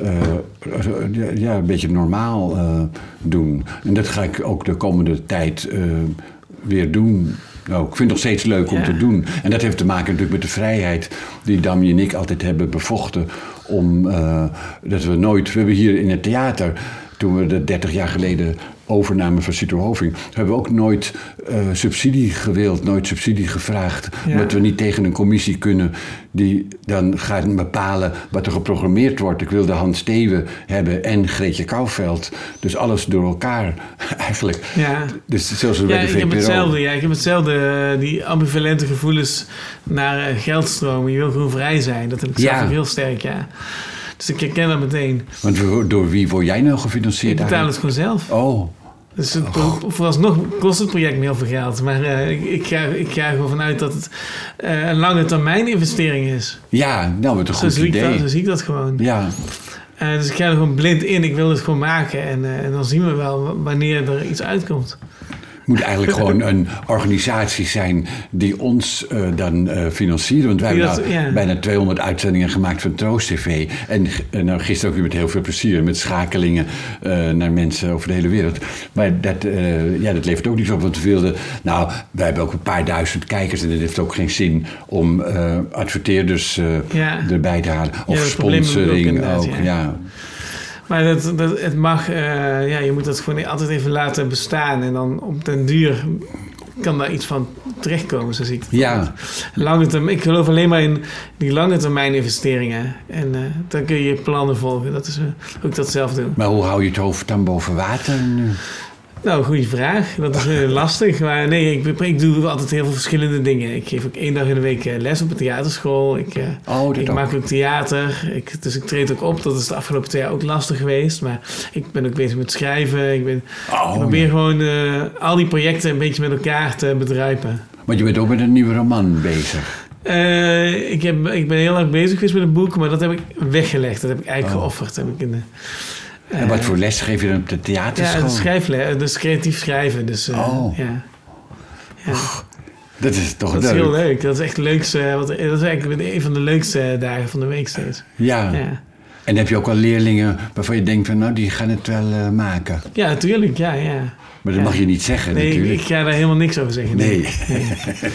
uh, ja, een beetje normaal uh, doen. En dat ga ik ook de komende tijd uh, weer doen. Nou, ik vind het nog steeds leuk om ja. te doen. En dat heeft te maken natuurlijk met de vrijheid die Damje en ik altijd hebben bevochten. Om, uh, dat we nooit... We hebben hier in het theater, toen we de dertig jaar geleden overnamen van Cito Hoving, hebben we ook nooit uh, subsidie gewild, nooit subsidie gevraagd. Ja. Omdat we niet tegen een commissie kunnen die dan gaat bepalen wat er geprogrammeerd wordt. Ik wilde Hans Steeuwen hebben en Greetje Kouwveld. Dus alles door elkaar eigenlijk. Ja, dus zoals we ja, bij de V P R O. Ik heb hetzelfde, ja, ik heb hetzelfde, die ambivalente gevoelens naar uh, geldstromen. Je wil gewoon vrij zijn. Dat heb ik zelf ja. ook heel sterk, ja. Dus ik herken dat meteen. Want door wie word jij nou gefinancierd? Ik betaal het gewoon zelf. Oh. Dus het, oh. vooralsnog kost het project me heel veel geld. Maar uh, ik, ik, ga, ik ga er gewoon vanuit dat het uh, een lange termijn investering is. Ja, nou, wat een zo goed zie idee. Ik dat, zo zie ik dat gewoon. Ja. Uh, dus ik ga er gewoon blind in. Ik wil het gewoon maken. En, uh, en dan zien we wel wanneer er iets uitkomt. Het moet eigenlijk gewoon een organisatie zijn die ons uh, dan uh, financiert. Want wij hebben nou ja. bijna tweehonderd uitzendingen gemaakt van Troost T V. En uh, nou, gisteren ook weer met heel veel plezier. Met schakelingen uh, naar mensen over de hele wereld. Maar dat, uh, ja, dat levert ook niet op. Want we wilden... Nou, wij hebben ook een paar duizend kijkers. En het heeft ook geen zin om uh, adverteerders uh, ja. erbij te halen. Of ja, sponsoring ook. ook ja. ja. Maar dat, dat, het mag, uh, ja, je moet dat gewoon altijd even laten bestaan. En dan op den duur kan daar iets van terechtkomen, zo zie ik het. Ja. Lange termijn, ik geloof alleen maar in die lange termijn investeringen. En uh, dan kun je je plannen volgen. Dat is uh, ook dat zelf doen. Maar hoe hou je het hoofd dan boven water nu? Nou, goede vraag. Dat is uh, lastig. Maar nee, ik, ik doe altijd heel veel verschillende dingen. Ik geef ook één dag in de week uh, les op een theaterschool. Ik, uh, oh, ik ook. maak ook theater. Ik, dus ik treed ook op. Dat is de afgelopen twee jaar ook lastig geweest. Maar ik ben ook bezig met schrijven. Ik, ben, oh, ik probeer ja. gewoon uh, al die projecten een beetje met elkaar te bedruipen. Want je bent ook met een nieuwe roman bezig. Uh, ik, heb, ik ben heel lang bezig geweest met een boek, maar dat heb ik weggelegd. Dat heb ik eigenlijk oh. geofferd. Heb ik in de, uh, en wat voor les geef je dan op de theaterschool? Ja, schrijfles, dus creatief schrijven. Dus, uh, oh. ja. Ja. Oh, dat is toch dat leuk. is heel leuk. Dat is echt het leukste. Wat, dat is eigenlijk een van de leukste dagen van de week steeds. Ja. ja. En heb je ook al leerlingen waarvan je denkt van nou, die gaan het wel uh, maken? Ja, natuurlijk. Ja, ja. Maar dat ja. mag je niet zeggen nee, natuurlijk. Ik, ik ga daar helemaal niks over zeggen. Nee. nee. nee.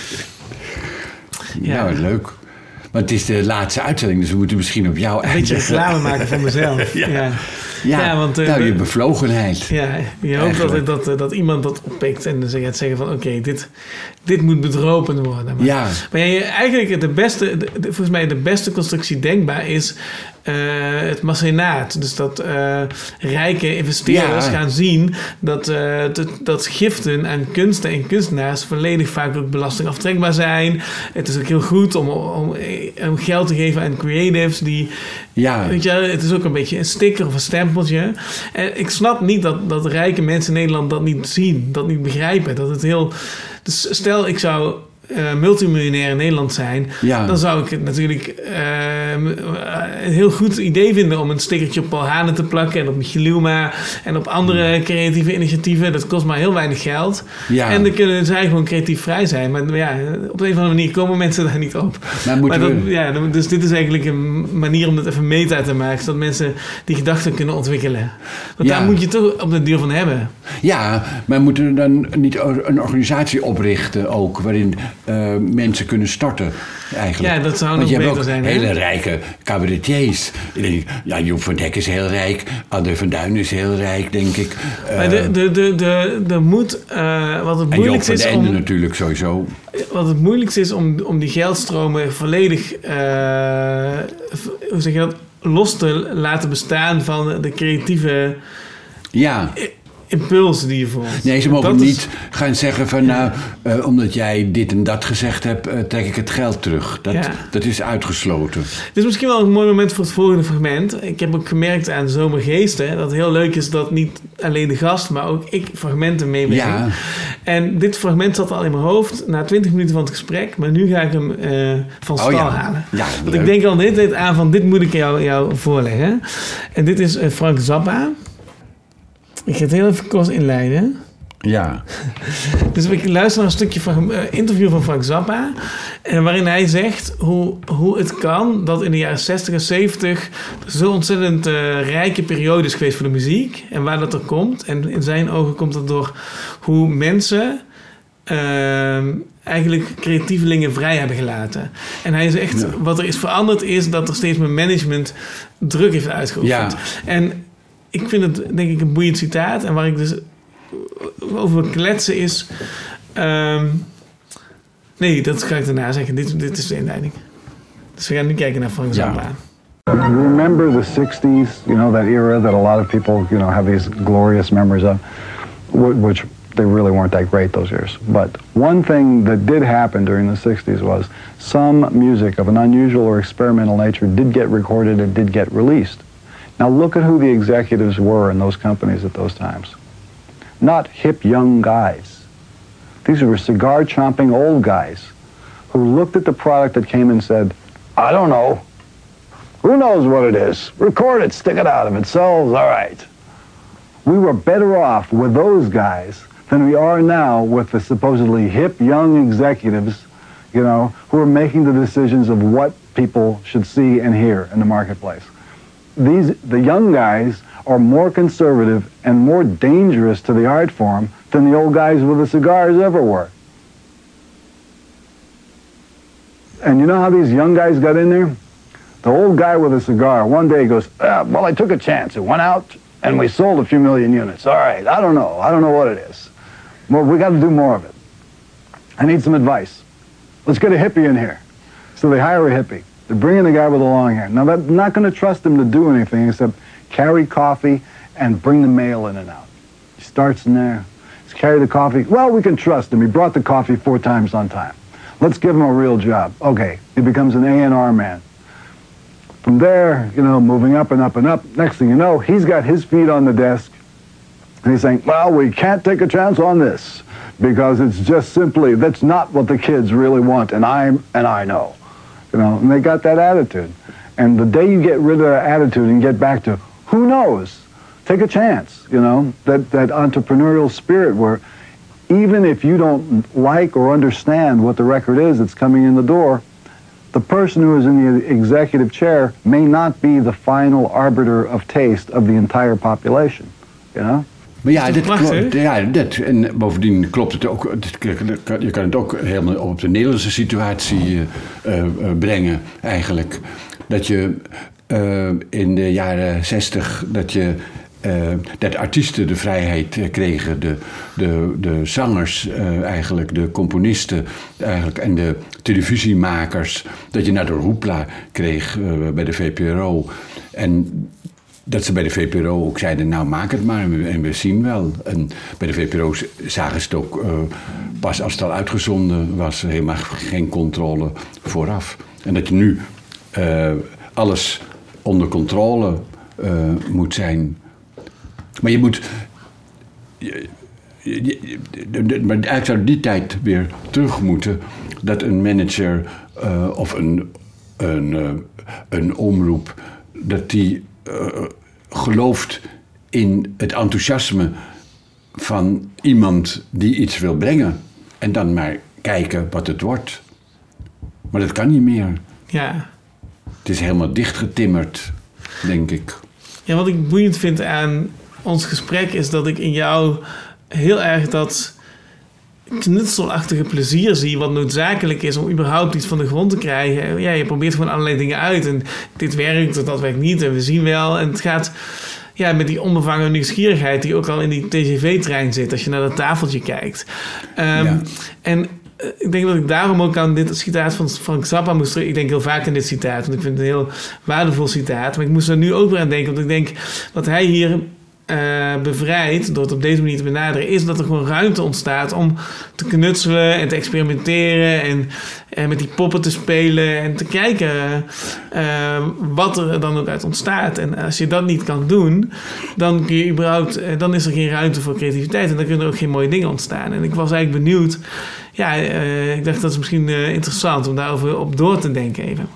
Ja. Nou, leuk. Maar het is de laatste uitzending, dus we moeten misschien op jou een beetje reclame maken van mezelf. ja. ja. Ja, ja, want, uh, nou, je bevlogenheid. Ja, je hoopt dat, dat, dat iemand dat oppikt en dan gaat zeggen van oké, okay, dit, dit moet bedropen worden. Maar, ja. maar ja, eigenlijk de beste, de, de, volgens mij de beste constructie denkbaar is uh, het mecenaat. Dus dat uh, rijke investeerders ja. gaan zien dat, uh, dat, dat giften aan kunsten en kunstenaars volledig vaak ook belastingaftrekbaar zijn. Het is ook heel goed om, om, om geld te geven aan creatives die... Ja. Weet je, het is ook een beetje een sticker of een stempeltje. En ik snap niet dat, dat rijke mensen in Nederland dat niet zien, dat niet begrijpen. Dat het heel... Dus stel, ik zou uh, multimiljonair in Nederland zijn, ja. dan zou ik het natuurlijk uh, een heel goed idee vinden om een stickertje op Paul Hanen te plakken en op Michiel Luma en op andere creatieve initiatieven. Dat kost maar heel weinig geld. Ja. En dan kunnen zij gewoon creatief vrij zijn. Maar ja, op een of andere manier komen mensen daar niet op. Maar maar dat, we... ja, dus dit is eigenlijk een manier om dat even meta te maken, zodat mensen die gedachten kunnen ontwikkelen. Want ja. daar moet je toch op de duur van hebben. Ja, maar moeten we dan niet een organisatie oprichten ook, waarin uh, mensen kunnen starten eigenlijk? Ja, dat zou Want nog je beter zijn. Want je hebt ook hè? hele rijke cabaretiers. Ik denk, ja, Joep van Dek is heel rijk, André van Duin is heel rijk, denk ik. Uh, maar de, de, de, de, de moet, uh, wat het moeilijkste is En Joop van om... den Ende natuurlijk sowieso. Wat het moeilijkste is om, om die geldstromen volledig, uh, hoe zeg je dat, los te laten bestaan van de creatieve... Ja. impulsen die je voelt. Nee, ze mogen dat niet is... gaan zeggen van nou, uh, omdat jij dit en dat gezegd hebt, uh, trek ik het geld terug. Dat, ja. dat is uitgesloten. Dit is misschien wel een mooi moment voor het volgende fragment. Ik heb ook gemerkt aan Zomergeesten dat het heel leuk is dat niet alleen de gast, maar ook ik fragmenten meebreng. Ja. En dit fragment zat al in mijn hoofd na twintig minuten van het gesprek, maar nu ga ik hem uh, van stal oh, ja. halen. Ja, Want ik denk al dit, dit aan van dit moet ik jou, jou voorleggen. En dit is uh, Frank Zappa. Ik ga het heel even kort inleiden. Ja. Dus ik luister naar een stukje van uh, interview van Frank Zappa. En waarin hij zegt hoe, hoe het kan dat in de jaren zestig en zeventig zo ontzettend uh, rijke periode is geweest voor de muziek. En waar dat er komt. En in zijn ogen komt dat door hoe mensen uh, eigenlijk creatievelingen vrij hebben gelaten. En hij zegt, ja. wat er is veranderd is dat er steeds meer management druk heeft uitgeoefend. Ja. En ik vind het denk ik een boeiend citaat. En waar ik dus over wil kletsen is... Um, nee, dat ga ik daarna zeggen. Dit, dit is de inleiding. Dus we gaan nu kijken naar Frank Zappa. Yeah. Remember the sixties, you know, that era that a lot of people, you know, have these glorious memories of, which they really weren't that great those years. But one thing that did happen during the sixties was some music of an unusual or experimental nature did get recorded and did get released. Now look at who the executives were in those companies at those times. Not hip young guys. These were cigar-chomping old guys who looked at the product that came and said, I don't know. Who knows what it is? Record it, stick it out. If it sells, all right. We were better off with those guys than we are now with the supposedly hip young executives, you know, who are making the decisions of what people should see and hear in the marketplace. These, the young guys are more conservative and more dangerous to the art form than the old guys with the cigars ever were. And you know how these young guys got in there? The old guy with a cigar, one day goes, ah, well, I took a chance. It went out and we sold a few million units. All right, I don't know. I don't know what it is. Well, we got to do more of it. I need some advice. Let's get a hippie in here. So they hire a hippie. They're bringing the guy with the long hair. Now, they're not going to trust him to do anything except carry coffee and bring the mail in and out. He starts in there, carry the coffee? Well, we can trust him. He brought the coffee four times on time. Let's give him a real job. Okay, he becomes an A and R man. From there, you know, moving up and up and up, next thing you know, he's got his feet on the desk, and he's saying, well, we can't take a chance on this, because it's just simply, that's not what the kids really want, and I'm, and I know. You know, and they got that attitude. And the day you get rid of that attitude and get back to, who knows, take a chance, you know, that, that entrepreneurial spirit where even if you don't like or understand what the record is that's coming in the door, the person who is in the executive chair may not be the final arbiter of taste of the entire population, you know? Maar ja, dit klopt, ja, dit. En bovendien klopt het ook. Je kan het ook helemaal op de Nederlandse situatie uh, uh, brengen, eigenlijk. Dat je uh, in de jaren zestig, dat je uh, dat artiesten de vrijheid kregen, de, de, de zangers uh, eigenlijk, de componisten eigenlijk en de televisiemakers. Dat je naar de Hoepla kreeg uh, bij de V P R O. En dat ze bij de V P R O ook zeiden, nou maak het maar en we, en we zien wel. En bij de V P R O zagen ze het ook uh, pas als het al uitgezonden was, helemaal geen controle vooraf. En dat je nu uh, alles onder controle uh, moet zijn. Maar je moet... Je, je, je, maar eigenlijk zou die tijd weer terug moeten, dat een manager uh, of een, een, uh, een omroep, dat die Uh, gelooft in het enthousiasme van iemand die iets wil brengen. En dan maar kijken wat het wordt. Maar dat kan niet meer. Ja. Het is helemaal dichtgetimmerd, denk ik. Ja, wat ik boeiend vind aan ons gesprek is dat ik in jou heel erg dat knutselachtige plezier zie wat noodzakelijk is om überhaupt iets van de grond te krijgen. Ja, je probeert gewoon allerlei dingen uit en dit werkt of dat werkt niet en we zien wel. En het gaat ja, met die onbevangen nieuwsgierigheid die ook al in die T G V-trein zit als je naar dat tafeltje kijkt. Um, ja. En uh, ik denk dat ik daarom ook aan dit citaat van Frank Zappa moest terug. Ik denk heel vaak aan dit citaat, want ik vind het een heel waardevol citaat. Maar ik moest er nu ook weer aan denken, want ik denk wat hij hier Uh, bevrijd door het op deze manier te benaderen, is dat er gewoon ruimte ontstaat om te knutselen en te experimenteren en, en met die poppen te spelen en te kijken uh, wat er dan ook uit ontstaat. En als je dat niet kan doen, dan, kun je überhaupt, uh, dan is er geen ruimte voor creativiteit en dan kunnen er ook geen mooie dingen ontstaan. En ik was eigenlijk benieuwd, ja, uh, ik dacht dat is misschien uh, interessant om daarover op door te denken even.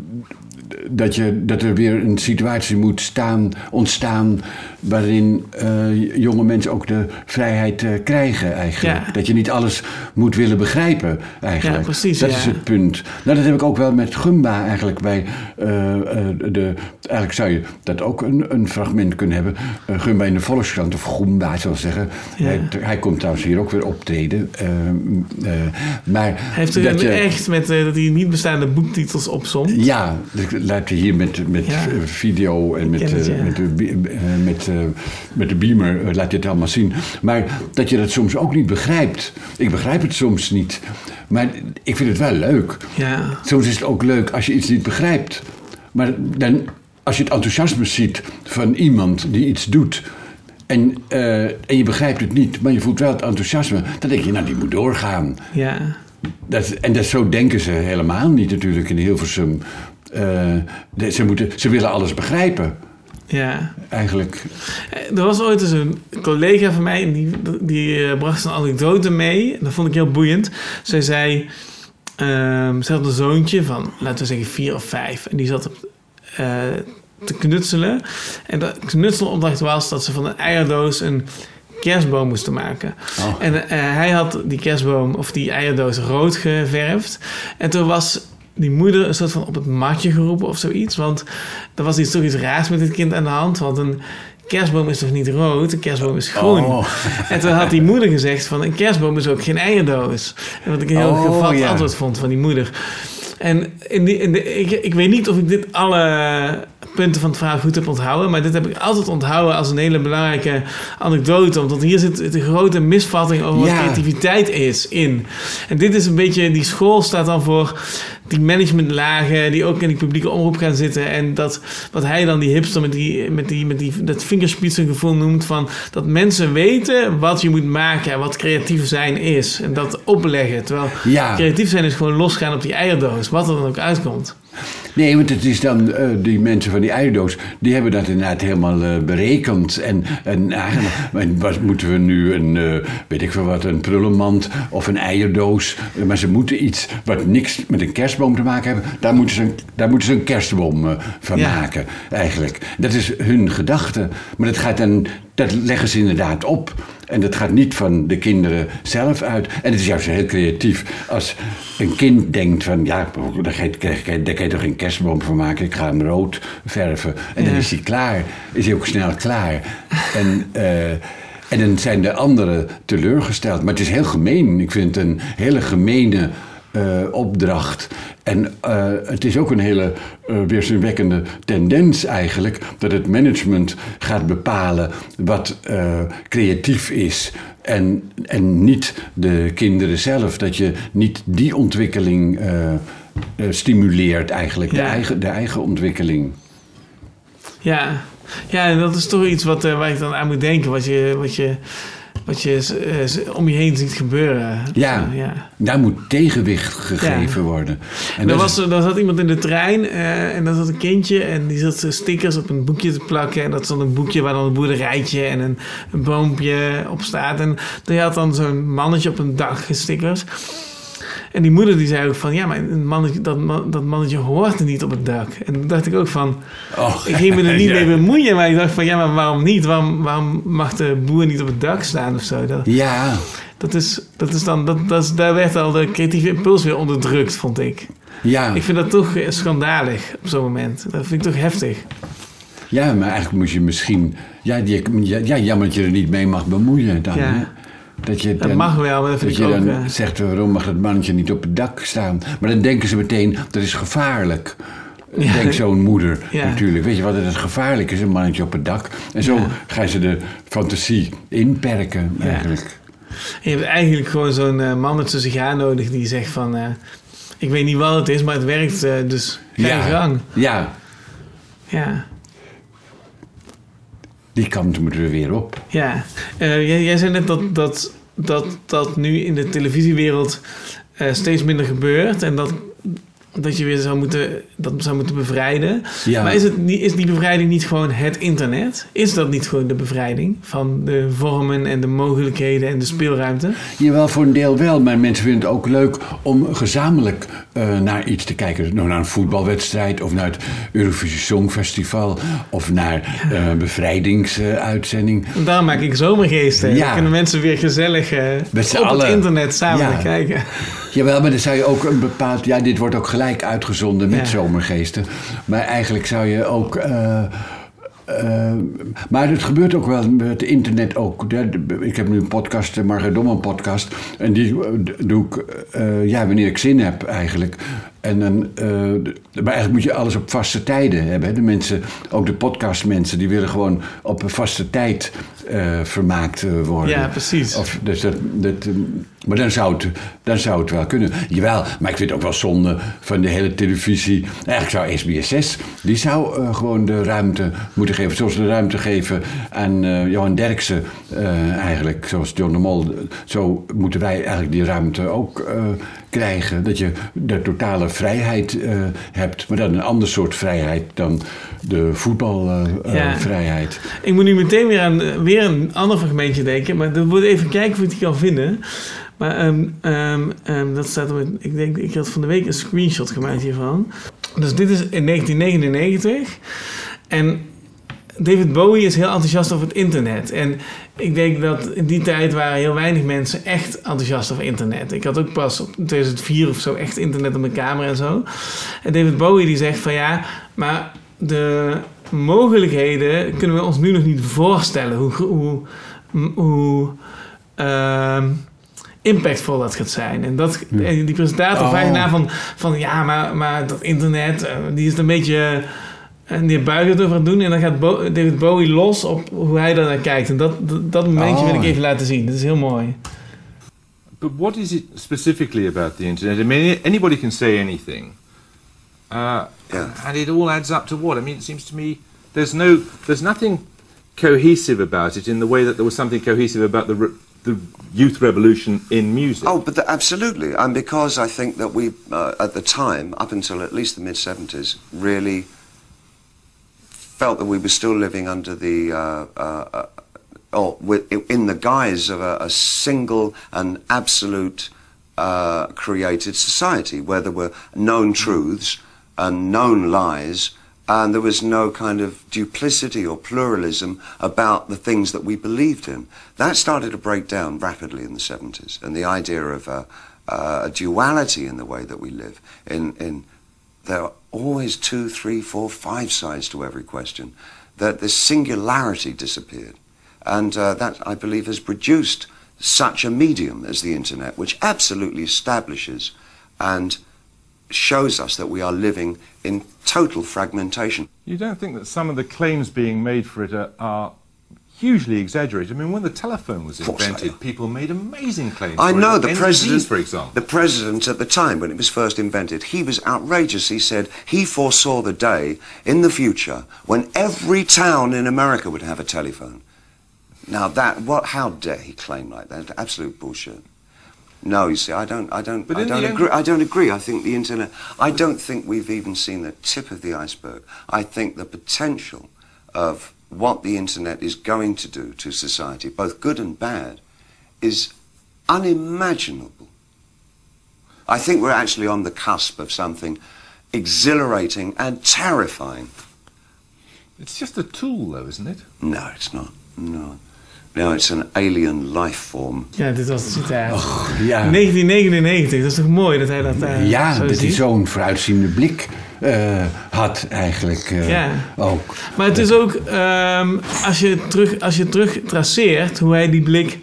Dat, je, dat er weer een situatie moet staan, ontstaan waarin uh, jonge mensen ook de vrijheid uh, krijgen eigenlijk. Ja. Dat je niet alles moet willen begrijpen eigenlijk. Ja, precies, dat ja. is het punt. Nou, dat heb ik ook wel met Gumba eigenlijk bij uh, uh, de... Eigenlijk zou je dat ook een, een fragment kunnen hebben. Uh, Gumba in de Volkskrant, of Gumba, zal ik zeggen. Ja. Hij, hij komt trouwens hier ook weer optreden. Uh, uh, maar hij heeft er je, echt met uh, dat hij niet bestaande boektitels opzomt. Ja, laat je hier met, met ja. video en met, het, ja. uh, met, de, uh, met, uh, met de beamer uh, laat je het allemaal zien. Maar dat je dat soms ook niet begrijpt. Ik begrijp het soms niet. Maar ik vind het wel leuk. Ja. Soms is het ook leuk als je iets niet begrijpt. Maar dan, als je het enthousiasme ziet van iemand die iets doet en, uh, en je begrijpt het niet, maar je voelt wel het enthousiasme, dan denk je, nou, die moet doorgaan. Ja. Dat, en dat, zo denken ze helemaal niet natuurlijk in Hilversum. Uh, de, ze, moeten, ze willen alles begrijpen. Ja. Eigenlijk. Er was ooit eens een collega van mij, die, die uh, bracht een anekdote mee. En dat vond ik heel boeiend. Zij zei, um, ze had een zoontje van, laten we zeggen, vier of vijf. En die zat op, uh, te knutselen. En de knutselopdracht was dat ze van een eierdoos een kerstboom moesten maken. Oh. En uh, hij had die kerstboom of die eierdoos rood geverfd. En toen was die moeder een soort van op het matje geroepen of zoiets. Want er was iets, toch iets raars met dit kind aan de hand. Want een kerstboom is toch niet rood? Een kerstboom is groen. Oh. En toen had die moeder gezegd van een kerstboom is ook geen eierdoos. En wat ik een heel oh, gevat yeah. antwoord vond van die moeder. En in die, in de, ik, ik weet niet of ik dit alle punten van het verhaal goed heb onthouden. Maar dit heb ik altijd onthouden als een hele belangrijke anekdote. Omdat hier zit de grote misvatting over Ja. wat creativiteit is in. En dit is een beetje, die school staat dan voor die managementlagen die ook in die publieke omroep gaan zitten. En dat wat hij dan die hipster met, die, met, die, met die, dat vingerspitsengevoel noemt van dat mensen weten wat je moet maken en wat creatief zijn is. En dat opleggen. Terwijl Ja. creatief zijn is gewoon losgaan op die eierdoos. Wat er dan ook uitkomt. Nee, want het is dan, uh, die mensen van die eierdoos, die hebben dat inderdaad helemaal uh, berekend. En, en, eigenlijk, en wat moeten we nu, een, uh, weet ik veel wat, een prullenmand of een eierdoos. Uh, maar ze moeten iets wat niks met een kerstboom te maken hebben, daar moeten ze een, daar moeten ze een kerstboom uh, van Ja. maken, eigenlijk. Dat is hun gedachte. Maar dat gaat dan, dat leggen ze inderdaad op. En dat gaat niet van de kinderen zelf uit. En het is juist heel creatief. Als een kind denkt van, ja, daar kan je, daar kan je toch geen kerstboom van maken. Ik ga hem rood verven. En dan Ja. is hij klaar. Is hij ook snel klaar. En, uh, en dan zijn de anderen teleurgesteld. Maar het is heel gemeen. Ik vind het een hele gemene uh, opdracht. En uh, het is ook een hele uh, weerzinwekkende tendens eigenlijk, dat het management gaat bepalen wat uh, creatief is en, en niet de kinderen zelf. Dat je niet die ontwikkeling uh, uh, stimuleert eigenlijk, Ja. de, eigen, de eigen ontwikkeling. Ja, ja en dat is toch iets wat, uh, waar ik dan aan moet denken. Wat je, wat je, wat je uh, om je heen ziet gebeuren. Ja, Uh, ja. daar moet tegenwicht gegeven Ja. worden. En En dat er, is- was, er zat iemand in de trein uh, en daar zat een kindje en die zat stickers op een boekje te plakken. En dat stond een boekje waar dan een boerderijtje en een, een boompje op staat. En die had dan zo'n mannetje op een dak gestickers. En die moeder die zei ook van, ja, maar een mannetje, dat, man- dat mannetje hoort er niet op het dak. En toen dacht ik ook van, Oh, ik ging me er niet ja. mee bemoeien. Maar ik dacht van, ja, maar waarom niet? Waarom, waarom mag de boer niet op het dak staan of zo? Dat, Ja. dat is, dat is dan, dat, dat is, daar werd al de creatieve impuls weer onderdrukt, vond ik. Ja. Ik vind dat toch eh, schandalig op zo'n moment. Dat vind ik toch heftig. Ja, maar eigenlijk moet je misschien... Ja, die, ja, ja, jammer dat je er niet mee mag bemoeien dan. Ja. Hè? Dat, je Dat dan, mag wel, maar dat vind dat ik je ook, dan eh, zegt, waarom mag dat mannetje niet op het dak staan? Maar dan denken ze meteen, dat is gevaarlijk. Ja. Denkt zo'n moeder Ja. natuurlijk. Weet je wat het gevaarlijk is, een mannetje op het dak? En zo Ja. gaan ze de fantasie inperken Ja. eigenlijk. En je hebt eigenlijk gewoon zo'n uh, man met zijn sigaar nodig die zegt van... Uh, ik weet niet wat het is, maar het werkt, uh, dus ga je Ja. gang. Ja, Ja, die kant moeten we weer op. ja. Uh, jij, jij zei net dat, dat, dat, dat nu in de televisiewereld uh, steeds minder gebeurt... en dat, dat je weer zou moeten, dat zou moeten bevrijden. Ja. Maar is, het, niet- is die bevrijding niet gewoon het internet? Is dat niet gewoon de bevrijding van de vormen en de mogelijkheden en de speelruimte? Jawel, voor een deel wel. Maar mensen vinden het ook leuk om gezamenlijk uh, naar iets te kijken. Nou, naar een voetbalwedstrijd of naar het Eurovisie Songfestival of naar uh, een bevrijdingsuitzending. En daarom maak ik zomergeesten. Ja. Dan kunnen mensen weer gezellig uh, Met z'n op allen. het internet samen Ja. gaan kijken. Jawel, maar dan zou je ook een bepaald... Ja, dit wordt ook gelijk uitgezonden met Ja. zomergeesten. Maar eigenlijk zou je ook... uh, uh, maar het gebeurt ook wel met het internet ook. Ik heb nu een podcast, de Margaret Domman podcast. En die uh, doe ik uh, ja, wanneer ik zin heb eigenlijk. En dan, uh, maar eigenlijk moet je alles op vaste tijden hebben. Hè. De mensen, ook de podcastmensen, die willen gewoon op een vaste tijd uh, vermaakt uh, worden. Ja, precies. Of, dus dat, dat, um, maar dan zou, het, dan zou het wel kunnen. Jawel, maar ik vind het ook wel zonde van de hele televisie. Eigenlijk zou S B S zes, die zou uh, gewoon de ruimte moeten geven. Zoals de ruimte geven aan uh, Johan Derksen uh, eigenlijk. Zoals John de Mol. Zo moeten wij eigenlijk die ruimte ook uh, krijgen. Dat je de totale vrijheid uh, hebt. Maar dan een ander soort vrijheid dan de voetbalvrijheid. Uh, Ja. Ik moet nu meteen weer aan uh, weer een ander fragmentje denken. Maar dat moet even kijken of ik die kan vinden. Maar um, um, um, dat staat op... het- Ik denk, ik had van de week een screenshot gemaakt hiervan. Dus dit is in negentien negenennegentig. En David Bowie is heel enthousiast over het internet. En ik denk dat in die tijd waren heel weinig mensen echt enthousiast over internet. Ik had ook pas op tweeduizend vier of zo echt internet op mijn kamer en zo. En David Bowie die zegt van ja, maar de mogelijkheden kunnen we ons nu nog niet voorstellen. Hoe, hoe, hoe uh, impactvol dat gaat zijn. En, dat, en die presentator Oh. vraagt na van, van ja, maar, maar dat internet, uh, die is een beetje... En die buigt het over het doen. En dan gaat Bo- David Bowie los op hoe hij daar naar kijkt. En dat, dat, dat momentje oh. wil ik even laten zien. Dat is heel mooi. But what is it specifically about the internet? I mean, anybody can say anything. Uh, yeah. And it all adds up to what? I mean, it seems to me there's no, there's nothing cohesive about it in the way that there was something cohesive about the re- the youth revolution in music. Oh, but the, absolutely. And because I think that we, uh, at the time, up until at least the mid seventies, really felt that we were still living under the, uh, uh, uh, or with, in the guise of a, a single and absolute uh, created society where there were known truths and known lies, and there was no kind of duplicity or pluralism about the things that we believed in. That started to break down rapidly in the seventies, and the idea of a, a duality in the way that we live. In, in there are always two, three, four, five sides to every question. That the singularity disappeared, and uh, that I believe has produced such a medium as the internet, which absolutely establishes and shows us that we are living in total fragmentation. You don't think that some of the claims being made for it are, are hugely exaggerated? I mean, when the telephone was invented, people made amazing claims. I for know it. the N D, president, for example. the president at the time when it was first invented, he was outrageous. He said he foresaw the day in the future when every town in America would have a telephone. Now that, what? How dare he claim like that? Absolute bullshit. No, you see, I don't, I don't, But I in don't the agree. end- I don't agree. I think the internet. I don't think we've even seen the tip of the iceberg. I think the potential of what the internet is going to do to society, both good and bad, is unimaginable. I think we're actually on the cusp of something exhilarating and terrifying. It's just a tool, though, isn't it? No, it's not. No. No, it's an alien life form. Ja, dit was het citaat. Och, ja. negentien negenennegentig, dat is toch mooi dat hij dat uh, Ja, zo dat hij ziet? zo'n vooruitziende blik uh, had eigenlijk uh, Ja. ook. Maar het is ook, um, als je terug, als je terug traceert hoe hij die blik,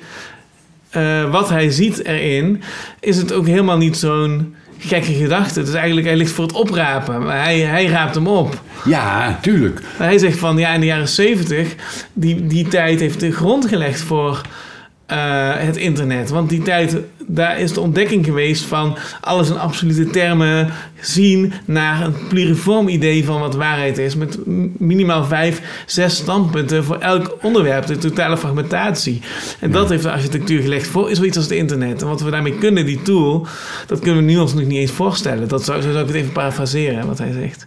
uh, wat hij ziet erin, is het ook helemaal niet zo'n gekke gedachte. Het is eigenlijk, hij ligt voor het oprapen, maar hij, hij raapt hem op. Ja, tuurlijk. Maar hij zegt van, ja, in de jaren zeventig, die, die tijd heeft de grond gelegd voor uh, het internet. Want die tijd, daar is de ontdekking geweest van alles in absolute termen zien naar een pluriform idee van wat waarheid is. Met minimaal vijf, zes standpunten voor elk onderwerp. De totale fragmentatie. En dat heeft de architectuur gelegd voor zoiets als het internet. En wat we daarmee kunnen, die tool, dat kunnen we nu ons nog niet eens voorstellen. Dat zou, zo zou ik het even parafraseren, wat hij zegt.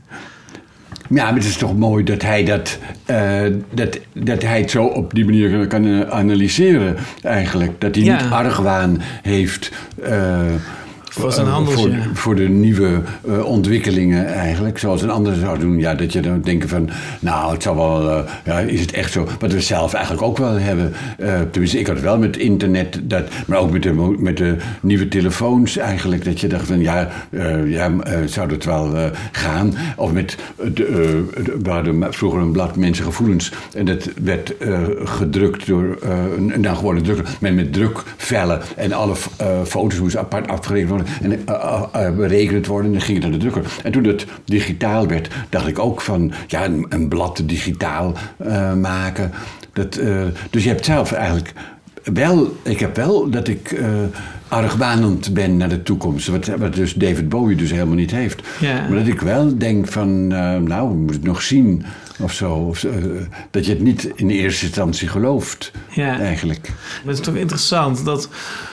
Ja, maar het is toch mooi dat hij, dat, uh, dat, dat hij het zo op die manier kan uh, analyseren eigenlijk. Dat hij Ja. niet argwaan heeft uh, Voor zijn handels, voor, ja. voor de nieuwe uh, ontwikkelingen eigenlijk. Zoals een ander zou doen. Ja, dat je dan denkt van, nou, het zal wel, uh, ja, is het echt zo? Wat we zelf eigenlijk ook wel hebben. Uh, tenminste, ik had het wel met internet, dat, maar ook met de, met de nieuwe telefoons eigenlijk. Dat je dacht van, ja, uh, ja uh, zou dat wel uh, gaan? Of met, de, uh, we hadden vroeger een blad Mensen Gevoelens. En dat werd uh, gedrukt door, uh, nou gewoon een drukker, met, met drukvellen. En alle uh, foto's moesten apart afgerekend worden. En uh, uh, berekend worden en dan ging het naar de drukker. En toen het digitaal werd, dacht ik ook van, ja, een, een blad digitaal uh, maken. Dat, uh, dus je hebt zelf eigenlijk wel, ik heb wel dat ik uh, argwanend ben naar de toekomst. Wat, wat dus David Bowie dus helemaal niet heeft. Ja. Maar dat ik wel denk van, uh, nou, we moeten het nog zien of zo. Of, uh, dat je het niet in eerste instantie gelooft, Ja. eigenlijk. Maar het is toch interessant dat...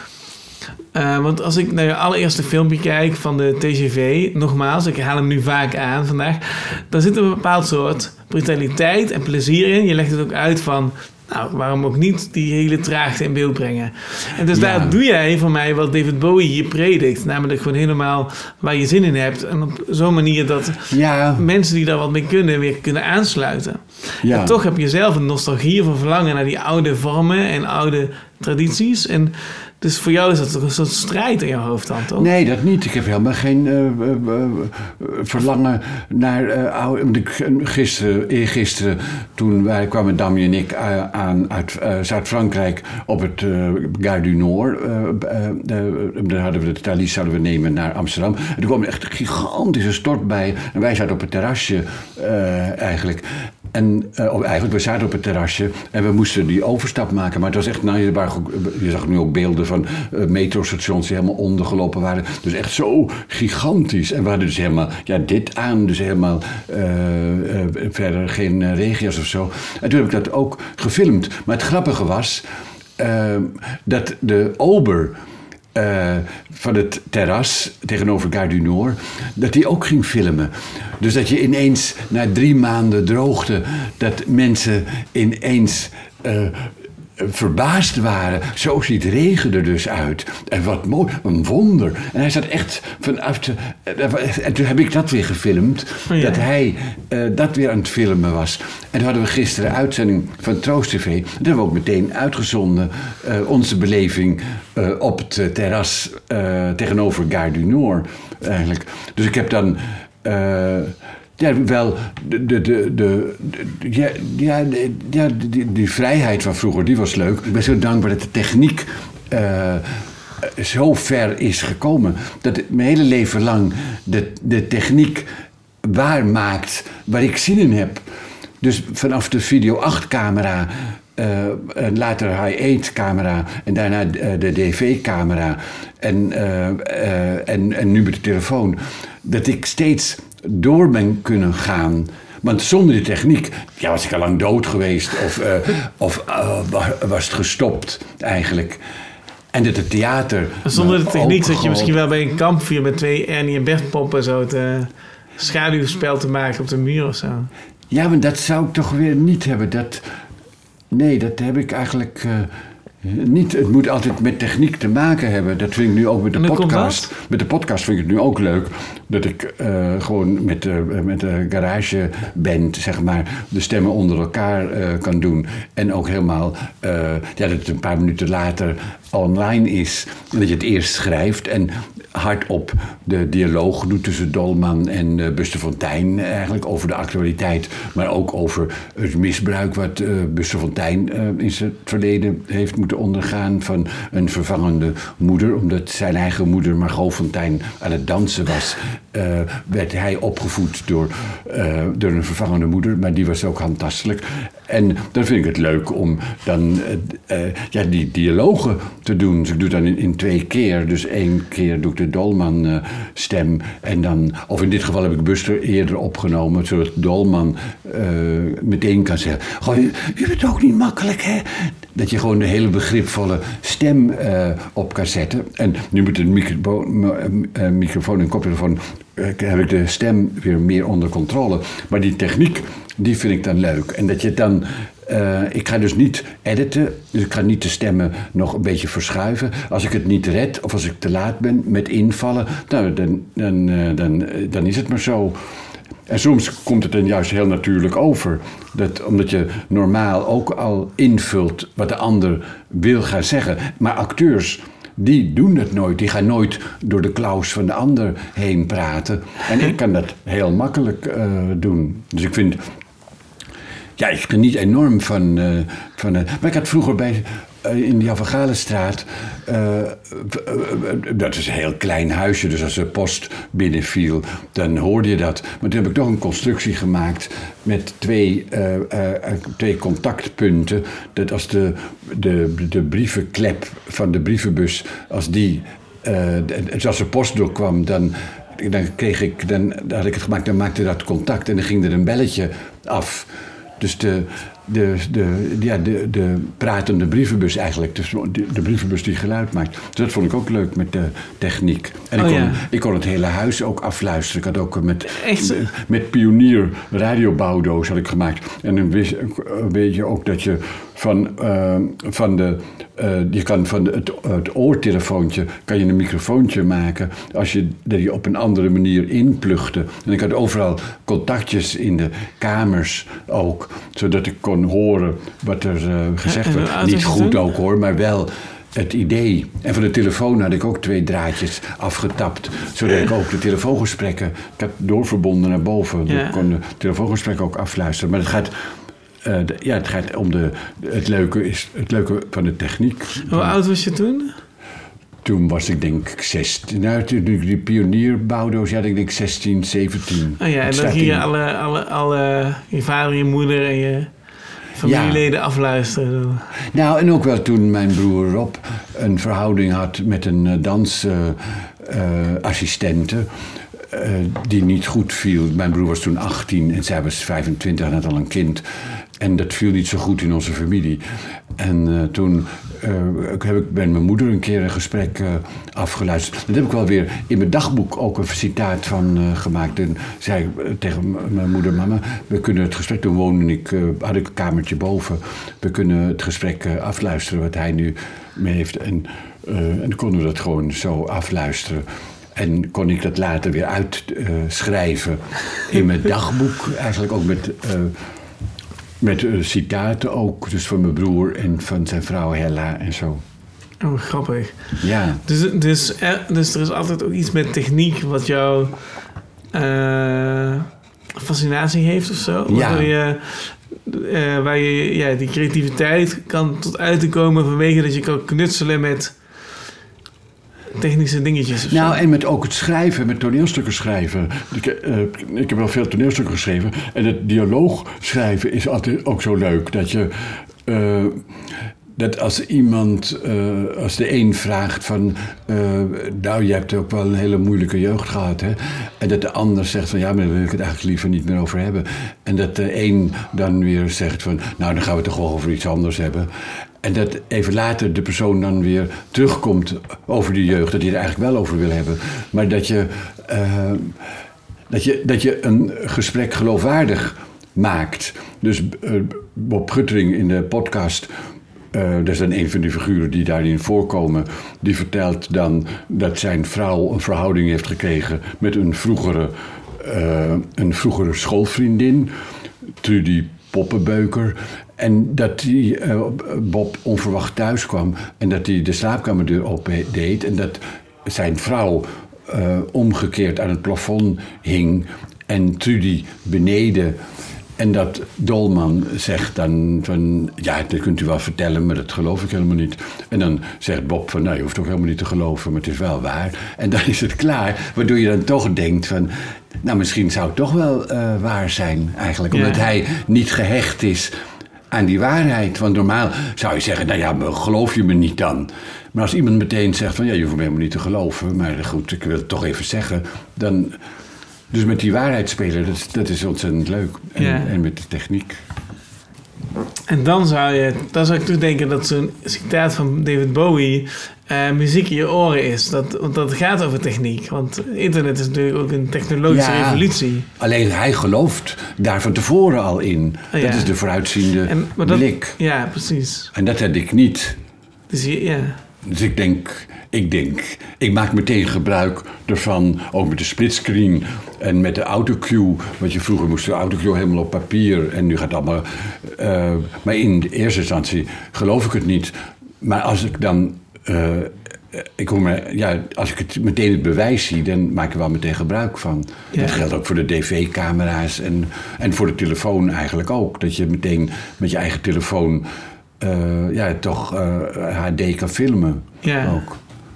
Uh, want als ik naar je allereerste filmpje kijk van de T G V, nogmaals, ik haal hem nu vaak aan vandaag, dan zit er een bepaald soort brutaliteit en plezier in. Je legt het ook uit van, nou, waarom ook niet die hele traagte in beeld brengen. En dus Ja. daar doe jij voor mij wat David Bowie hier predikt. Namelijk gewoon helemaal waar je zin in hebt. En op zo'n manier dat ja. mensen die daar wat mee kunnen, weer kunnen aansluiten. Ja. En toch heb je zelf een nostalgie of een verlangen naar die oude vormen en oude tradities. En dus voor jou is dat toch een soort strijd in je hoofd dan, toch? Nee, dat niet. Ik heb helemaal geen uh, uh, uh, verlangen naar... Uh, oude, gisteren, eergisteren, toen wij kwamen Damien en ik uh, aan uit uh, Zuid-Frankrijk op het uh, Gare du Nord. Uh, uh, uh, daar hadden we de Thalys zouden we nemen naar Amsterdam. En toen kwam echt een gigantische stort bij. En wij zaten op het terrasje uh, eigenlijk... En uh, eigenlijk, we zaten op het terrasje en we moesten die overstap maken. Maar het was echt, nou, je, waren, je zag nu ook beelden van uh, metrostations die helemaal ondergelopen waren. Dus echt zo gigantisch. En we hadden dus helemaal, ja, dit aan. Dus helemaal uh, uh, verder geen uh, regia's of zo. En toen heb ik dat ook gefilmd. Maar het grappige was uh, dat de ober... Uh, van het terras tegenover Gare du Nord, dat die ook ging filmen. Dus dat je ineens na drie maanden droogte, dat mensen ineens uh, verbaasd waren. Zo ziet regen er dus uit. En wat mooi, een wonder. En hij zat echt vanaf de... En toen heb ik dat weer gefilmd. Oh ja. Dat hij uh, dat weer aan het filmen was. En toen hadden we gisteren een uitzending van Troost T V. En toen hebben we ook meteen uitgezonden uh, onze beleving uh, op het terras uh, tegenover Gare du Nord. Eigenlijk. Dus ik heb dan... Uh, Ja, wel, de, de, de, de, de, ja, ja, de, ja die, die vrijheid van vroeger, die was leuk. Ik ben zo dankbaar dat de techniek uh, zo ver is gekomen. Dat mijn hele leven lang de, de techniek waarmaakt waar ik zin in heb. Dus vanaf de Video acht camera... Uh, en later High acht camera en daarna uh, de D V-camera en, uh, uh, en, en nu met de telefoon. Dat ik steeds door ben kunnen gaan. Want zonder die techniek ja, was ik al lang dood geweest of, uh, of uh, was het gestopt eigenlijk. En dat het theater... Zonder de techniek zat je misschien wel bij een kampvuur met twee Ernie en Bert poppen zo te schaduwspel te maken op de muur of zo. Ja, maar dat zou ik toch weer niet hebben. Dat... Nee, dat heb ik eigenlijk uh, niet. Het moet altijd met techniek te maken hebben. Dat vind ik nu ook met de podcast. Met de podcast vind ik het nu ook leuk. Dat ik uh, gewoon met, uh, met de garageband, zeg maar, de stemmen onder elkaar uh, kan doen. En ook helemaal, uh, ja, dat het een paar minuten later online is. En dat je het eerst schrijft en hardop de dialoog doet tussen Dolman en uh, Buster Fontijn eigenlijk over de actualiteit. Maar ook over het misbruik wat uh, Buster Fontijn uh, in zijn verleden heeft moeten ondergaan van een vervangende moeder. Omdat zijn eigen moeder Margot Fontijn aan het dansen was, uh, werd hij opgevoed door, uh, door een vervangende moeder. Maar die was ook handtastelijk. En dan vind ik het leuk om dan uh, uh, ja, die dialogen te doen. Dus ik doe het dan in, in twee keer. Dus één keer doe ik de Dolman uh, stem. En dan, of in dit geval heb ik Buster eerder opgenomen. Zodat Dolman uh, meteen kan zeggen. Goh, je, je bent ook niet makkelijk, hè? Dat je gewoon de hele begripvolle stem uh, op kan zetten. En nu met een micro- uh, microfoon en koptelefoon uh, heb ik de stem weer meer onder controle. Maar die techniek, die vind ik dan leuk. En dat je dan... Uh, ik ga dus niet editen, dus ik ga niet de stemmen nog een beetje verschuiven. Als ik het niet red of als ik te laat ben met invallen, nou, dan, dan, uh, dan, uh, dan is het maar zo. En soms komt het dan juist heel natuurlijk over. Dat, omdat je normaal ook al invult wat de ander wil gaan zeggen. Maar acteurs, die doen dat nooit. Die gaan nooit door de klaus van de ander heen praten. En ik kan dat heel makkelijk uh, doen. Dus ik vind... Ja, ik geniet enorm van... Uh, van uh, maar ik had vroeger bij... Uh, in die Jan van Galenstraat... Uh, uh, uh, dat is een heel klein huisje, dus als de post binnenviel, dan hoorde je dat. Maar toen heb ik toch een constructie gemaakt met twee, uh, uh, twee contactpunten. Dat als de, de, de brievenklep van de brievenbus, als die... Uh, dus als de post doorkwam, dan... Dan kreeg ik... Dan, dan had ik het gemaakt, dan maakte dat contact en dan ging er een belletje af... Dus de, de, de, ja, de, de pratende brievenbus eigenlijk. Dus de, de brievenbus die geluid maakt. Dus dat vond ik ook leuk met de techniek. En ik, oh, kon, ja. ik kon het hele huis ook afluisteren. Ik had ook met, met, met Pionier radiobouwdoos had ik gemaakt. En dan wist, weet je ook dat je van, uh, van de... Uh, je kan van de, het, het oortelefoontje kan je een microfoontje maken als je er je op een andere manier inplugde. En ik had overal contactjes in de kamers ook, zodat ik kon horen wat er uh, gezegd werd. Niet goed ook hoor, maar wel het idee. En van de telefoon had ik ook twee draadjes afgetapt, zodat ik ook de telefoongesprekken... Ik heb doorverbonden naar boven, ja. Ik kon de telefoongesprekken ook afluisteren. Maar het gaat... Uh, de, ja, het gaat om de, het, leuke is, het leuke van de techniek. Hoe oud was je toen? Toen was ik denk ik zestien. Nou, toen ik die pionierbouwdoos had, ik denk zestien, zeventien. Oh ja, en dan ging je alle, alle, alle, je vader, je moeder en je familieleden ja. afluisteren. Nou, en ook wel toen mijn broer Rob een verhouding had met een uh, dansassistente. Uh, uh, die niet goed viel. Mijn broer was toen achttien en zij was vijfentwintig en had al een kind. En dat viel niet zo goed in onze familie. En uh, toen uh, heb ik met mijn moeder een keer een gesprek uh, afgeluisterd. Dat heb ik wel weer in mijn dagboek ook een citaat van uh, gemaakt. En zei ik tegen m- mijn moeder, mama, we kunnen het gesprek... Toen woonde ik, uh, had ik een kamertje boven. We kunnen het gesprek uh, afluisteren wat hij nu mee heeft. En, uh, en dan konden we dat gewoon zo afluisteren. En kon ik dat later weer uitschrijven uh, in mijn dagboek. Eigenlijk ook met... Uh, Met uh, citaten ook, dus van mijn broer en van zijn vrouw Hella en zo. Oh, grappig. Ja. Dus, dus, er, dus er is altijd ook iets met techniek wat jou uh, fascinatie heeft of zo? Ja. Waardoor je, uh, waar je ja, die creativiteit kan tot uit te komen vanwege dat je kan knutselen met technische dingetjes of Nou, zo. en met ook het schrijven, met toneelstukken schrijven. Ik, uh, ik heb wel veel toneelstukken geschreven. En het dialoog schrijven is altijd ook zo leuk. Dat je... Uh, dat als iemand, uh, als de een vraagt van... Uh, nou, je hebt ook wel een hele moeilijke jeugd gehad, hè? En dat de ander zegt van... ja, maar daar wil ik het eigenlijk liever niet meer over hebben. En dat de een dan weer zegt van... nou, dan gaan we het toch wel over iets anders hebben. En dat even later de persoon dan weer terugkomt over die jeugd... dat hij er eigenlijk wel over wil hebben. Maar dat je, uh, dat je, dat je een gesprek geloofwaardig maakt. Dus uh, Bob Guttering in de podcast... Uh, dat is dan een van die figuren die daarin voorkomen. Die vertelt dan dat zijn vrouw een verhouding heeft gekregen... met een vroegere, uh, een vroegere schoolvriendin, Trudy Poppenbeuker... En dat die, uh, Bob onverwacht thuis kwam en dat hij de slaapkamerdeur opdeed... en dat zijn vrouw uh, omgekeerd aan het plafond hing en Trudy beneden... En dat Dolman zegt dan van... ja, dat kunt u wel vertellen, maar dat geloof ik helemaal niet. En dan zegt Bob van... nou, je hoeft ook helemaal niet te geloven, maar het is wel waar. En dan is het klaar, waardoor je dan toch denkt van... nou, misschien zou het toch wel uh, waar zijn eigenlijk. Omdat ja. hij niet gehecht is aan die waarheid. Want normaal zou je zeggen... nou ja, geloof je me niet dan? Maar als iemand meteen zegt van... ja, je hoeft me helemaal niet te geloven... maar goed, ik wil het toch even zeggen... dan... Dus met die waarheid spelen, dat, dat is ontzettend leuk. En, ja. en met de techniek. En dan zou je, dan zou ik toch denken dat zo'n citaat van David Bowie uh, muziek in je oren is. Dat, want dat gaat over techniek. Want internet is natuurlijk ook een technologische ja, revolutie. Alleen hij gelooft daar van tevoren al in. Oh, ja. Dat is de vooruitziende en, dat, blik. Ja, precies. En dat had ik niet. Dus, ja. dus ik denk... Ik denk, ik maak meteen gebruik ervan, ook met de splitscreen en met de autocue. Want je vroeger moest de autocue helemaal op papier en nu gaat het allemaal... Uh, maar in de eerste instantie geloof ik het niet. Maar als ik dan, uh, ik hoor me, ja, als ik het meteen het bewijs zie, dan maak ik er wel meteen gebruik van. Ja. Dat geldt ook voor de dv-camera's en, en voor de telefoon eigenlijk ook. Dat je meteen met je eigen telefoon uh, ja, toch uh, H D kan filmen. Ja. Ook.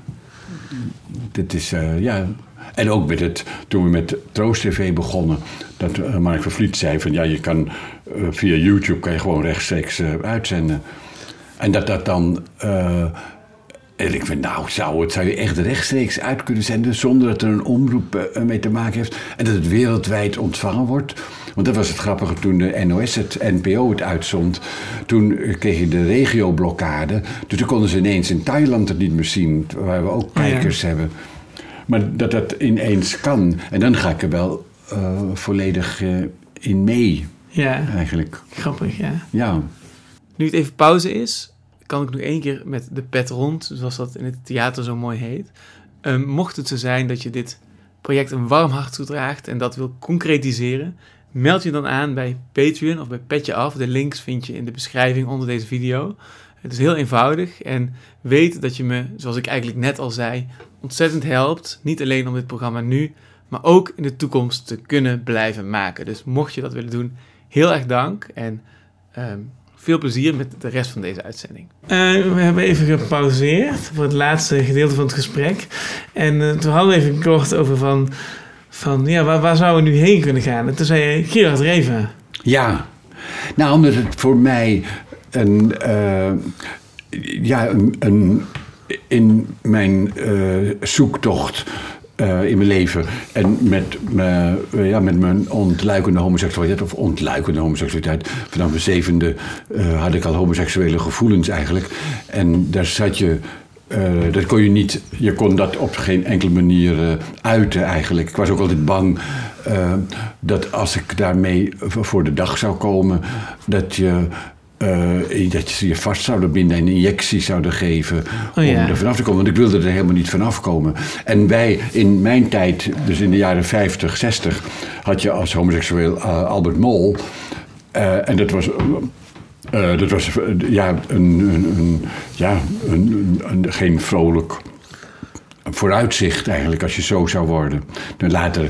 Dit is, uh, ja... En ook met het, toen we met Troost T V begonnen... dat uh, Mark van Vliet zei van... ja, je kan uh, via YouTube kan je gewoon rechtstreeks uh, uitzenden. En dat dat dan... Uh, en ik vind, nou, zou, het zou je echt rechtstreeks uit kunnen zenden... zonder dat er een omroep uh, mee te maken heeft... en dat het wereldwijd ontvangen wordt... Want dat was het grappige toen de N O S, het N P O, het uitzond. Toen kreeg je de regioblokkade. Dus toen konden ze ineens in Thailand het niet meer zien. Waar we ook kijkers oh ja. hebben. Maar dat dat ineens kan. En dan ga ik er wel uh, volledig uh, in mee. Ja. Eigenlijk. Grappig, ja. Ja. Nu het even pauze is, kan ik nog één keer met de pet rond, zoals dat in het theater zo mooi heet. Um, mocht het zo zijn dat je dit project een warm hart toedraagt en dat wil concretiseren, meld je dan aan bij Patreon of bij Petje Af. De links vind je in de beschrijving onder deze video. Het is heel eenvoudig en weet dat je me, zoals ik eigenlijk net al zei, ontzettend helpt. Niet alleen om dit programma nu, maar ook in de toekomst te kunnen blijven maken. Dus mocht je dat willen doen, heel erg dank en um, veel plezier met de rest van deze uitzending. Uh, we hebben even gepauzeerd voor het laatste gedeelte van het gesprek. En uh, toen hadden we even kort over van, van ja, waar, waar zouden we nu heen kunnen gaan? En toen zei je Gerard Reven. Ja, nou omdat het voor mij een, uh, ja, een, een in mijn uh, zoektocht Uh, in mijn leven en met, me, uh, ja, met mijn ontluikende homoseksualiteit of ontluikende homoseksualiteit. Vanaf mijn zevende uh, had ik al homoseksuele gevoelens eigenlijk. En daar zat je, uh, dat kon je niet, je kon dat op geen enkele manier uh, uiten eigenlijk. Ik was ook altijd bang uh, dat als ik daarmee voor de dag zou komen, dat je Uh, dat ze je vast zouden binden en injecties zouden geven oh, ja. om er vanaf te komen. Want ik wilde er helemaal niet vanaf komen. En wij, in mijn tijd, dus in de jaren vijftig, zestig... had je als homoseksueel uh, Albert Mol. Uh, en dat was... Uh, dat was uh, ja, een, een, een, ja een, een, een, geen vrolijk vooruitzicht eigenlijk, als je zo zou worden. En later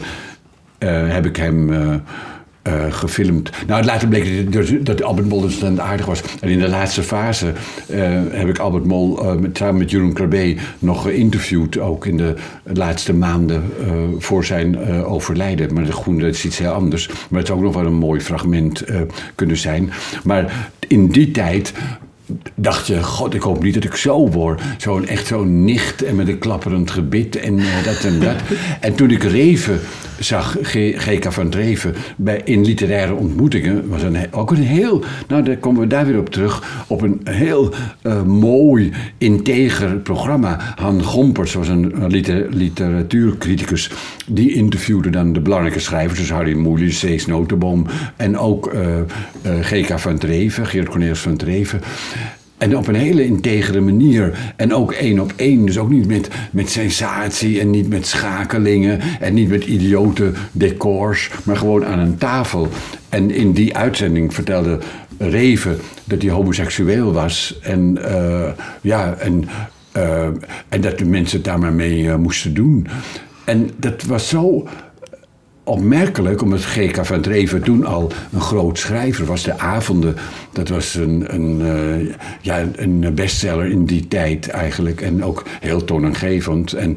uh, heb ik hem... Uh, Uh, gefilmd. Nou, later bleek dat, dat Albert Mol dus dan aardig was. En in de laatste fase uh, heb ik Albert Mol uh, met, samen met Jeroen Krabbe nog geïnterviewd. Ook in de laatste maanden uh, voor zijn uh, overlijden. Maar dat is iets heel anders. Maar het zou ook nog wel een mooi fragment uh, kunnen zijn. Maar in die tijd dacht je, god, ik hoop niet dat ik zo word. Zo'n echt zo'n nicht en met een klapperend gebit en uh, dat en dat. En toen ik Reven zag, G K van Dreven, bij, in literaire ontmoetingen, was een, ook een heel, nou daar komen we daar weer op terug, op een heel uh, mooi, integer programma. Han Gompers was een liter, literatuurcriticus, die interviewde dan de belangrijke schrijvers, dus Harry Mulisch, Cees Notenboom en ook uh, uh, G K van Dreven, Gerard Cornelis van Dreven. En op een hele integere manier. En ook één op één. Dus ook niet met, met sensatie en niet met schakelingen. En niet met idiote decors. Maar gewoon aan een tafel. En in die uitzending vertelde Reven dat hij homoseksueel was. En, uh, ja, en, uh, en dat de mensen het daar maar mee uh, moesten doen. En dat was zo opmerkelijk, omdat G K van Dreven toen al een groot schrijver was. De Avonden, dat was een, een, uh, ja, een bestseller in die tijd eigenlijk. En ook heel toonaangevend. En,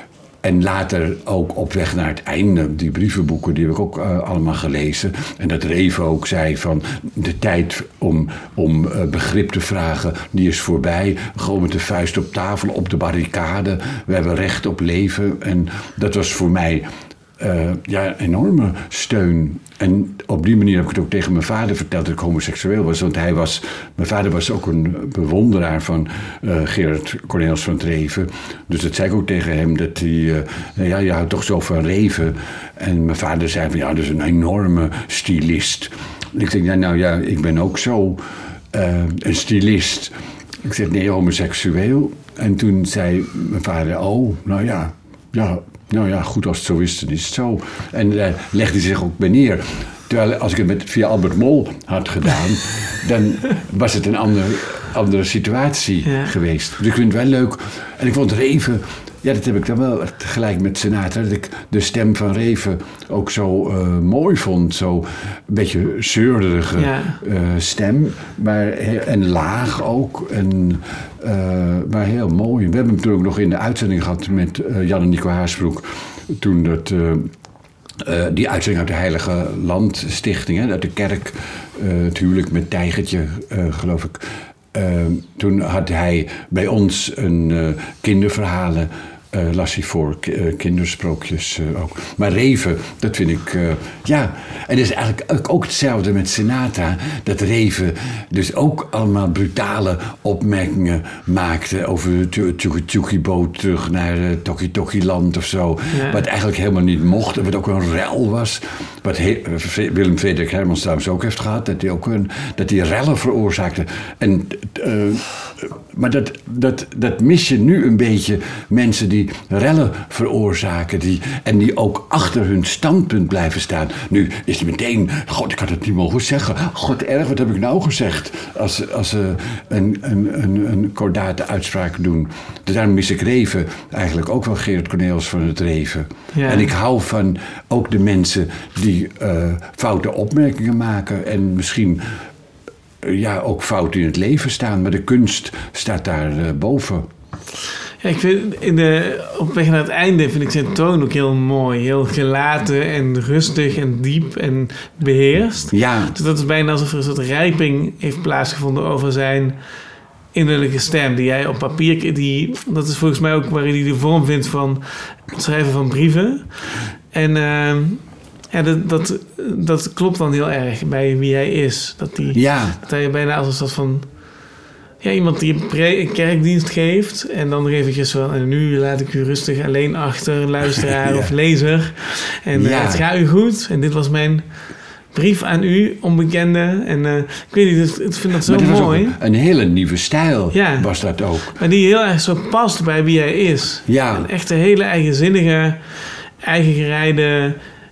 en later ook op weg naar het einde, die brievenboeken, die heb ik ook uh, allemaal gelezen. En dat Reven ook zei van, de tijd om, om uh, begrip te vragen, die is voorbij. Gewoon met de vuist op tafel, op de barricade. We hebben recht op leven. En dat was voor mij Uh, ja, enorme steun. En op die manier heb ik het ook tegen mijn vader verteld dat ik homoseksueel was. Want hij was, mijn vader was ook een bewonderaar van uh, Gerard Cornelis van Dreven. Dus dat zei ik ook tegen hem, dat hij, uh, ja, je houdt toch zo van Reven. En mijn vader zei van, ja, dat is een enorme stylist. En ik zeg, ja, nou ja, ik ben ook zo uh, een stylist. Ik zeg, nee, homoseksueel. En toen zei mijn vader, oh, nou ja, ja, nou ja, goed, als het zo is, dan is het zo. En uh, legde hij zich ook bij neer. Terwijl als ik het met, via Albert Mol had gedaan, dan was het een andere, andere situatie ja. geweest. Dus ik vind het wel leuk. En ik vond Reven, ja, dat heb ik dan wel gelijk met Sinatra, dat ik de stem van Reven ook zo uh, mooi vond. Zo een beetje zeurderige ja. uh, stem, maar, en laag ook. En, uh, maar heel mooi. We hebben hem toen ook nog in de uitzending gehad met uh, Jan en Nico Haasbroek. Toen dat... Uh, Uh, die uitzending uit de Heilige Landstichting, hè, uit de kerk, uh, het huwelijk met Tijgertje, uh, geloof ik. Uh, toen had hij bij ons een uh, kinderverhalen uh, las hij voor k- uh, kindersprookjes uh, ook. Maar Reven, dat vind ik... Uh, ja, en dat is eigenlijk ook hetzelfde met Sinatra. Dat Reven dus ook allemaal brutale opmerkingen maakte... over de Tjoekie-boot terug naar uh, Toki Toki land of zo. Ja. Wat eigenlijk helemaal niet mocht. En wat ook een rel was. Wat he- Willem Frederik Hermans trouwens ook heeft gehad. Dat hij ook een, dat hij rellen veroorzaakte. En... Uh, Maar dat, dat, dat mis je nu een beetje. Mensen die rellen veroorzaken. Die, en die ook achter hun standpunt blijven staan. Nu is het meteen... God, ik had het niet mogen zeggen. God, erg, wat heb ik nou gezegd? Als, als ze een, een, een, een kordate uitspraak doen. Dus daarom mis ik Reven. Eigenlijk ook wel Gerard Cornelis van het Reven. Ja. En ik hou van ook de mensen die uh, foute opmerkingen maken. En misschien... ja, ook fout in het leven staan. Maar de kunst staat daar uh, boven. Ja, ik vind in de, op weg naar het einde vind ik zijn toon ook heel mooi. Heel gelaten en rustig en diep en beheerst. Ja. Dus dat is bijna alsof er een soort rijping heeft plaatsgevonden over zijn innerlijke stem. Die jij op papier... Die, dat is volgens mij ook waarin hij de vorm vindt van het schrijven van brieven. En... Uh, Ja, dat, dat, dat klopt dan heel erg bij wie hij is. Dat, die, ja. dat hij bijna als een soort van... Ja, iemand die een, pre- een kerkdienst geeft... en dan nog eventjes van... en nu laat ik u rustig alleen achter, luisteraar ja. of lezer. En ja. uh, het gaat u goed. En dit was mijn brief aan u, onbekende. En uh, ik weet niet, ik vind dat zo maar mooi. Was ook een hele nieuwe stijl ja. was dat ook. Maar die heel erg zo past bij wie hij is. Ja. Een echte hele eigenzinnige, eigengereide...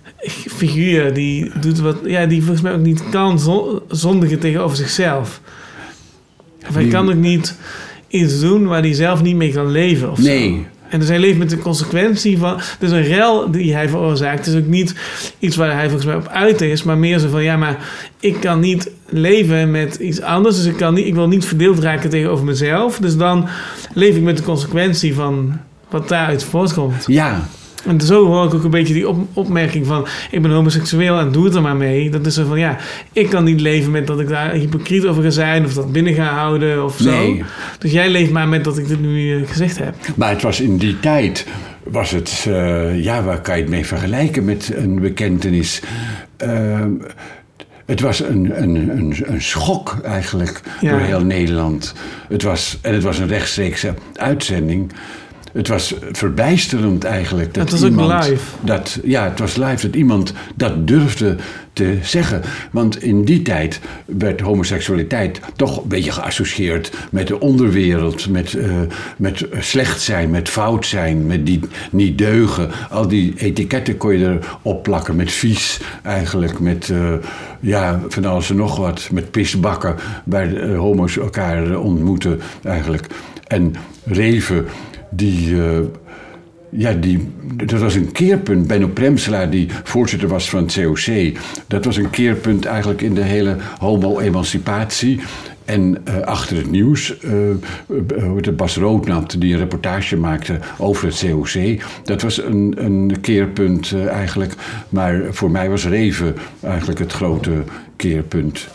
figuur die doet wat, ja, die volgens mij ook niet kan zondigen tegenover zichzelf. Of hij die... kan ook niet iets doen waar hij zelf niet mee kan leven of nee. zo. En dus hij leeft met de consequentie van... Dus een rel die hij veroorzaakt is ook niet iets waar hij volgens mij op uit is, maar meer zo van, ja, maar ik kan niet leven met iets anders, dus ik, kan niet, ik wil niet verdeeld raken tegenover mezelf. Dus dan leef ik met de consequentie van wat daaruit voortkomt. Ja. En zo hoor ik ook een beetje die op- opmerking van... ik ben homoseksueel en doe het er maar mee. Dat is zo van, ja, ik kan niet leven met dat ik daar hypocriet over ga zijn... of dat binnen ga houden of zo. Nee. Dus jij leeft maar met dat ik dit nu uh, gezegd heb. Maar het was in die tijd... was het, uh, ja, waar kan je het mee vergelijken met een bekentenis... Uh, Het was een, een, een, een schok eigenlijk ja. door heel Nederland. Het was, en het was een rechtstreekse uitzending... Het was verbijsterend eigenlijk. Dat het was iemand, ook live. Dat, ja, het was live dat iemand dat durfde te zeggen. Want in die tijd werd homoseksualiteit toch een beetje geassocieerd met de onderwereld. Met, uh, met slecht zijn, met fout zijn, met die, niet deugen. Al die etiketten kon je erop plakken. Met vies eigenlijk, met uh, ja, van alles en nog wat. Met pisbakken waar de uh, homo's elkaar uh, ontmoeten eigenlijk. En Reven... Die, uh, ja, die, dat was een keerpunt. Benno Premselaar, die voorzitter was van het C O C... dat was een keerpunt eigenlijk in de hele homo-emancipatie. En uh, achter het nieuws, uh, uh, Bas Roodnat, die een reportage maakte over het C O C... dat was een, een keerpunt uh, eigenlijk. Maar voor mij was Reven eigenlijk het grote keerpunt.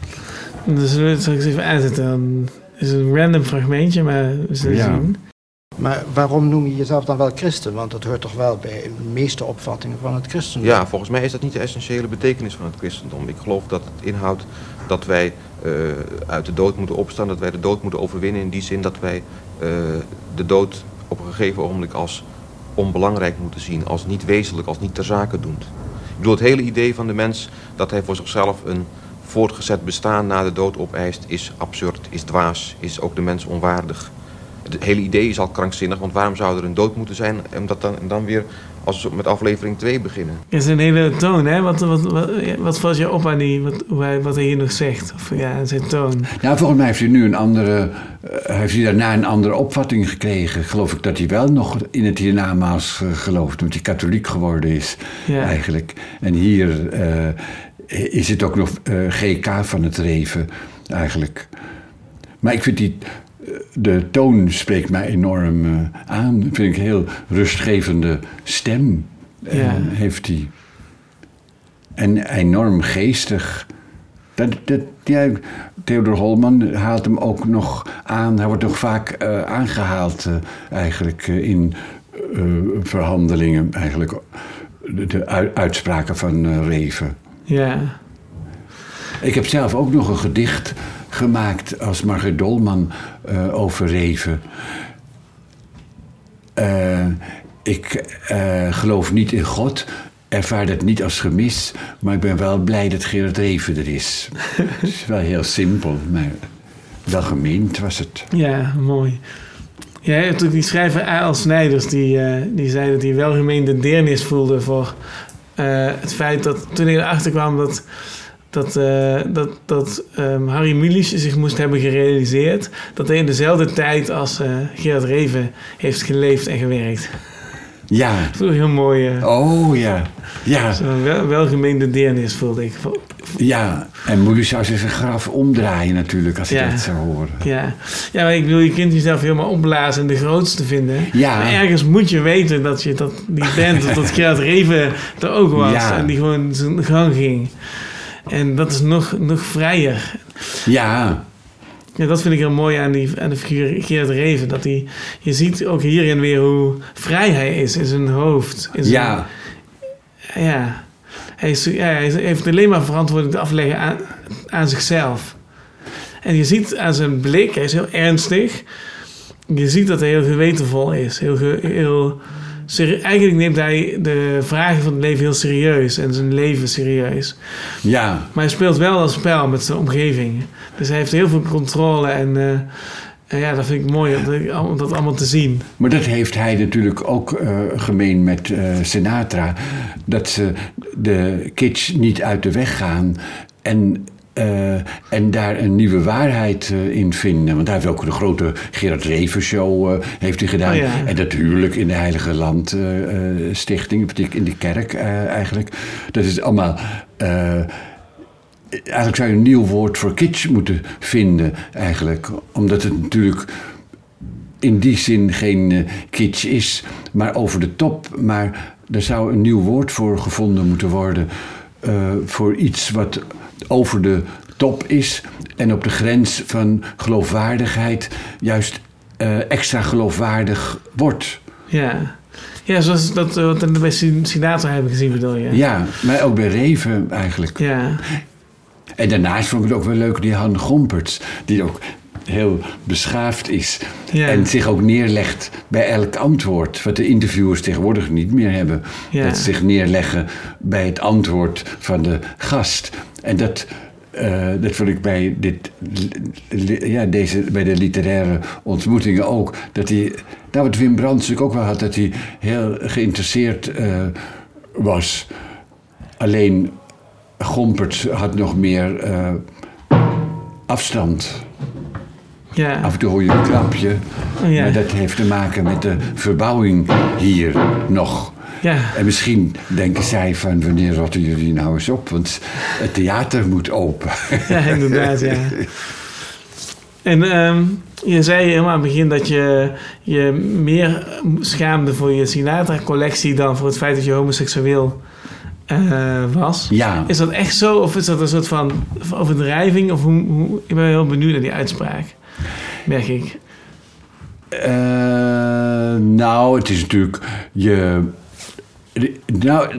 Dus dat zal ik eens even uitzetten. Dan is een random fragmentje, maar we zullen ja. zien... Maar waarom noem je jezelf dan wel christen? Want dat hoort toch wel bij de meeste opvattingen van het christendom? Ja, volgens mij is dat niet de essentiële betekenis van het christendom. Ik geloof dat het inhoudt dat wij uh, uit de dood moeten opstaan, dat wij de dood moeten overwinnen in die zin dat wij uh, de dood op een gegeven ogenblik als onbelangrijk moeten zien, als niet wezenlijk, als niet ter zake doend. Ik bedoel, het hele idee van de mens dat hij voor zichzelf een voortgezet bestaan na de dood opeist, is absurd, is dwaas, is ook de mens onwaardig. Het hele idee is al krankzinnig, want waarom zou er een dood moeten zijn en dat dan, en dan weer als we met aflevering twee beginnen? Het is een hele toon, hè? Wat, wat, wat, wat valt je op aan die, wat, hoe hij, wat hij hier nog zegt? Of ja, zijn toon. Nou, volgens mij heeft hij nu een andere, uh, heeft hij daarna een andere opvatting gekregen. Geloof ik dat hij wel nog in het hiernamaals uh, gelooft, omdat hij katholiek geworden is, ja. eigenlijk. En hier uh, is het ook nog uh, G K van het Reven, eigenlijk. Maar ik vind die... De toon spreekt mij enorm uh, aan. Vind ik een heel rustgevende stem uh, ja. heeft hij. En enorm geestig. Dat, dat, ja, Theodor Holman haalt hem ook nog aan. Hij wordt nog vaak uh, aangehaald uh, eigenlijk uh, in uh, verhandelingen eigenlijk. De, de uitspraken van uh, Reven. Ja. Ik heb zelf ook nog een gedicht gemaakt als Margaret Dolman uh, over Reven. Uh, ik uh, geloof niet in God, ervaar dat niet als gemis, maar ik ben wel blij dat Gerard Reven er is. Het is wel heel simpel, maar wel gemeend was het. Ja, mooi. Ja, je hebt ook die schrijver A L Snijders, die, uh, die zei dat hij welgemeende deernis voelde voor uh, het feit dat toen hij erachter kwam dat, dat, uh, dat, dat um, Harry Mulisch zich moest hebben gerealiseerd dat hij in dezelfde tijd als uh, Gerard Reven heeft geleefd en gewerkt. Ja. Dat vond ik heel mooi. Uh, oh ja. Ja. Zo'n wel, welgemeende deernis voelde ik. Ja, en Mulisch zou zich zijn graf omdraaien natuurlijk als hij ja. dat zou horen. Ja. ja, maar ik bedoel, je kunt jezelf helemaal opblazen en de grootste vinden. Ja. Maar ergens moet je weten dat je dat niet bent. Dat, dat Gerard Reven er ook was ja. en die gewoon zijn gang ging. En dat is nog, nog vrijer. Ja. Ja, dat vind ik heel mooi aan, die, aan de figuur Gerard Reven. Dat hij, je ziet ook hierin weer hoe vrij hij is in zijn hoofd. In zijn, ja. Ja. Hij, is, ja. hij heeft alleen maar verantwoording te afleggen aan, aan zichzelf. En je ziet aan zijn blik, hij is heel ernstig. Je ziet dat hij heel gewetenvol is. Heel, heel, eigenlijk neemt hij de vragen van het leven heel serieus. En zijn leven serieus. Ja. Maar hij speelt wel een spel met zijn omgeving. Dus hij heeft heel veel controle. En, uh, en ja, dat vind ik mooi om dat allemaal te zien. Maar dat heeft hij natuurlijk ook uh, gemeen met uh, Sinatra. Dat ze de kitsch niet uit de weg gaan. En... Uh, en daar een nieuwe waarheid uh, in vinden. Want hij heeft ook de grote Gerard Reven show uh, heeft hij gedaan. Oh ja. En natuurlijk in de Heilige Land uh, uh, Stichting, in de kerk uh, eigenlijk. Dat is allemaal... Uh, eigenlijk zou je een nieuw woord voor kitsch moeten vinden eigenlijk. Omdat het natuurlijk in die zin geen uh, kitsch is, maar over de top. Maar er zou een nieuw woord voor gevonden moeten worden. Uh, voor iets wat over de top is en op de grens van geloofwaardigheid juist uh, extra geloofwaardig wordt. Ja, ja zoals dat wat we bij Sinatra hebben gezien, bedoel je? Ja, maar ook bij Reven eigenlijk. Ja. En daarnaast vond ik het ook wel leuk, die Han Gompertz, die ook heel beschaafd is. Ja. En zich ook neerlegt bij elk antwoord. Wat de interviewers tegenwoordig niet meer hebben. Ja. Dat ze zich neerleggen bij het antwoord van de gast. En dat, uh, dat vond ik bij, dit, ja, deze, bij de literaire ontmoetingen ook. Dat hij, nou wat Wim Brands natuurlijk ook wel had, dat hij heel geïnteresseerd uh, was. Alleen Gompertz had nog meer uh, afstand. Ja. Af en toe hoor je een klapje. Oh, ja. Maar dat heeft te maken met de verbouwing hier nog. Ja. En misschien denken zij van, wanneer rotten jullie nou eens op? Want het theater moet open. Ja, inderdaad, ja. En um, je zei helemaal aan het begin dat je je meer schaamde voor je Sinatra-collectie dan voor het feit dat je homoseksueel uh, was. Ja. Is dat echt zo? Of is dat een soort van overdrijving? Of hoe, hoe, ik ben heel benieuwd naar die uitspraak, merk ik. Uh, nou, het is natuurlijk je... Nou,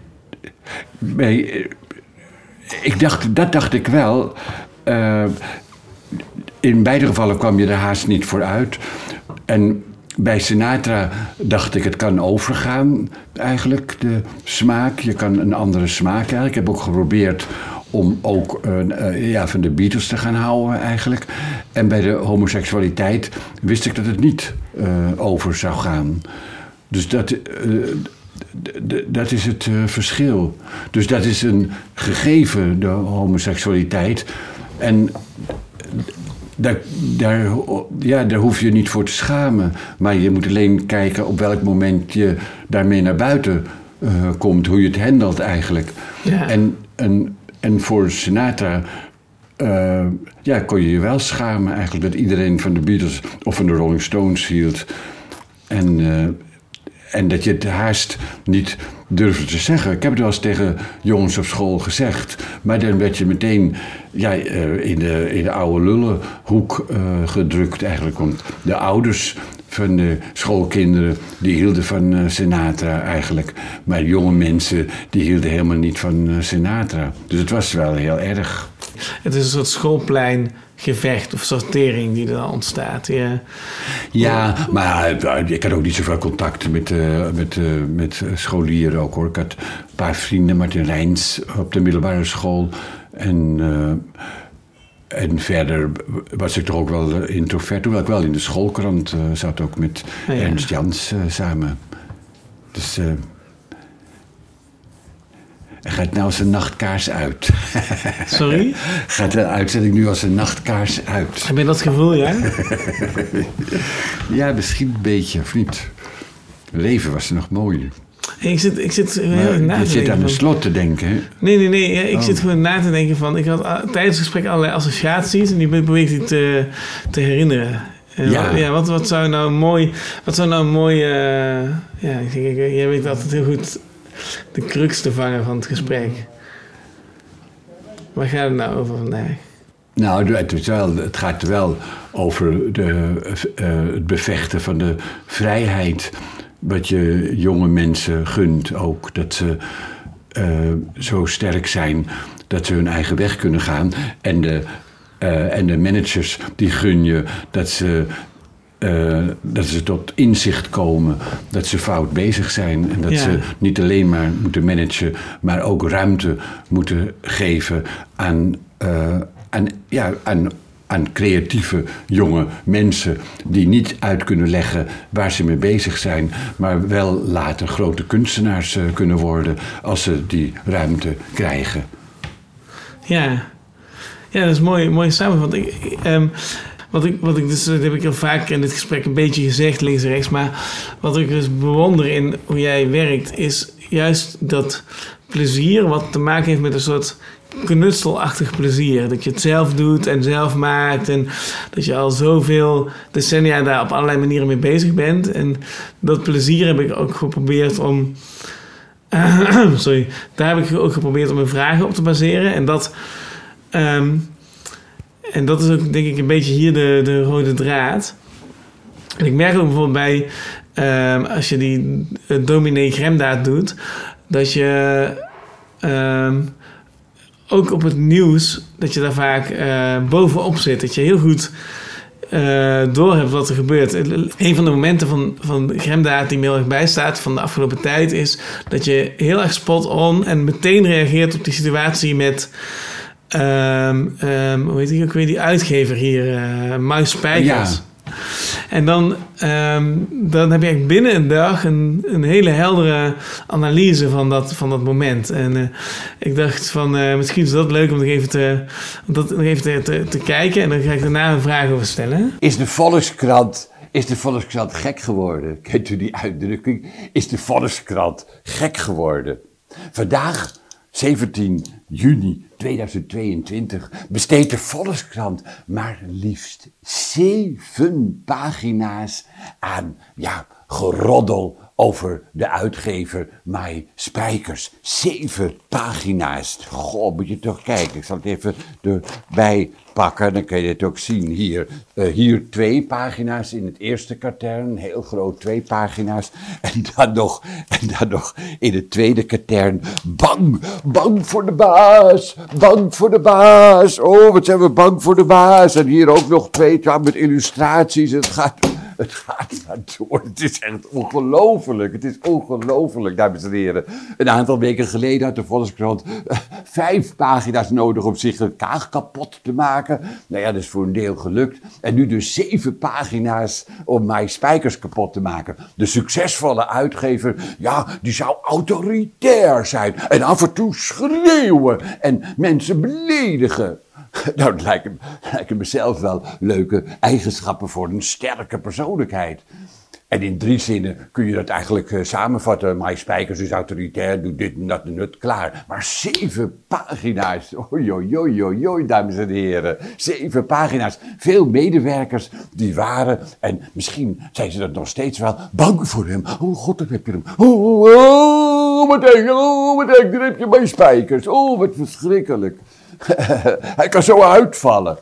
nee, ik dacht, dat dacht ik wel. Uh, in beide gevallen kwam je er haast niet voor uit. En bij Sinatra dacht ik, het kan overgaan eigenlijk, de smaak. Je kan een andere smaak eigenlijk. Ik heb ook geprobeerd om ook uh, uh, ja, van de Beatles te gaan houden eigenlijk. En bij de homoseksualiteit wist ik dat het niet uh, over zou gaan. Dus dat... Uh, D- d- dat is het uh, verschil. Dus dat is een gegeven, de homoseksualiteit. En daar, daar, ja, daar hoef je niet voor te schamen. Maar je moet alleen kijken op welk moment je daarmee naar buiten uh, komt. Hoe je het handelt eigenlijk. Ja. En, en, en voor Sinatra... Uh, ja, kon je je wel schamen eigenlijk... dat iedereen van de Beatles of van de Rolling Stones hield. En... Uh, En dat je het haast niet durfde te zeggen. Ik heb het wel eens tegen jongens op school gezegd. Maar dan werd je meteen ja, in, de, in de oude lullenhoek uh, gedrukt eigenlijk. Want de ouders van de schoolkinderen, die hielden van uh, Sinatra eigenlijk. Maar jonge mensen, die hielden helemaal niet van uh, Sinatra. Dus het was wel heel erg. Het is een soort schoolpleingevecht of sortering die er dan ontstaat. Ja, ja maar uh, ik had ook niet zoveel contact met, uh, met, uh, met scholieren ook hoor. Ik had een paar vrienden, Martin Rijns op de middelbare school. En... Uh, En verder was ik toch ook wel introvert, hoewel ik wel in de schoolkrant uh, zat, ook met oh ja. Ernst Jans uh, samen. Dus uh, er gaat nou als een nachtkaars uit. Sorry? Gaat de uitzending nu als een nachtkaars uit. Heb je dat gevoel, ja? Ja, misschien een beetje, of niet. Leven was er nog mooier. Ik zit, ik zit heel maar na te je zit denken aan van... de slot te denken, hè? Nee, nee, nee. Ja, ik oh. zit gewoon na te denken van... Ik had uh, tijdens het gesprek allerlei associaties... en die probeer ik te, te herinneren. Uh, ja. Wat, ja wat, wat zou nou mooi... Wat zou nou mooi... Uh, ja, ik denk, jij weet altijd heel goed... de crux te vangen van het gesprek. Waar gaat het nou over vandaag? Nou, het, is wel, het gaat wel over de, uh, het bevechten van de vrijheid... wat je jonge mensen gunt ook. Dat ze uh, zo sterk zijn dat ze hun eigen weg kunnen gaan. En de, uh, en de managers die gun je dat ze, uh, dat ze tot inzicht komen. Dat ze fout bezig zijn. En dat ja. ze niet alleen maar moeten managen, maar ook ruimte moeten geven aan, uh, aan, ja, aan aan creatieve jonge mensen die niet uit kunnen leggen waar ze mee bezig zijn, maar wel later grote kunstenaars uh, kunnen worden als ze die ruimte krijgen. Ja, ja dat is mooi, mooi samen. Want ik, um, wat ik, wat ik dus, dat heb ik heel vaak in dit gesprek een beetje gezegd, links en rechts, maar wat ik dus bewonder in hoe jij werkt, is juist dat plezier wat te maken heeft met een soort knutselachtig plezier. Dat je het zelf doet en zelf maakt. En dat je al zoveel decennia daar op allerlei manieren mee bezig bent. En dat plezier heb ik ook geprobeerd om... Uh, sorry. Daar heb ik ook geprobeerd om mijn vragen op te baseren. En dat... Um, en dat is ook denk ik een beetje hier de, de rode draad. En ik merk ook bijvoorbeeld bij... Um, als je die uh, dominee Gremdaad doet... dat je... Um, ook op het nieuws, dat je daar vaak uh, bovenop zit. Dat je heel goed uh, doorhebt wat er gebeurt. Een van de momenten van, van Gremdaad die me heel erg bijstaat van de afgelopen tijd is dat je heel erg spot on en meteen reageert op die situatie met... Um, um, hoe heet die ook weer, die uitgever hier, uh, Muis Spijkers. Ja. En dan, um, dan heb je eigenlijk binnen een dag een, een hele heldere analyse van dat, van dat moment. En uh, ik dacht van, uh, misschien is dat leuk om nog even te, om dat nog even te, te, te kijken. En dan ga ik daarna een vraag over stellen. Is de Volkskrant, is de Volkskrant gek geworden? Kent u die uitdrukking? Is de Volkskrant gek geworden? Vandaag... zeventien juni tweeduizend tweeëntwintig besteedt de Volkskrant maar liefst zeven pagina's aan ja, geroddel over de uitgever Mai Spijkers. Zeven pagina's. Goh, moet je toch kijken. Ik zal het even erbij pakken. Dan kan je het ook zien hier. Uh, hier twee pagina's in het eerste katern. Heel groot, twee pagina's. En dan nog, en dan nog in het tweede katern. Bang, bang voor de baas. Bang voor de baas. Oh, wat zijn we bang voor de baas. En hier ook nog twee ja, met illustraties. Het gaat... Het gaat maar door. Het is echt ongelooflijk. Het is ongelooflijk, dames en heren. Een aantal weken geleden had de Volkskrant uh, vijf pagina's nodig om zich een kaag kapot te maken. Nou ja, dat is voor een deel gelukt. En nu dus zeven pagina's om Mai Spijkers kapot te maken. De succesvolle uitgever, ja, die zou autoritair zijn. En af en toe schreeuwen en mensen beledigen. Nou, dat lijken, lijken mezelf wel leuke eigenschappen voor een sterke persoonlijkheid. En in drie zinnen kun je dat eigenlijk uh, samenvatten. Mai Spijkers is autoritair, doet dit en dat en dat, klaar. Maar zeven pagina's, oi, oi, oi, oi, oi, dames en heren. Zeven pagina's. Veel medewerkers die waren, en misschien zijn ze dat nog steeds wel, bang voor hem. Oh god, dan heb je hem. Oh, oh, oh wat denk je, oh, wat denk je, dan heb je Mai Spijkers. Oh, wat verschrikkelijk. Hij kan zo uitvallen.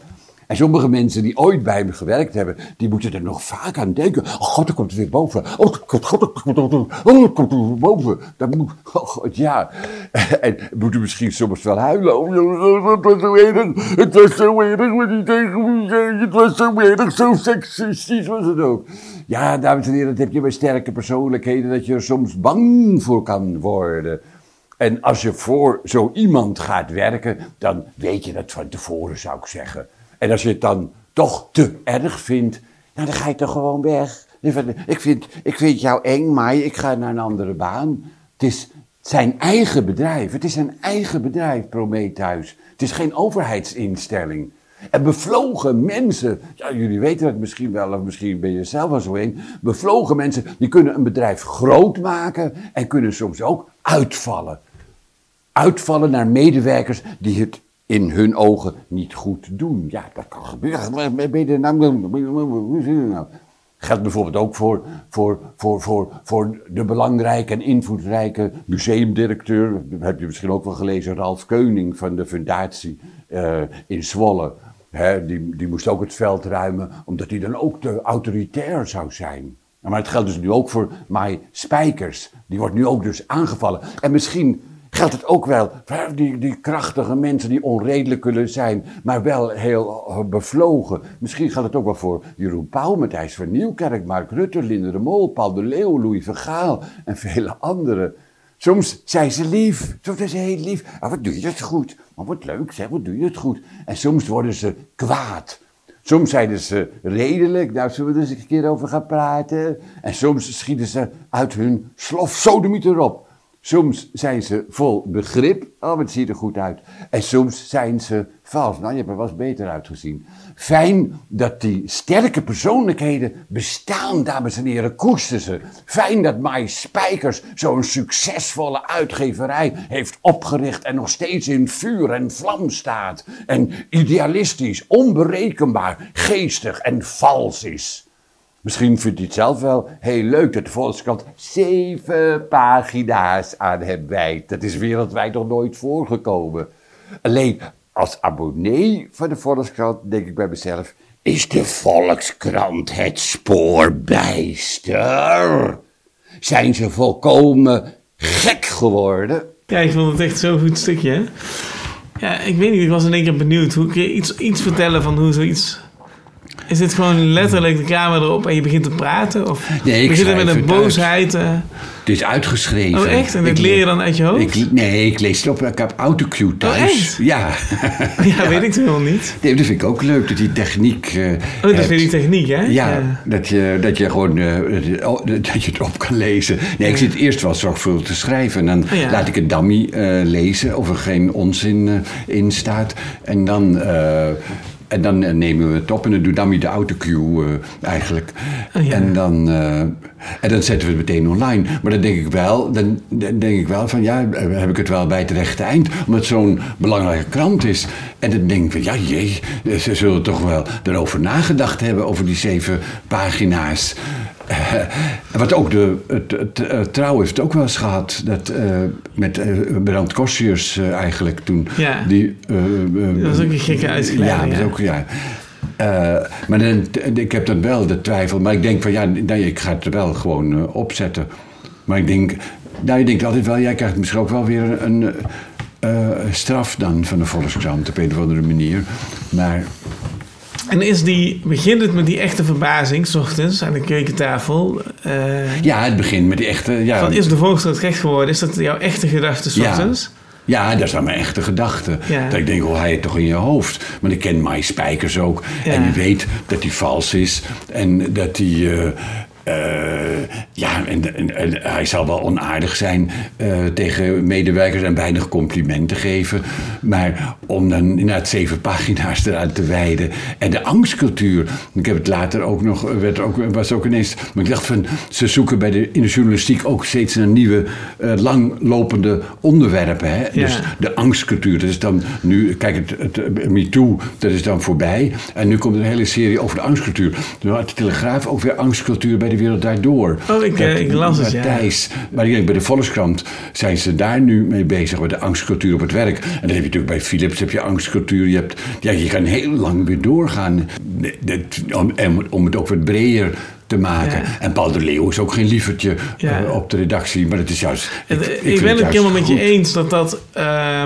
En sommige mensen die ooit bij hem gewerkt hebben, die moeten er nog vaak aan denken. Oh god, er komt het weer boven. Oh god, god, god, god, oh, er komt het weer boven. Dat moet, oh god, ja. En moeten misschien soms wel huilen. Oh, het was zo erg, het was zo erg wat hij tegen me zei. Het was zo erg, zo seksistisch was het ook. Ja, dames en heren, dat heb je bij sterke persoonlijkheden, dat je er soms bang voor kan worden. En als je voor zo iemand gaat werken, dan weet je dat van tevoren, zou ik zeggen. En als je het dan toch te erg vindt, nou, dan ga je toch gewoon weg. Ik vind, ik vind jou eng, maar ik ga naar een andere baan. Het is zijn eigen bedrijf. Het is zijn eigen bedrijf, Prometheus. Het is geen overheidsinstelling. En bevlogen mensen, ja, jullie weten het misschien wel, of misschien ben je er zelf wel zo een. Bevlogen mensen, die kunnen een bedrijf groot maken en kunnen soms ook uitvallen. Uitvallen naar medewerkers die het in hun ogen niet goed doen. Ja, dat kan gebeuren. Ben je nou? Geldt bijvoorbeeld ook voor, voor, voor, voor, voor de belangrijke en invloedrijke museumdirecteur. Dat heb je misschien ook wel gelezen, Ralf Keuning van de fundatie uh, in Zwolle. He, die, die moest ook het veld ruimen, omdat hij dan ook te autoritair zou zijn. Maar het geldt dus nu ook voor Mai Spijkers. Die wordt nu ook dus aangevallen. En misschien geldt het ook wel voor die, die krachtige mensen die onredelijk kunnen zijn, maar wel heel bevlogen. Misschien geldt het ook wel voor Jeroen Pauw, Matthijs van Nieuwkerk, Mark Rutte, Linde de Mol, Paul de Leeuw, Louis van Gaal en vele anderen. Soms zijn ze lief, soms zijn ze heel lief. Ah, wat doe je het goed? Maar wat leuk zeg, wat doe je het goed? En soms worden ze kwaad. Soms zijn ze redelijk, daar zullen we er eens een keer over gaan praten. En soms schieten ze uit hun slof sodemiet erop. Soms zijn ze vol begrip, oh, het ziet er goed uit. En soms zijn ze vals. Nou, je hebt er wel eens beter uitgezien. Fijn dat die sterke persoonlijkheden bestaan, dames en heren, koester ze. Fijn dat Mai Spijkers zo'n succesvolle uitgeverij heeft opgericht en nog steeds in vuur en vlam staat. En idealistisch, onberekenbaar, geestig en vals is. Misschien vindt hij het zelf wel heel leuk dat de Volkskrant zeven pagina's aan hem wijdt. Dat is wereldwijd nog nooit voorgekomen. Alleen als abonnee van de Volkskrant denk ik bij mezelf, is de Volkskrant het spoorbijster? Zijn ze volkomen gek geworden? Ja, ik vond het echt zo'n goed stukje, hè? Ja, ik weet niet, ik was in één keer benieuwd. Hoe kun je iets, iets vertellen van hoe zoiets... Is dit gewoon letterlijk de camera erop en je begint te praten? Of nee, begint het met een boosheid? Uh... Het is uitgeschreven. Oh, echt? En dat ik leer je dan uit je hoofd? Ik, nee, ik lees het op. Ik heb autocue thuis. Oh, echt? Ja. ja, ja, weet ik toch wel niet. Nee, dat vind ik ook leuk, dat die techniek... Uh, oh, dat hebt. vind je techniek, hè? Ja, ja. Dat, je, dat je gewoon uh, dat je het op kan lezen. Nee, ik zit eerst wel zorgvuldig te schrijven. En dan oh, ja. laat ik een dummy uh, lezen of er geen onzin uh, in staat. En dan... Uh, En dan uh, nemen we het op en dan doet Dammy de autocue uh, eigenlijk. Oh, ja. En, dan, uh, en dan zetten we het meteen online. Maar dan denk ik wel, dan, dan denk ik wel van ja, heb ik het wel bij het rechte eind. Omdat het zo'n belangrijke krant is. En dan denk ik van ja, jee, ze zullen toch wel erover nagedacht hebben over die zeven pagina's. Uh, wat ook de het, het, het, Trouw heeft ook wel eens gehad. Dat uh, met uh, Brand Kossius uh, eigenlijk toen. Ja. Die, uh, uh, dat was ook een gekke uitgeleiding. Ja, dat is ook, ja. Uh, maar dan, ik heb dan wel de twijfel. Maar ik denk van ja, nee, ik ga het er wel gewoon uh, opzetten. Maar ik denk, nou, je denkt altijd wel, jij krijgt misschien ook wel weer een uh, straf dan van de Volkskrant op een of andere manier. Maar... En is die, begint het met die echte verbazing, 's ochtends aan de keukentafel? Uh, ja, het begint met die echte... Ja. Van, is de Volkskrant gek geworden? Is dat jouw echte gedachte 's ochtends? Ja, dat is dan mijn echte gedachte. Ja. Dat ik denk, oh, hij het toch in je hoofd. Maar ik ken Mai Spijkers ook. Ja. En je weet dat hij vals is. En dat hij... Uh, Uh, ja, en, en, en hij zal wel onaardig zijn uh, tegen medewerkers en weinig complimenten geven. Maar om dan inderdaad zeven pagina's eraan te wijden. En de angstcultuur. Ik heb het later ook nog, werd ook, was ook ineens... Maar ik dacht van, ze zoeken bij de, in de journalistiek ook steeds naar nieuwe, uh, langlopende onderwerpen. Hè? Ja. Dus de angstcultuur, dat is dan nu... Kijk, het, het MeToo, dat is dan voorbij. En nu komt er een hele serie over de angstcultuur. Toen had de Telegraaf ook weer angstcultuur bij de De Wereld Draait Door. Oh, ik, dat, ik las het, ja. Thijs, maar ik denk bij de Volkskrant zijn ze daar nu mee bezig met de angstcultuur op het werk. En dan heb je natuurlijk bij Philips heb je angstcultuur. Je, hebt, ja, je kan heel lang weer doorgaan. Dat, om, om het ook wat breder te maken. Ja. En Paul de Leeuw is ook geen lievertje ja. uh, op de redactie, maar het is juist... Ik, ik, ik ben het helemaal met je eens dat dat uh,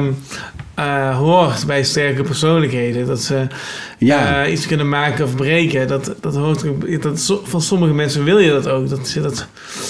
uh, hoort bij sterke persoonlijkheden. Dat ze ja. uh, iets kunnen maken of breken. Dat, dat hoort, dat, van sommige mensen wil je dat ook, dat ze dat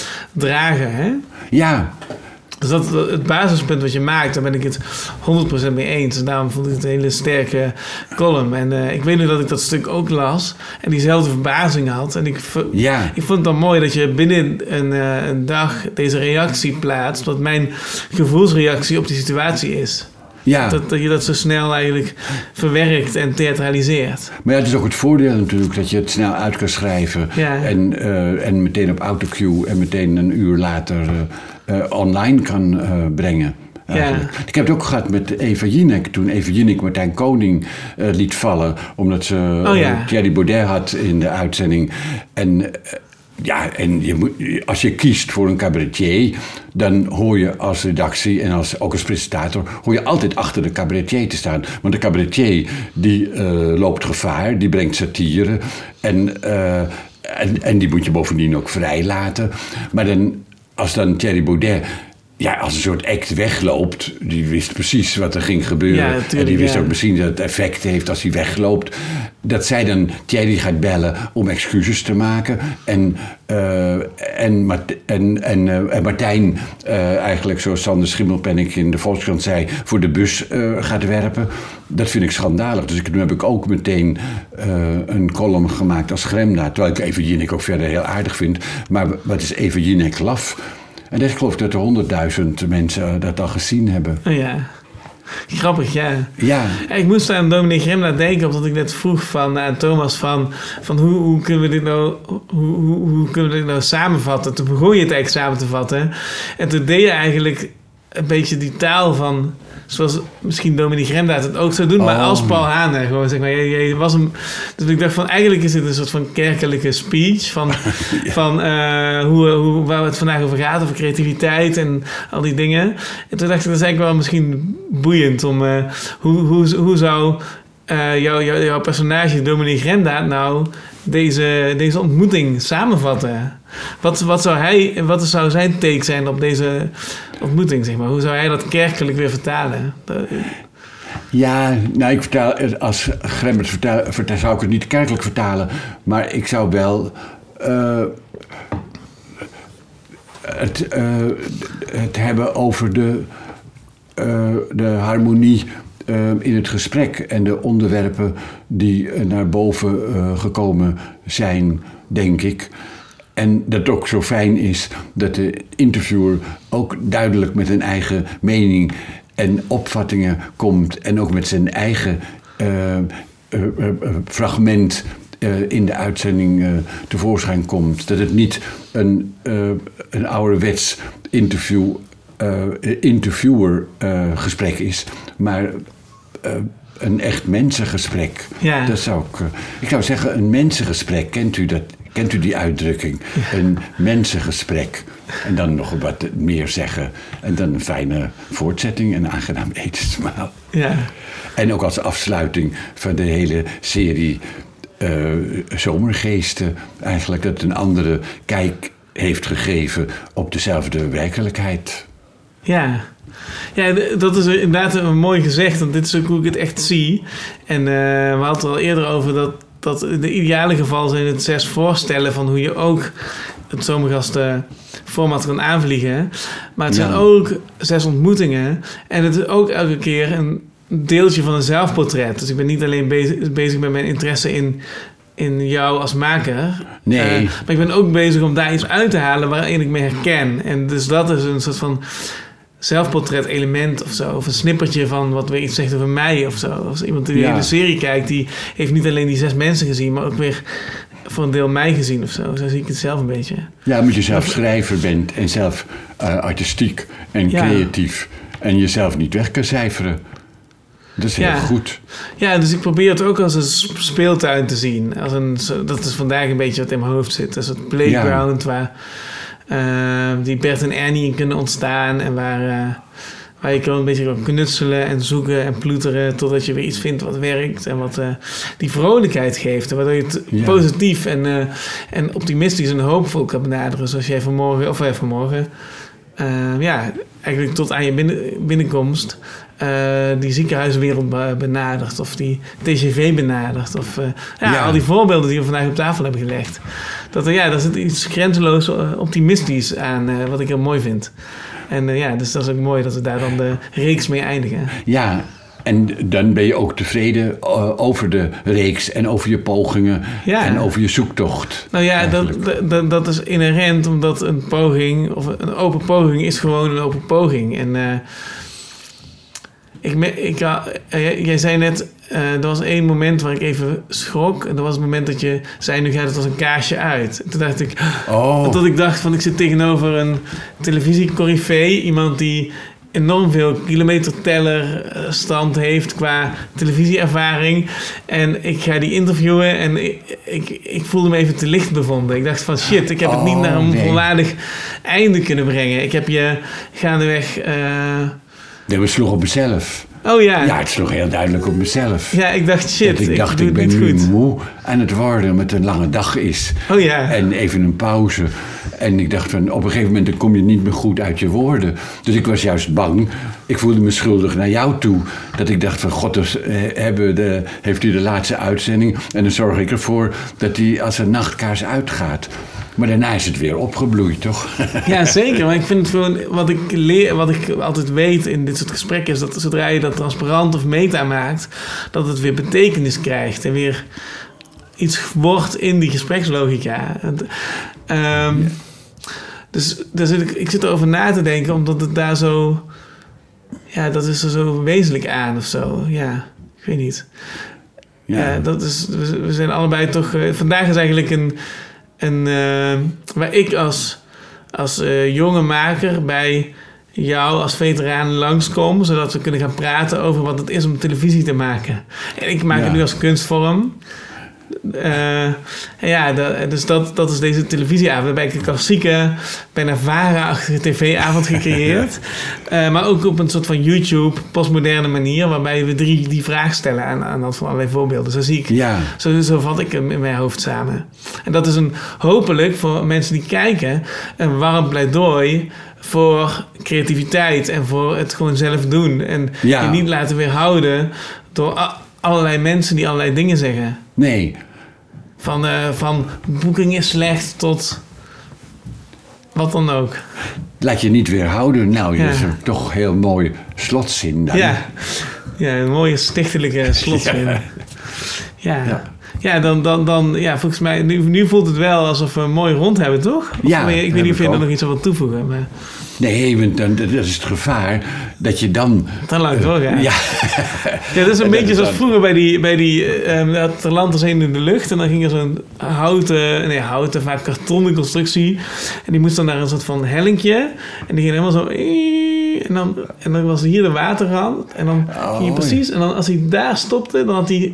dragen. Hè? Ja. Dus dat, het basispunt wat je maakt, daar ben ik het honderd procent mee eens. En daarom vond ik het een hele sterke column. En uh, ik weet nu dat ik dat stuk ook las en diezelfde verbazing had. En ik, ja. ik vond het dan mooi dat je binnen een, uh, een dag deze reactie plaatst, wat mijn gevoelsreactie op die situatie is. Ja. Dat, dat je dat zo snel eigenlijk verwerkt en theatraliseert. Maar ja, het is ook het voordeel natuurlijk dat je het snel uit kan schrijven. Ja. En, uh, en meteen op autocue en meteen een uur later uh, uh, online kan uh, brengen. Ja. Ik heb het ook gehad met Eva Jinek. Toen Eva Jinek Martijn Koning uh, liet vallen. Omdat ze oh, ja. uh, Thierry Baudet had in de uitzending. En... Uh, Ja, en je moet, als je kiest voor een cabaretier, dan hoor je als redactie en als, ook als presentator, hoor je altijd achter de cabaretier te staan. Want de cabaretier, die uh, loopt gevaar, die brengt satire en, uh, en, en die moet je bovendien ook vrij laten. Maar dan, als dan Thierry Baudet... Ja, als een soort act wegloopt, die wist precies wat er ging gebeuren. Ja, en die wist ja. ook misschien dat het effect heeft als hij wegloopt. Dat zij dan Thierry gaat bellen om excuses te maken. En, uh, en, Mart- en, en, uh, en Martijn uh, eigenlijk, zoals Sander Schimmelpenninck in de Volkskrant zei, voor de bus uh, gaat werpen. Dat vind ik schandalig. Dus ik, toen heb ik ook meteen uh, een column gemaakt als Gremda. Terwijl ik Eva Jinek ook verder heel aardig vind. Maar wat is Eva Jinek laf? En dat geloof ik dat er honderdduizend mensen dat al gezien hebben. Oh ja, grappig, ja. Ja. Ik moest aan Dominee Gremda denken, omdat ik net vroeg van, aan Thomas van, van hoe, hoe, kunnen we dit nou, hoe, hoe, hoe kunnen we dit nou samenvatten? Toen begon je het eigenlijk samen te vatten. En toen deed je eigenlijk een beetje die taal van, zoals misschien Dominee Gremda het ook zou doen, oh. maar als Paul Hane. Gewoon, zeg maar, je, je was hem, dus ik dacht van, eigenlijk is dit een soort van kerkelijke speech van, ja. van uh, hoe, hoe, waar het vandaag over gaat, over creativiteit en al die dingen. En toen dacht ik, dat is eigenlijk wel misschien boeiend om, uh, hoe, hoe, hoe zou uh, jouw, jouw, jouw personage Dominee Gremda nou deze, deze ontmoeting samenvatten? Wat, wat, zou hij, wat zou zijn take zijn op deze ontmoeting, zeg maar? Hoe zou hij dat kerkelijk weer vertalen? Ja, nou, ik vertaal, als Gremmert vertaal, vertaal, zou ik het niet kerkelijk vertalen, maar ik zou wel uh, het, uh, het hebben over de, uh, de harmonie uh, in het gesprek en de onderwerpen die naar boven uh, gekomen zijn, denk ik. En dat het ook zo fijn is dat de interviewer ook duidelijk met een eigen mening en opvattingen komt. En ook met zijn eigen uh, uh, uh, fragment uh, in de uitzending uh, tevoorschijn komt. Dat het niet een, uh, een ouderwets interview, uh, interviewer uh, gesprek is, maar uh, een echt mensengesprek. Ja. Dat zou ik, uh, ik zou zeggen, een mensengesprek. Kent u dat? Kent u die uitdrukking? Een mensengesprek. En dan nog wat meer zeggen. En dan een fijne voortzetting en aangenaam etensmaal. Ja. En ook als afsluiting van de hele serie uh, Zomergeesten. Eigenlijk dat het een andere kijk heeft gegeven op dezelfde werkelijkheid. Ja. Ja, dat is inderdaad een mooi gezegd. Want dit is ook hoe ik het echt zie. En uh, we hadden het al eerder over dat... dat in de ideale geval zijn het zes voorstellen van hoe je ook het Zomergasten format kan aanvliegen. Maar het zijn ja. ook zes ontmoetingen. En het is ook elke keer een deeltje van een zelfportret. Dus ik ben niet alleen bezig, bezig met mijn interesse in, in jou als maker. Nee. Uh, maar ik ben ook bezig om daar iets uit te halen waarin ik me herken. En dus dat is een soort van zelfportret element of zo. Of een snippertje van wat weer iets zegt over mij of zo. Als iemand die ja. de serie kijkt, die heeft niet alleen die zes mensen gezien, maar ook weer voor een deel mij gezien of zo. Zo zie ik het zelf een beetje. Ja, omdat je zelf schrijver bent en zelf uh, artistiek en ja. creatief en jezelf niet weg kan cijferen. Dat is heel ja. goed. Ja, dus ik probeer het ook als een speeltuin te zien. Als een, dat is vandaag een beetje wat in mijn hoofd zit. Een soort playground ja. waar uh, die Bert en Ernie in kunnen ontstaan. En waar, uh, waar je kan een beetje kan knutselen en zoeken en ploeteren. Totdat je weer iets vindt wat werkt. En wat uh, die vrolijkheid geeft. En waardoor je het ja. positief en, uh, en optimistisch en hoopvol kan benaderen. Zoals jij vanmorgen, of uh, vanmorgen... Uh, ja, eigenlijk tot aan je binnen, binnenkomst uh, die ziekenhuiswereld benadert of die T G V benadert of uh, ja, ja. al die voorbeelden die we vandaag op tafel hebben gelegd. Dat er, ja, daar zit iets grenzeloos optimistisch aan uh, wat ik heel mooi vind. En uh, ja, dus dat is ook mooi dat we daar dan de reeks mee eindigen. Ja. En dan ben je ook tevreden uh, over de reeks en over je pogingen ja. en over je zoektocht. Nou ja, dat, dat, dat is inherent, omdat een poging, of een open poging is gewoon een open poging. En uh, ik, ik, uh, jij zei net, uh, er was één moment waar ik even schrok. En dat was het moment dat je zei, nu gaat het als een kaarsje uit. En toen dacht ik, oh. dat ik dacht van, ik zit tegenover een televisiecorifee, iemand die enorm veel kilometertellerstand heeft qua televisieervaring. En ik ga die interviewen en ik, ik, ik voelde me even te licht bevonden. Ik dacht van shit, ik heb oh, het niet naar een nee. volwaardig einde kunnen brengen. Ik heb je gaandeweg... Uh... Nee, we sloegen op mezelf. Oh ja. Ja, het sloeg heel duidelijk op mezelf. Ja, ik dacht shit, dat ik dacht, ik, ik ben niet nu goed. moe aan het worden, omdat het een lange dag is. Oh ja. En even een pauze. En ik dacht van, op een gegeven moment dan kom je niet meer goed uit je woorden. Dus ik was juist bang. Ik voelde me schuldig naar jou toe. Dat ik dacht van, god, dus, eh, hebben de, heeft u de laatste uitzending. En dan zorg ik ervoor dat die als een nachtkaars uitgaat. Maar daarna is het weer opgebloeid, toch? Ja, zeker. Maar ik vind het gewoon... Wat ik, leer, wat ik altijd weet in dit soort gesprekken... is dat zodra je dat transparant of meta maakt... dat het weer betekenis krijgt. En weer iets wordt in die gesprekslogica. En, um, ja. Dus daar zit ik, ik zit erover na te denken... omdat het daar zo... Ja, dat is er zo wezenlijk aan of zo. Ja, ik weet niet. Ja, uh, dat is, we, we zijn allebei toch... Uh, vandaag is eigenlijk een... En uh, waar ik als, als uh, jonge maker bij jou als veteraan langskom... zodat we kunnen gaan praten over wat het is om televisie te maken. En ik maak ja. het nu als kunstvorm. Uh, ja, dat, dus dat, dat is deze televisieavond. We hebben een klassieke, bijna vara-achtige tv-avond gecreëerd. uh, maar ook op een soort van YouTube, postmoderne manier... waarbij we drie die vraag stellen aan, aan dat van allerlei voorbeelden. Zo zie ik, ja. zo, zo vat ik hem in mijn hoofd samen. En dat is een, hopelijk voor mensen die kijken... een warm pleidooi voor creativiteit en voor het gewoon zelf doen. En ja. je niet laten weerhouden door... A- allerlei mensen die allerlei dingen zeggen. Nee. Van, uh, van boeking is slecht tot wat dan ook. Laat je niet weerhouden. Nou, ja. dat is een toch heel mooi slotzin dan. Ja, ja een mooie stichtelijke slotzin. ja. Ja. ja. Ja, dan, dan, dan, ja, volgens mij, nu, nu voelt het wel alsof we mooi rond hebben, toch? Of ja. Ik weet niet of je er nog iets aan wilt toevoegen. Maar... Nee, want dan, dat is het gevaar dat je dan... Te lang uh, doorgaan. Ja. ja, dat is een beetje zoals vroeger bij die... Bij die um, er land was heen in de lucht en dan ging er zo'n houten... Nee, houten, vaak kartonnen constructie. En die moest dan naar een soort van hellinkje. En die ging helemaal zo... En dan, en dan was hier de waterrand. En dan oh, ging je precies... En dan als hij daar stopte, dan had hij...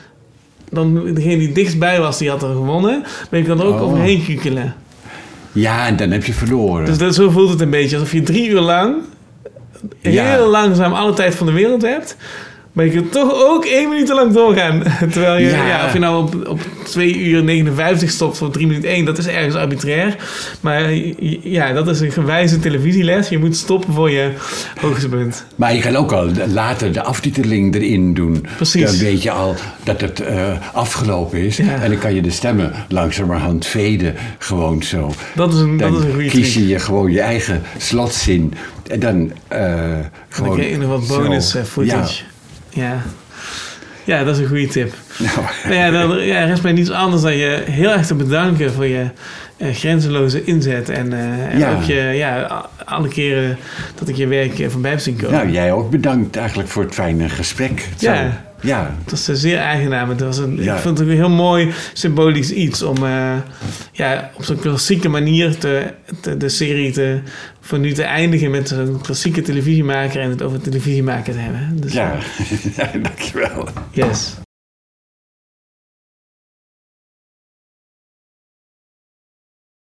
Dan degene die dichtstbij was, die had er gewonnen. Maar je kan er ook oh. overheen kukelen. Ja, en dan heb je verloren. Dus dat, zo voelt het een beetje. Alsof je drie uur lang... Ja. heel langzaam alle tijd van de wereld hebt... maar je kunt toch ook één minuut te lang doorgaan. Terwijl je, ja. Ja, of je nou op, op twee uur negenenvijftig stopt voor drie minuten één... dat is ergens arbitrair. Maar ja, dat is een gewijze televisieles. Je moet stoppen voor je hoogtepunt. Maar je kan ook al later de aftiteling erin doen. Precies. Dan weet je al dat het uh, afgelopen is. Ja. En dan kan je de stemmen langzamerhand veden. Gewoon zo. Dat is een, dan dat is een goede kies je, truc. je gewoon je eigen slotzin. En dan uh, gewoon... Dan krijg je nog wat bonus uh, footage. Ja. Ja. Ja, dat is een goede tip. Nou, nou ja, dan ja, rest mij niets anders dan je heel erg te bedanken voor je uh, grenzeloze inzet. En, uh, en ja. ook je, ja, alle keren dat ik je werk uh, voorbij heb zien komen. Nou, jij ook bedankt eigenlijk voor het fijne gesprek. Zo. Ja. Ja. Het was uh, zeer aangenaam. Het was een, ja. Ik vond het een heel mooi symbolisch iets om... Uh, ja, op zo'n klassieke manier te, te, de serie te, voor nu te eindigen met zo'n klassieke televisiemaker en het over televisiemaker te hebben. Dus, ja, ja, dankjewel. Yes.